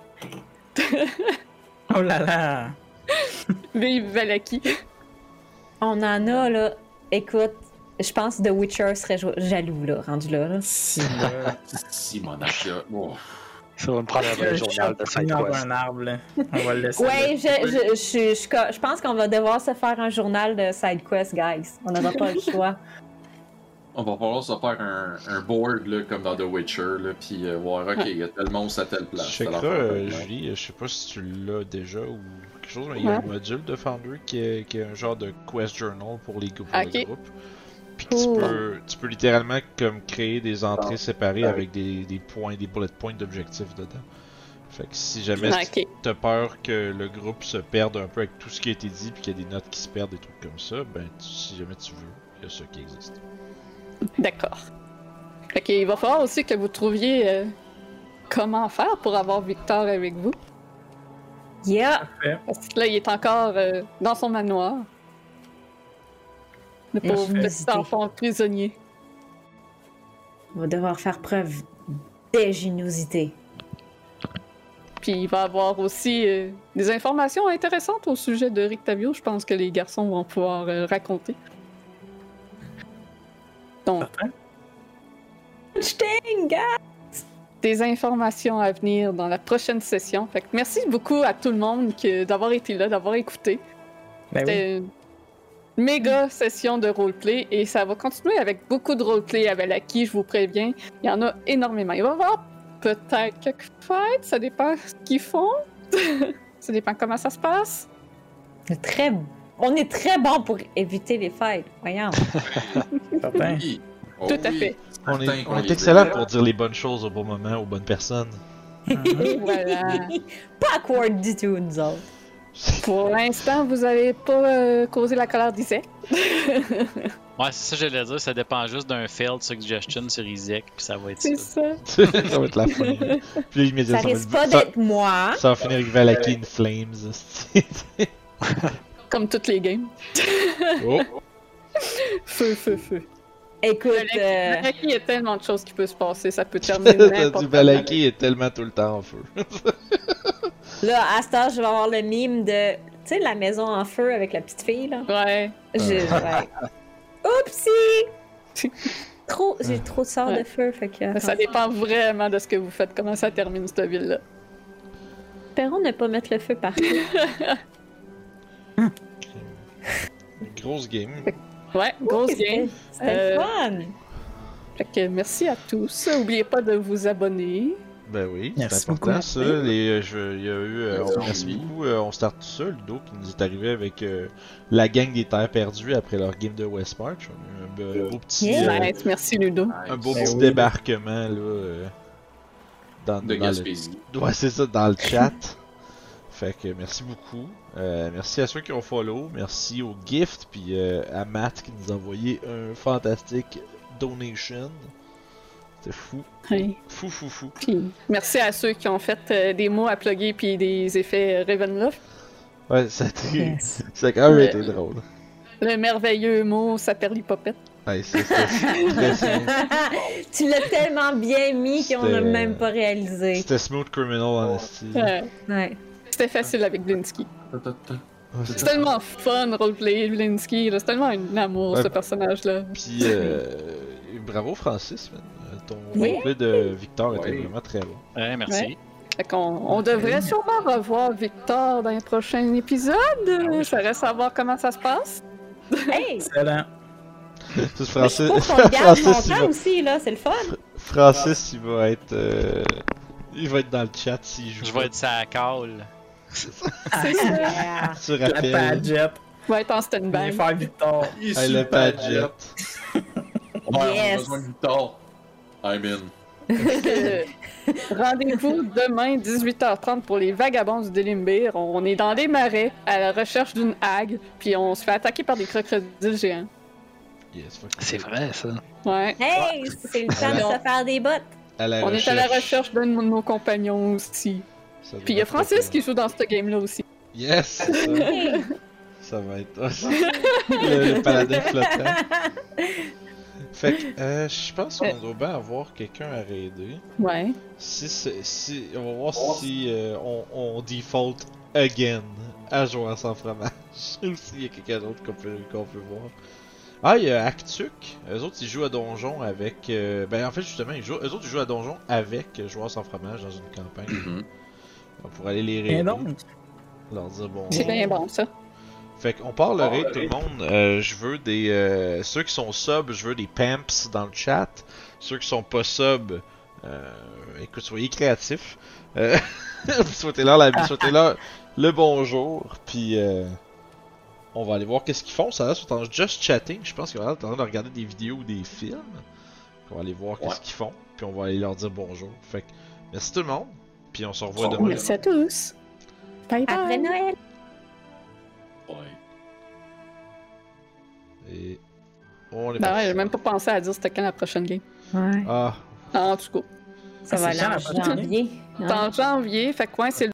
Oh là là! Vive Valaki! On en a, là. Écoute, je pense que The Witcher serait jaloux, là, rendu là. là. Si, là. Si, mon là. Oh. Ça va me prendre un vrai journal de Dans SideQuest. un arbre, là. On va le laisser. Ouais, je pense qu'on va devoir se faire un journal de SideQuest, guys. On n'aura pas le choix. On va falloir se faire un board là, comme dans The Witcher, là, puis voir, ok, il y a tel monstre à telle place. Je sais telle que affaire, telle Julie, je sais pas si tu l'as déjà ou quelque chose, mais il y a un module de Foundry qui est un genre de quest journal pour les groupes. Ok. Puis tu peux littéralement comme créer des entrées séparées avec des points, des bullet points d'objectifs dedans. Fait que si jamais Ok. t'as peur que le groupe se perde un peu avec tout ce qui a été dit, puis qu'il y a des notes qui se perdent, des trucs comme ça, ben si jamais tu veux, il y a ça qui existe. D'accord. Fait qu'il va falloir aussi que vous trouviez comment faire pour avoir Victor avec vous. Yeah! Parce que là, il est encore dans son manoir. Le pauvre petit Ingéniosité. enfant prisonnier. On va devoir faire preuve d'ingéniosité. Puis il va avoir aussi des informations intéressantes au sujet de Rictavio. Je pense que les garçons vont pouvoir raconter. Donc, Sting, gars! des informations à venir dans la prochaine session. Fait que merci beaucoup à tout le monde d'avoir été là, d'avoir écouté. Ben oui. C'était une méga session de roleplay et ça va continuer avec beaucoup de roleplay avec Lucky, je vous préviens. Il y en a énormément. Il va y avoir peut-être quelques fights, ça dépend ce qu'ils font. Ça dépend comment ça se passe. On est très bon pour éviter les fights. Voyons. Certain. Oui. Oh Tout à oui. fait. On Certain est, qu'on on est les excellent aime. pour dire les bonnes choses au bon moment, aux bonnes personnes. Et voilà. Pas awkward du tout, nous autres. Pour l'instant, vous avez pas causé la colère d'Isaac. Ouais, c'est ça que j'allais dire, ça dépend juste d'un failed suggestion sur Isaac, puis ça va être C'est ça. ça. Ça va être la fin. Puis immédiatement, Ça risque pas d'être moi. ça va finir avec Valaki in Flames. Comme toutes les games. Oh! Feu, feu, feu. Écoute, Valaki, il y a tellement de choses qui peuvent se passer, ça peut terminer n'importe Du Valaki est tellement tout le temps en feu. là, à ce temps, je vais avoir le mime de, tu sais, la maison en feu avec la petite fille, là. Ouais. Ouais. Oupsie! J'ai trop de sorts Ouais. de feu, fait que... Ça dépend vraiment de ce que vous faites, comment ça termine cette ville-là. Espérons ne pas mettre le feu partout. Grosse game. Ouais, grosse game. C'était fun! Fait que merci à tous. Oubliez pas de vous abonner. Ben oui, c'est Merci important beaucoup. ça. Il y a eu, merci beaucoup. On start tout ça. Ludo qui nous est arrivé avec la gang des Terres Perdues après leur game de Westmarch. On a eu un beau petit, Yeah. Nice, merci Ludo. un beau Ben petit oui. débarquement là, dans De le... Gaspésie. Ouais, c'est ça, dans le chat. Fait que merci beaucoup. Merci à ceux qui ont follow. Merci au gift. Puis à Matt qui nous a envoyé un fantastique donation. C'était fou. Oui. Fou, fou, fou. Puis merci à ceux qui ont fait des mots à plugger puis des effets Ravenloft. Ouais, ça a été... Yes. ça a quand même Ouais. été drôle. Le merveilleux mot Saperlipopette. Ouais, c'était très smooth. Tu l'as tellement bien mis qu'on n'a C'était- même pas réalisé. C'était smooth criminal honesty. Ouais. C'était facile avec Blinsky. Ouais, C'est tellement fun roleplay Blinsky. là. C'est tellement un amour Ouais. ce personnage-là. Puis bravo Francis, man. Ton Oui. roleplay de Victor était Oui. vraiment très bon. Ouais, merci. Ouais. Fait qu'on on devrait sûrement revoir Victor dans les prochains épisodes. Ça reste à voir comment ça se passe. Hey! Excellent. Tout Je Francis, trouve qu'on garde Francis, il longtemps va... aussi, là, c'est le fun. Francis, il va être dans le chat s'il joue. Je vais être sa call. C'est ça. Yeah. sur La appel. Padgett. Va être en Bien stand-by. faire Victor. Hey, le Padgett. Ouais, on a Yes. besoin de Victor. I'm in. Euh, Rendez-vous demain 18h30 pour les vagabonds du Délimbir. On est dans les marais à la recherche d'une hague, puis on se fait attaquer par des crocodiles géants. Yes, fuck. C'est vrai, ça. Ouais. Hey! C'est le temps de se faire des bottes. À la On est à la recherche d'un de nos compagnons aussi. Ça Puis il y a devrait Francis être- qui joue dans ce game-là aussi. Yes, c'est ça. Hey! Ça va être le paladin flottant. Fait que je pense qu'on doit bien avoir quelqu'un à raider. Ouais. On va voir si on default again à jouer sans fromage. Ou s'il y a quelqu'un d'autre qu'on peut voir. Ah, il y a Actuc. Eux autres, ils jouent à donjon avec... ben, en fait, justement, eux autres, ils jouent à donjon avec joueurs sans fromage dans une campagne. Mhm. On pourrait aller les Et raider. donc, Leur dire bon. C'est bien bon ça. Fait qu'on parle le raid tout le monde. Je veux des... ceux qui sont subs, je veux des pamps dans le chat. Ceux qui sont pas subs, écoute, soyez créatifs. Souhaitez-leur le bonjour. Puis on va aller voir qu'est-ce qu'ils font. Ça reste en just chatting. Je pense qu'ils vont être en train de regarder des vidéos ou des films. On va aller voir qu'est-ce qu'ils font. Puis on va aller leur dire bonjour. Fait que merci tout le monde. Puis on se revoit Oh, demain. Merci à tous. Bye bye. Après Noël. Ouais. Et on est Ben ouais, parti. j'ai même pas pensé à dire c'était quand la prochaine game. Ouais. Ah, En tout cas, Ça Ah, va c'est aller quand en la prochaine? janvier. c'est en janvier, fait que ouais, c'est